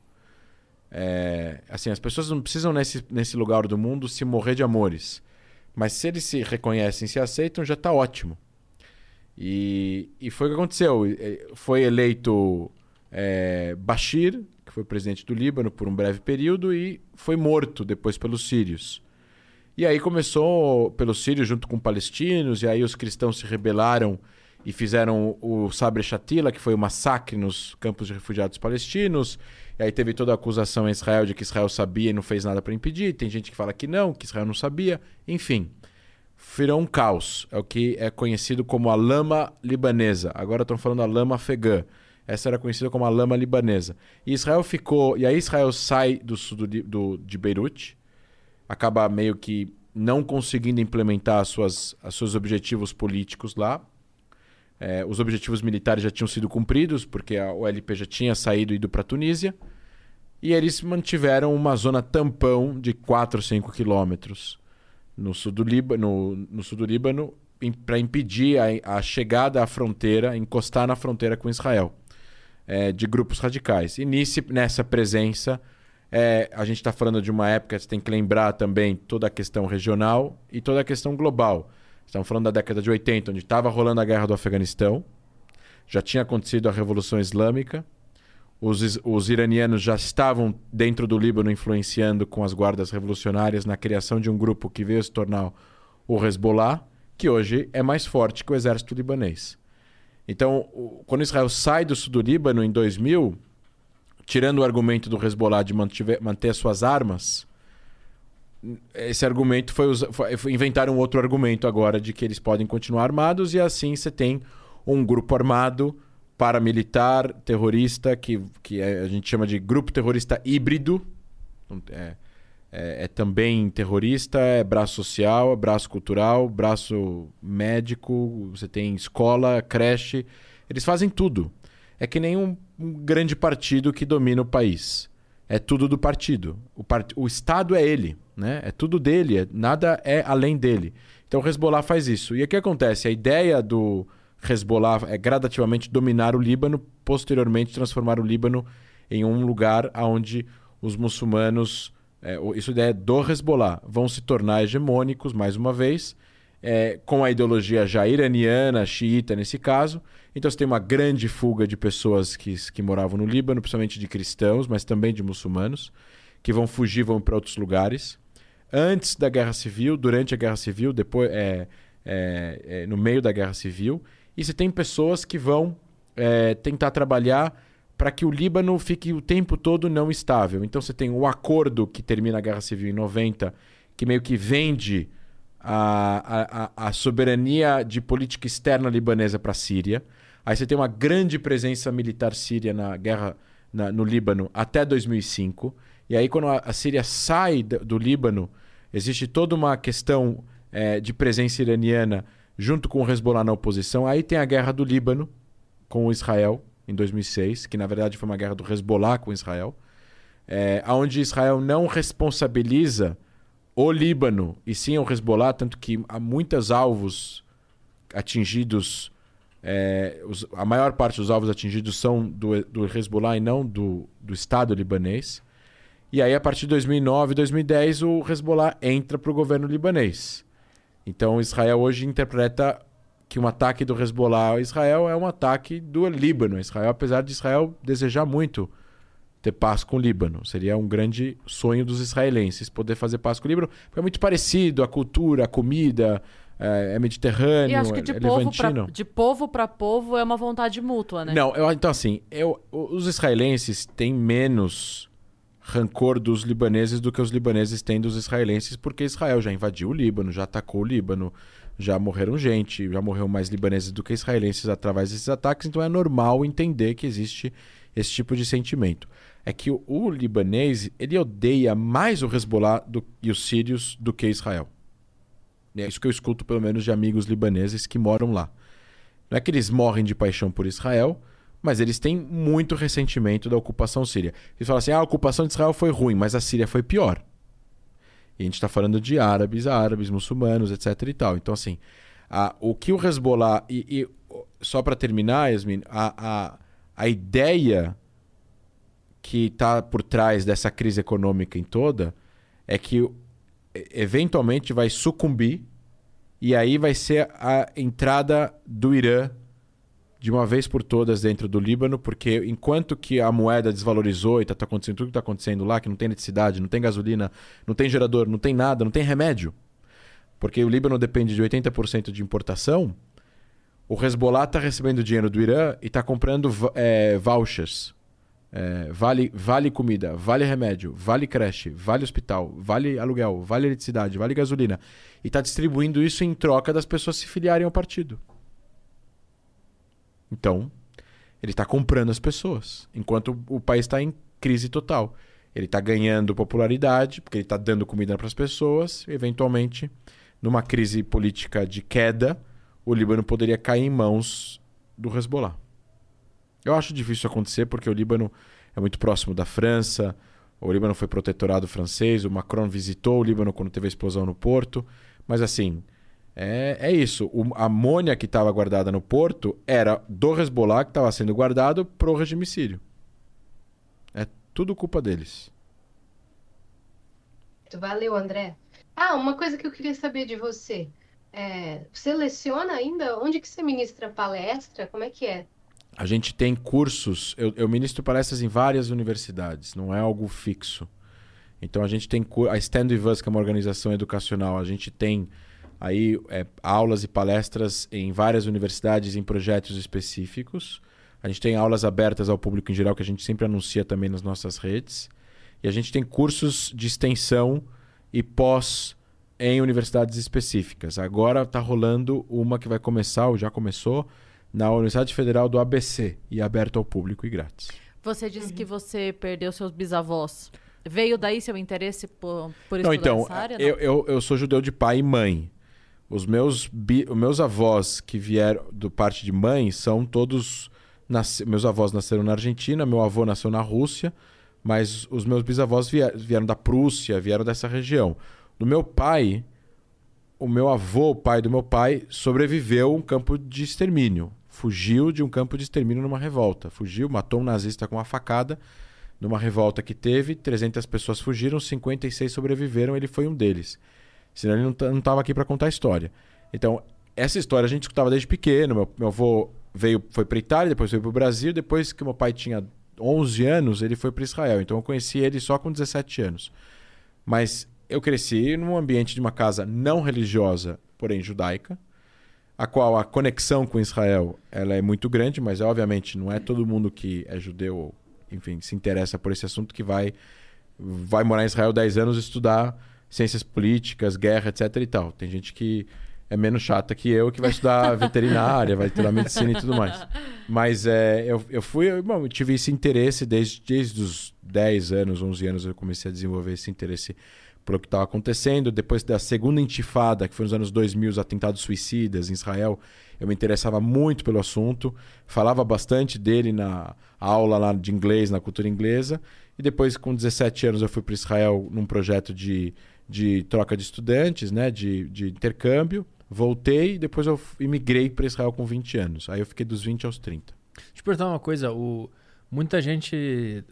As pessoas não precisam nesse lugar do mundo se morrer de amores. Mas se eles se reconhecem, se aceitam, já está ótimo. E foi o que aconteceu. Foi eleito Bashir, que foi presidente do Líbano por um breve período, e foi morto depois pelos sírios. E aí começou pelos sírios junto com palestinos, e aí os cristãos se rebelaram e fizeram o Sabra Shatila, que foi o massacre nos campos de refugiados palestinos. E aí teve toda a acusação a Israel de que Israel sabia e não fez nada para impedir. Tem gente que fala que não, que Israel não sabia. Enfim, virou um caos. É o que é conhecido como a lama libanesa. Agora estão falando a lama afegã. Essa era conhecida como a lama libanesa. E aí Israel sai do sul de Beirute, acaba meio que não conseguindo implementar os seus objetivos políticos lá. Os objetivos militares já tinham sido cumpridos, porque a OLP já tinha saído e ido para a Tunísia. E eles mantiveram uma zona tampão de 4 ou 5 quilômetros no sul do Líbano para impedir a chegada à fronteira, encostar na fronteira com Israel, de grupos radicais. E nessa presença, a gente está falando de uma época, você tem que lembrar também toda a questão regional e toda a questão global. Estamos falando da década de 80, onde estava rolando a guerra do Afeganistão, já tinha acontecido a Revolução Islâmica, os iranianos já estavam dentro do Líbano influenciando com as guardas revolucionárias na criação de um grupo que veio se tornar o Hezbollah, que hoje é mais forte que o exército libanês. Então, quando Israel sai do sul do Líbano em 2000, tirando o argumento do Hezbollah de manter as suas armas, esse argumento inventaram outro argumento agora de que eles podem continuar armados, e assim você tem um grupo armado paramilitar, terrorista, que a gente chama de grupo terrorista híbrido. É também terrorista, é braço social, é braço cultural, braço médico, você tem escola, creche. Eles fazem tudo. É que nem um grande partido que domina o país. É tudo do partido. O Estado é ele, né? É tudo dele, nada é além dele. Então o Hezbollah faz isso. E o que acontece? A ideia do Hezbollah é gradativamente dominar o Líbano, posteriormente transformar o Líbano em um lugar onde os muçulmanos, isso é ideia do Hezbollah, vão se tornar hegemônicos, mais uma vez, com a ideologia já iraniana, xiita nesse caso. Então você tem uma grande fuga de pessoas que moravam no Líbano, principalmente de cristãos, mas também de muçulmanos, que vão fugir, vão para outros lugares. Antes da Guerra Civil, durante a Guerra Civil, depois, no meio da Guerra Civil. E você tem pessoas que vão tentar trabalhar para que o Líbano fique o tempo todo não estável. Então você tem o acordo que termina a Guerra Civil em 90, que meio que vende a soberania de política externa libanesa para a Síria. Aí você tem uma grande presença militar síria na guerra no Líbano até 2005. E aí quando a Síria sai do Líbano, existe toda uma questão de presença iraniana junto com o Hezbollah na oposição. Aí tem a guerra do Líbano com o Israel em 2006, que na verdade foi uma guerra do Hezbollah com Israel, onde Israel não responsabiliza o Líbano e sim o Hezbollah, tanto que há muitos alvos atingidos, a maior parte dos alvos atingidos são do Hezbollah e não do Estado libanês. E aí, a partir de 2009 e 2010, o Hezbollah entra para o governo libanês. Então, Israel hoje interpreta que um ataque do Hezbollah a Israel é um ataque do Líbano. Israel, apesar de Israel desejar muito ter paz com o Líbano. Seria um grande sonho dos israelenses poder fazer paz com o Líbano, porque é muito parecido, a cultura, a comida, é mediterrâneo, e acho que levantino. De povo para povo é uma vontade mútua, né? Não, então assim, os israelenses têm menos rancor dos libaneses do que os libaneses têm dos israelenses, porque Israel já invadiu o Líbano, já atacou o Líbano, já morreram gente, já morreu mais libaneses do que israelenses através desses ataques, então é normal entender que existe esse tipo de sentimento. É que o libanês, ele odeia mais o Hezbollah e os sírios do que Israel. É isso que eu escuto, pelo menos, de amigos libaneses que moram lá. Não é que eles morrem de paixão por Israel, mas eles têm muito ressentimento da ocupação síria. Eles falam assim, a ocupação de Israel foi ruim, mas a Síria foi pior. E a gente está falando de árabes, muçulmanos, etc. e tal. Então, assim, o que o Hezbollah... E só para terminar, Yasmin, a ideia que está por trás dessa crise econômica em toda é que eventualmente vai sucumbir e aí vai ser a entrada do Irã de uma vez por todas dentro do Líbano, porque enquanto que a moeda desvalorizou e tá acontecendo tudo que está acontecendo lá, que não tem eletricidade, não tem gasolina, não tem gerador, não tem nada, não tem remédio, porque o Líbano depende de 80% de importação, o Hezbollah está recebendo dinheiro do Irã e está comprando vouchers. Vale comida, vale remédio, vale creche, vale hospital, vale aluguel, vale eletricidade, vale gasolina. E está distribuindo isso em troca das pessoas se filiarem ao partido. Então, ele está comprando as pessoas, enquanto o país está em crise total. Ele está ganhando popularidade, porque ele está dando comida para as pessoas. E, eventualmente, numa crise política de queda, o Líbano poderia cair em mãos do Hezbollah. Eu acho difícil isso acontecer porque o Líbano é muito próximo da França, o Líbano foi protetorado francês, o Macron visitou o Líbano quando teve a explosão no porto, mas assim, é isso. A amônia que estava guardada no porto era do Hezbollah que estava sendo guardado pro regime sírio. É tudo culpa deles. Valeu, André. Uma coisa que eu queria saber de você. Você leciona ainda? Onde que você ministra palestra? Como é que é? A gente tem cursos, eu ministro palestras em várias universidades, não é algo fixo. Então a gente tem a Stand With Us, que é uma organização educacional, a gente tem aí aulas e palestras em várias universidades em projetos específicos. A gente tem aulas abertas ao público em geral, que a gente sempre anuncia também nas nossas redes. E a gente tem cursos de extensão e pós em universidades específicas. Agora está rolando uma que vai começar, ou já começou, na Universidade Federal do ABC, e aberto ao público e grátis. Você disse que você perdeu seus bisavós. Veio daí seu interesse por estudar Não, então, essa área? eu sou judeu de pai e mãe. Os meus avós que vieram do parte de mãe são todos... Meus avós nasceram na Argentina, meu avô nasceu na Rússia, mas os meus bisavós vieram da Prússia, vieram dessa região. Do meu pai, o meu avô, o pai do meu pai, sobreviveu a um campo de extermínio. Fugiu de um campo de extermínio numa revolta. Fugiu, matou um nazista com uma facada numa revolta que teve. 300 pessoas fugiram, 56 sobreviveram, ele foi um deles. Senão ele não estava aqui para contar a história. Então, essa história a gente escutava desde pequeno. Meu avô foi para Itália, depois veio para o Brasil. Depois que meu pai tinha 11 anos, ele foi para Israel. Então eu conheci ele só com 17 anos. Mas eu cresci num ambiente de uma casa não religiosa, porém judaica, a qual a conexão com Israel ela é muito grande, mas obviamente não é todo mundo que é judeu ou, enfim, se interessa por esse assunto que vai morar em Israel 10 anos e estudar ciências políticas, guerra, etc. e tal. Tem gente que é menos chata que eu, que vai estudar veterinária, vai estudar medicina e tudo mais. Mas eu tive esse interesse desde os 10 anos, 11 anos, eu comecei a desenvolver esse interesse pelo que estava acontecendo. Depois da segunda intifada, que foi nos anos 2000, os atentados suicidas em Israel, eu me interessava muito pelo assunto, falava bastante dele na aula lá de inglês, na cultura inglesa. E depois, com 17 anos, eu fui para Israel num projeto de troca de estudantes, né, de intercâmbio. Voltei e depois eu imigrei para Israel com 20 anos. Aí eu fiquei dos 20 aos 30. Deixa eu perguntar uma coisa. Muita gente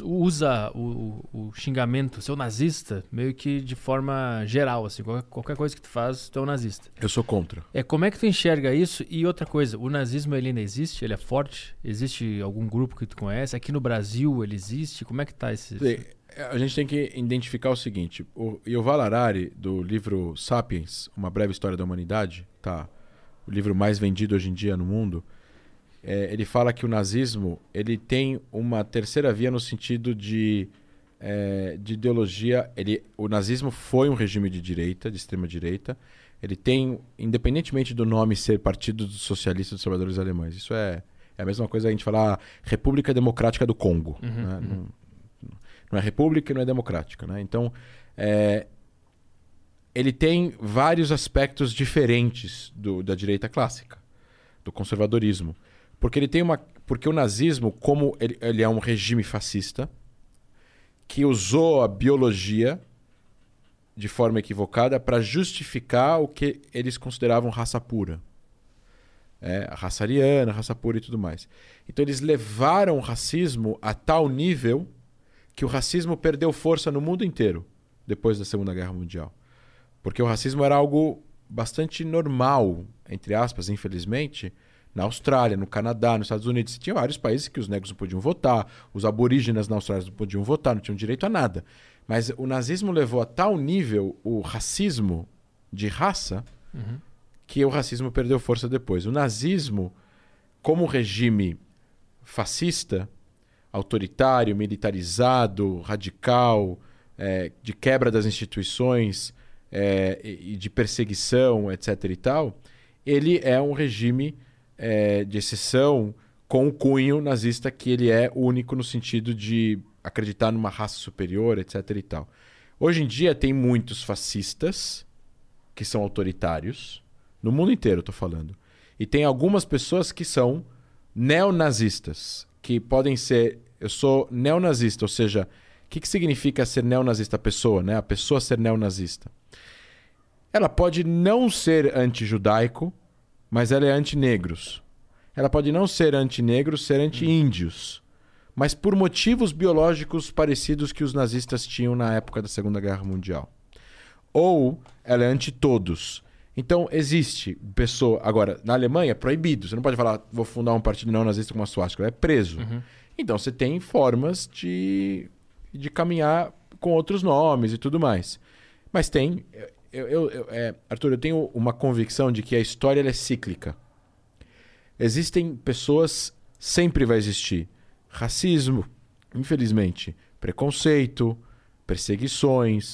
usa o xingamento, seu nazista, meio que de forma geral. Assim, qualquer coisa que tu faz, tu é um nazista. Eu sou contra. Como é que tu enxerga isso? E outra coisa, o nazismo ele ainda existe? Ele é forte? Existe algum grupo que tu conhece? Aqui no Brasil ele existe? Como é que tá esse... A gente tem que identificar o seguinte. O Yuval Harari, do livro Sapiens, Uma Breve História da Humanidade, o livro mais vendido hoje em dia no mundo, ele fala que o nazismo ele tem uma terceira via no sentido de ideologia. O nazismo foi um regime de direita, de extrema-direita. Ele tem, independentemente do nome ser Partido dos Socialistas dos Trabalhadores Alemães, isso é a mesma coisa que a gente falar República Democrática do Congo. Né? Não é república e não é democrática. Né? Então, ele tem vários aspectos diferentes da direita clássica, do conservadorismo. Porque o nazismo, como ele é um regime fascista, que usou a biologia de forma equivocada para justificar o que eles consideravam raça pura. A raça ariana, raça pura e tudo mais. Então, eles levaram o racismo a tal nível que o racismo perdeu força no mundo inteiro depois da Segunda Guerra Mundial. Porque o racismo era algo bastante normal, entre aspas, infelizmente, na Austrália, no Canadá, nos Estados Unidos. Tinha vários países que os negros não podiam votar, os aborígenes na Austrália não podiam votar, não tinham direito a nada. Mas o nazismo levou a tal nível o racismo de raça que o racismo perdeu força depois. O nazismo, como regime fascista, autoritário, militarizado, radical, de quebra das instituições e de perseguição, etc. e tal, ele é um regime de exceção com o cunho nazista que ele é único no sentido de acreditar numa raça superior, etc. e tal. Hoje em dia tem muitos fascistas que são autoritários, no mundo inteiro eu estou falando, e tem algumas pessoas que são neonazistas, que podem ser... Eu sou neonazista, ou seja, o que significa ser neonazista? A pessoa, né? A pessoa ser neonazista. Ela pode não ser anti-judaico, mas ela é anti-negros. Ela pode não ser anti-negros, ser anti-índios. Mas por motivos biológicos parecidos que os nazistas tinham na época da Segunda Guerra Mundial. Ou ela é anti-todos. Então, existe pessoa... Agora, na Alemanha é proibido. Você não pode falar, vou fundar um partido neonazista com uma suástica. É preso. Então, você tem formas de caminhar com outros nomes e tudo mais. Mas tem... Arthur, eu tenho uma convicção de que a história ela é cíclica. Existem pessoas... Sempre vai existir racismo, infelizmente, preconceito, perseguições,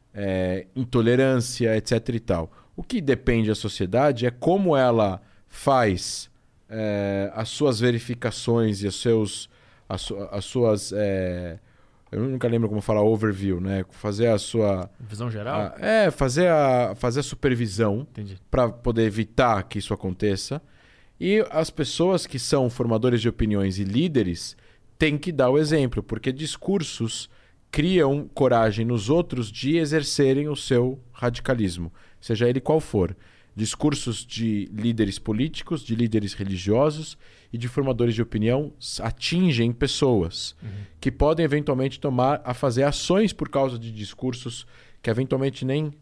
intolerância, etc. e tal. O que depende da sociedade é como ela faz as suas verificações e as suas... eu nunca lembro como falar overview, né? Fazer a sua... Visão geral? Fazer a supervisão para poder evitar que isso aconteça. E as pessoas que são formadores de opiniões e líderes têm que dar o exemplo, porque discursos criam coragem nos outros de exercerem o seu radicalismo, seja ele qual for. Discursos de líderes políticos, de líderes religiosos e de formadores de opinião atingem pessoas que podem eventualmente fazer ações por causa de discursos que eventualmente nem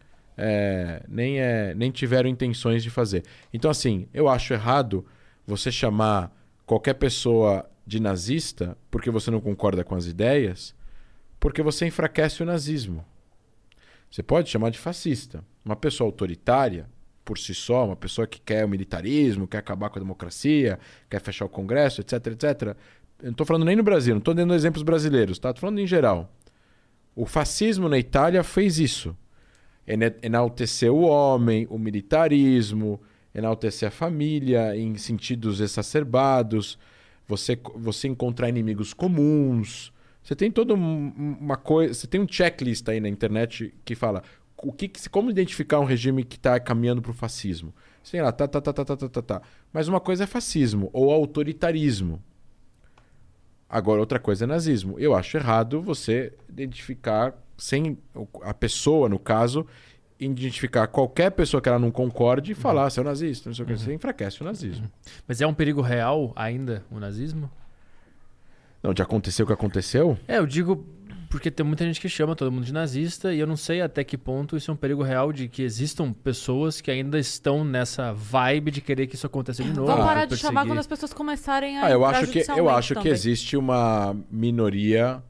tiveram intenções de fazer. Então, assim, eu acho errado você chamar qualquer pessoa de nazista porque você não concorda com as ideias, porque você enfraquece o nazismo. Você pode chamar de fascista. Uma pessoa autoritária, por si só, uma pessoa que quer o militarismo, quer acabar com a democracia, quer fechar o Congresso, etc, etc. Eu não estou falando nem no Brasil, não estou dando exemplos brasileiros, tá? Estou falando em geral. O fascismo na Itália fez isso. Enaltecer o homem, o militarismo, enaltecer a família em sentidos exacerbados, você encontrar inimigos comuns. Você tem toda uma coisa... Você tem um checklist aí na internet que fala... Como identificar um regime que está caminhando para o fascismo? Sei lá, tá. Mas uma coisa é fascismo ou autoritarismo. Agora, outra coisa é nazismo. Eu acho errado você identificar, sem a pessoa, no caso, identificar qualquer pessoa que ela não concorde e falar, você é um nazista, não sei o que. Você enfraquece o nazismo. Mas é um perigo real ainda o nazismo? Não, de acontecer o que aconteceu? Eu digo... Porque tem muita gente que chama todo mundo de nazista e eu não sei até que ponto isso é um perigo real de que existam pessoas que ainda estão nessa vibe de querer que isso aconteça de novo. Vão parar de chamar quando as pessoas começarem a eu acho que existe uma minoria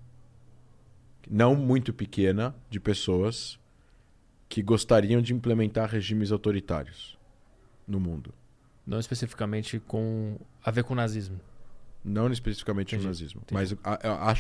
não muito pequena de pessoas que gostariam de implementar regimes autoritários no mundo. Não especificamente a ver com o nazismo. Não especificamente com o nazismo. Mas eu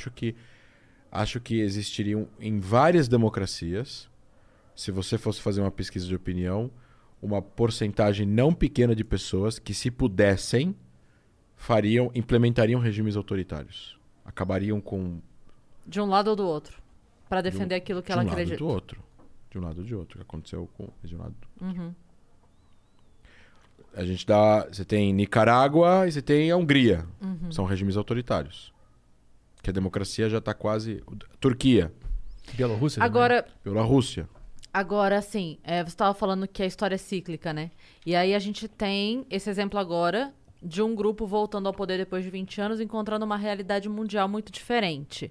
acho que existiriam em várias democracias, se você fosse fazer uma pesquisa de opinião, uma porcentagem não pequena de pessoas que, se pudessem, implementariam regimes autoritários. Acabariam com... De um lado ou do outro. Para defender aquilo que ela acredita. De um lado ou do outro. De um lado ou de outro. O que aconteceu com... De um lado do outro. A gente você tem Nicarágua e você tem a Hungria. São regimes autoritários. Que a democracia já está quase... Turquia. Bielorrússia. Bielorrússia. Agora, assim, você estava falando que a história é cíclica, né? E aí a gente tem esse exemplo agora de um grupo voltando ao poder depois de 20 anos, encontrando uma realidade mundial muito diferente.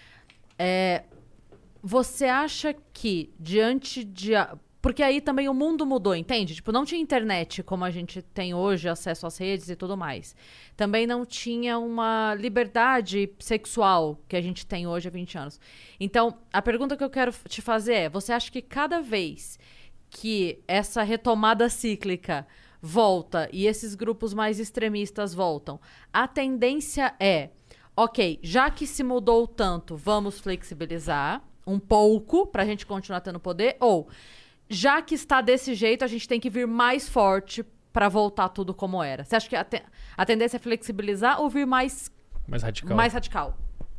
Você acha que, diante de... Porque aí também o mundo mudou, entende? Tipo, não tinha internet como a gente tem hoje, acesso às redes e tudo mais. Também não tinha uma liberdade sexual que a gente tem hoje há 20 anos. Então, a pergunta que eu quero te fazer é, você acha que cada vez que essa retomada cíclica volta e esses grupos mais extremistas voltam, a tendência é, ok, já que se mudou tanto, vamos flexibilizar um pouco pra gente continuar tendo poder, ou... Já que está desse jeito, a gente tem que vir mais forte para voltar tudo como era. Você acha que a tendência é flexibilizar ou vir mais radical? Mais radical.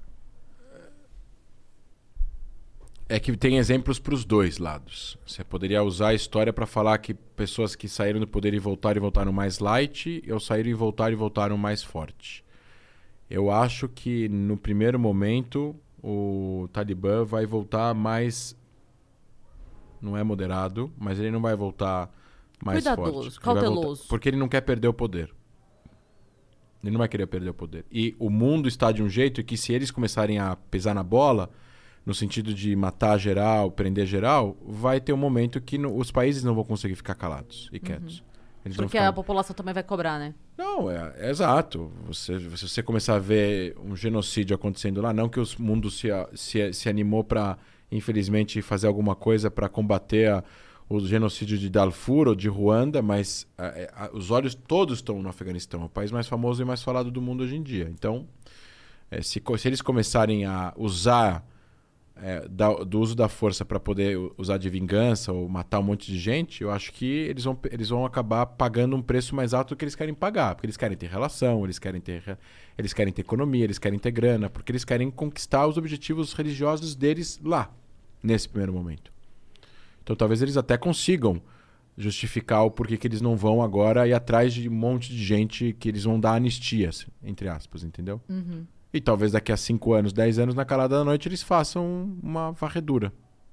É que tem exemplos para os dois lados. Você poderia usar a história para falar que pessoas que saíram do poder e voltaram mais light, ou saíram e voltaram mais forte. Eu acho que no primeiro momento o Talibã vai voltar mais... Não é moderado, mas ele não vai voltar mais cuidadoso, forte. cauteloso. Porque ele não quer perder o poder. Ele não vai querer perder o poder. E o mundo está de um jeito que, se eles começarem a pisar na bola, no sentido de matar geral, prender geral, vai ter um momento que os países não vão conseguir ficar calados e quietos. Eles porque a população também vai cobrar, né? Não, é exato. Se você começar a ver um genocídio acontecendo lá, não que o mundo se animou para... infelizmente, fazer alguma coisa para combater o genocídio de Darfur ou de Ruanda, mas os olhos todos estão no Afeganistão, é o país mais famoso e mais falado do mundo hoje em dia. Então, se eles começarem a usar do uso da força para poder usar de vingança ou matar um monte de gente, eu acho que eles vão acabar pagando um preço mais alto do que eles querem pagar. Porque eles querem ter relação, eles querem ter economia, eles querem ter grana, porque eles querem conquistar os objetivos religiosos deles lá, nesse primeiro momento. Então talvez eles até consigam justificar o porquê que eles não vão agora ir atrás de um monte de gente que eles vão dar anistias, entre aspas, entendeu? Uhum. E talvez daqui a 5 anos, 10 anos, na calada da noite, eles façam uma varredura.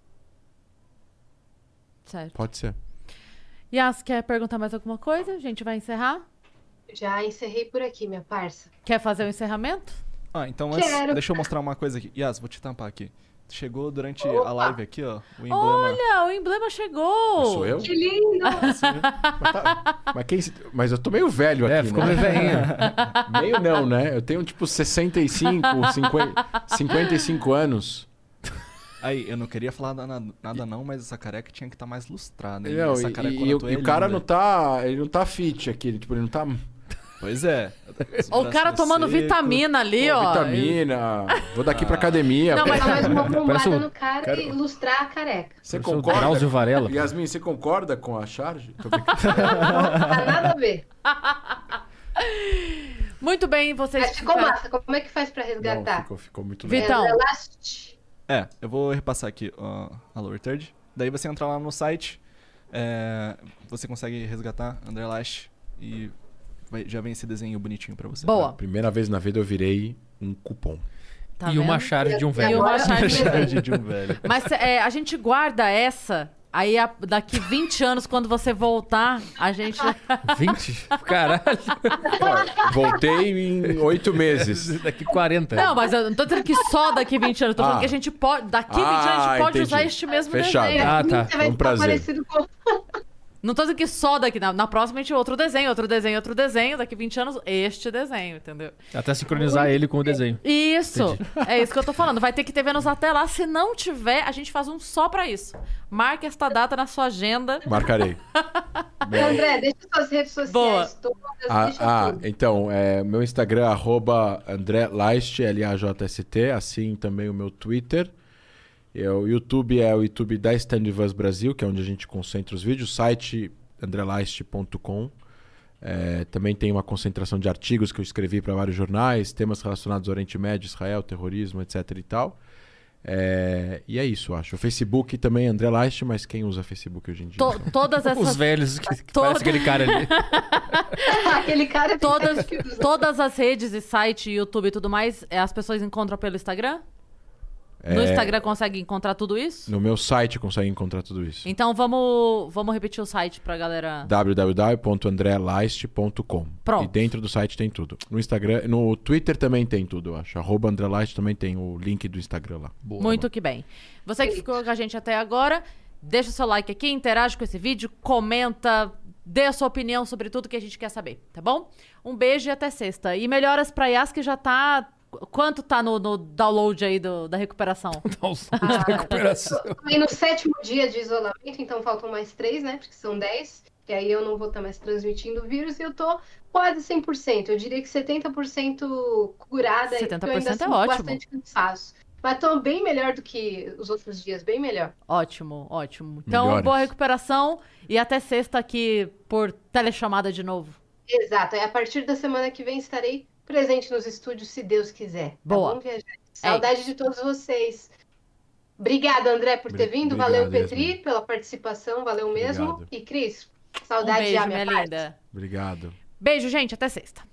Certo. Pode ser. Yas, quer perguntar mais alguma coisa? A gente vai encerrar? Já encerrei por aqui, minha parça. Quer fazer o encerramento? Então antes, Quero. deixa eu mostrar uma coisa aqui. Yas, vou te tampar aqui. Chegou durante Opa. a live aqui, ó, o emblema. Olha, o emblema chegou! Sou eu? Que lindo! Mas eu tô meio velho aqui, Ficou né? meio velhinho. Meio não, né? Eu tenho tipo 65, 55 anos. Aí, eu não queria falar nada não, mas essa careca tinha que estar mais lustrada. Hein? Não, Essa e carecona tua é o cara linda. ele não tá fit aqui, ele não tá... Pois é. O cara tomando vitamina ali, ó. Vitamina, vou daqui pra academia. Não, mas Dá mais uma bombada Parece um- no cara e ilustrar a careca. Você Professor concorda? Drauzio Varela. Yasmin, você concorda com a charge? Tô brincando. Não dá nada a ver. Muito bem, vocês Mas ficou ficaram- massa. Como é que faz pra resgatar? Não, ficou muito legal. Vitão. The Last... Eu vou repassar aqui a Lower Third. Daí você entra lá no site, você consegue resgatar André Lash e já vem esse desenho bonitinho pra você. Boa. Primeira vez na vida eu virei um cupom. Tá E uma vendo? charge de um E velho. uma charge de Charge de um velho. Mas a gente guarda essa, aí daqui 20 anos, quando você voltar, a gente... 20? Caralho. Voltei em 8 meses. Daqui 40. Não, mas eu não tô dizendo que só daqui 20 anos, tô falando que a gente pode... Daqui 20 anos a gente pode entendi. usar este mesmo Fechado. desenho. Ah, tá. Você vai Foi um ficar prazer. parecido com... Não tô dizendo que só daqui... Na próxima a gente outro desenho, daqui 20 anos este desenho, entendeu? Até sincronizar ele com o desenho. Isso, é isso que eu tô falando. Vai ter que ter Vênus até lá. Se não tiver, a gente faz um só pra isso. Marque esta data na sua agenda. Marcarei. André, deixa suas redes sociais Boa. todas, deixa tudo. Então, meu Instagram é @André Laist, LAJST, assim também o meu Twitter. O YouTube é o YouTube da Standivus Brasil, que é onde a gente concentra os vídeos. Site andrelaist.com. Também tem uma concentração de artigos que eu escrevi para vários jornais, temas relacionados ao Oriente Médio, Israel, terrorismo, etc e tal. E é isso, eu acho. O Facebook também é André Laist, mas quem usa Facebook hoje em dia? Todas essas... Os velhos, que Toda- parece aquele cara ali. Aquele cara... Todas as redes e site, YouTube e tudo mais, as pessoas encontram pelo Instagram? No Instagram consegue encontrar tudo isso? No meu site consegue encontrar tudo isso. Então vamos repetir o site pra galera. www.andrelaist.com. Pronto. E dentro do site tem tudo. No Instagram, no Twitter também tem tudo, eu acho. @AndreLaist também tem o link do Instagram lá. Muito que bem. Você que ficou com a gente até agora, deixa o seu like aqui, interage com esse vídeo, comenta, dê a sua opinião sobre tudo que a gente quer saber, tá bom? Um beijo e até sexta. E melhoras pra Yas, que já tá... Quanto tá no download aí da recuperação? Recuperação. Tô aí no 7º dia de isolamento, então faltam mais 3, né? Porque são 10. E aí eu não vou estar mais transmitindo o vírus e eu tô quase 100%. Eu diria que 70% curada. 70% porque eu ainda é sinto ótimo. bastante cansaço. Mas tô bem melhor do que os outros dias, bem melhor. Ótimo, ótimo. Então, Melhoras. boa recuperação e até sexta aqui por telechamada de novo. Exato. Aí a partir da semana que vem estarei presente nos estúdios, se Deus quiser. Boa. Tá bom, viajante? Saudade de todos vocês. Obrigada, André, por ter vindo. Obrigado, Valeu, Petri, Yasmin. pela participação. Valeu mesmo. Obrigado. E Cris, Um saudade beijo, já, minha minha linda. Obrigado. Beijo, gente. Até sexta.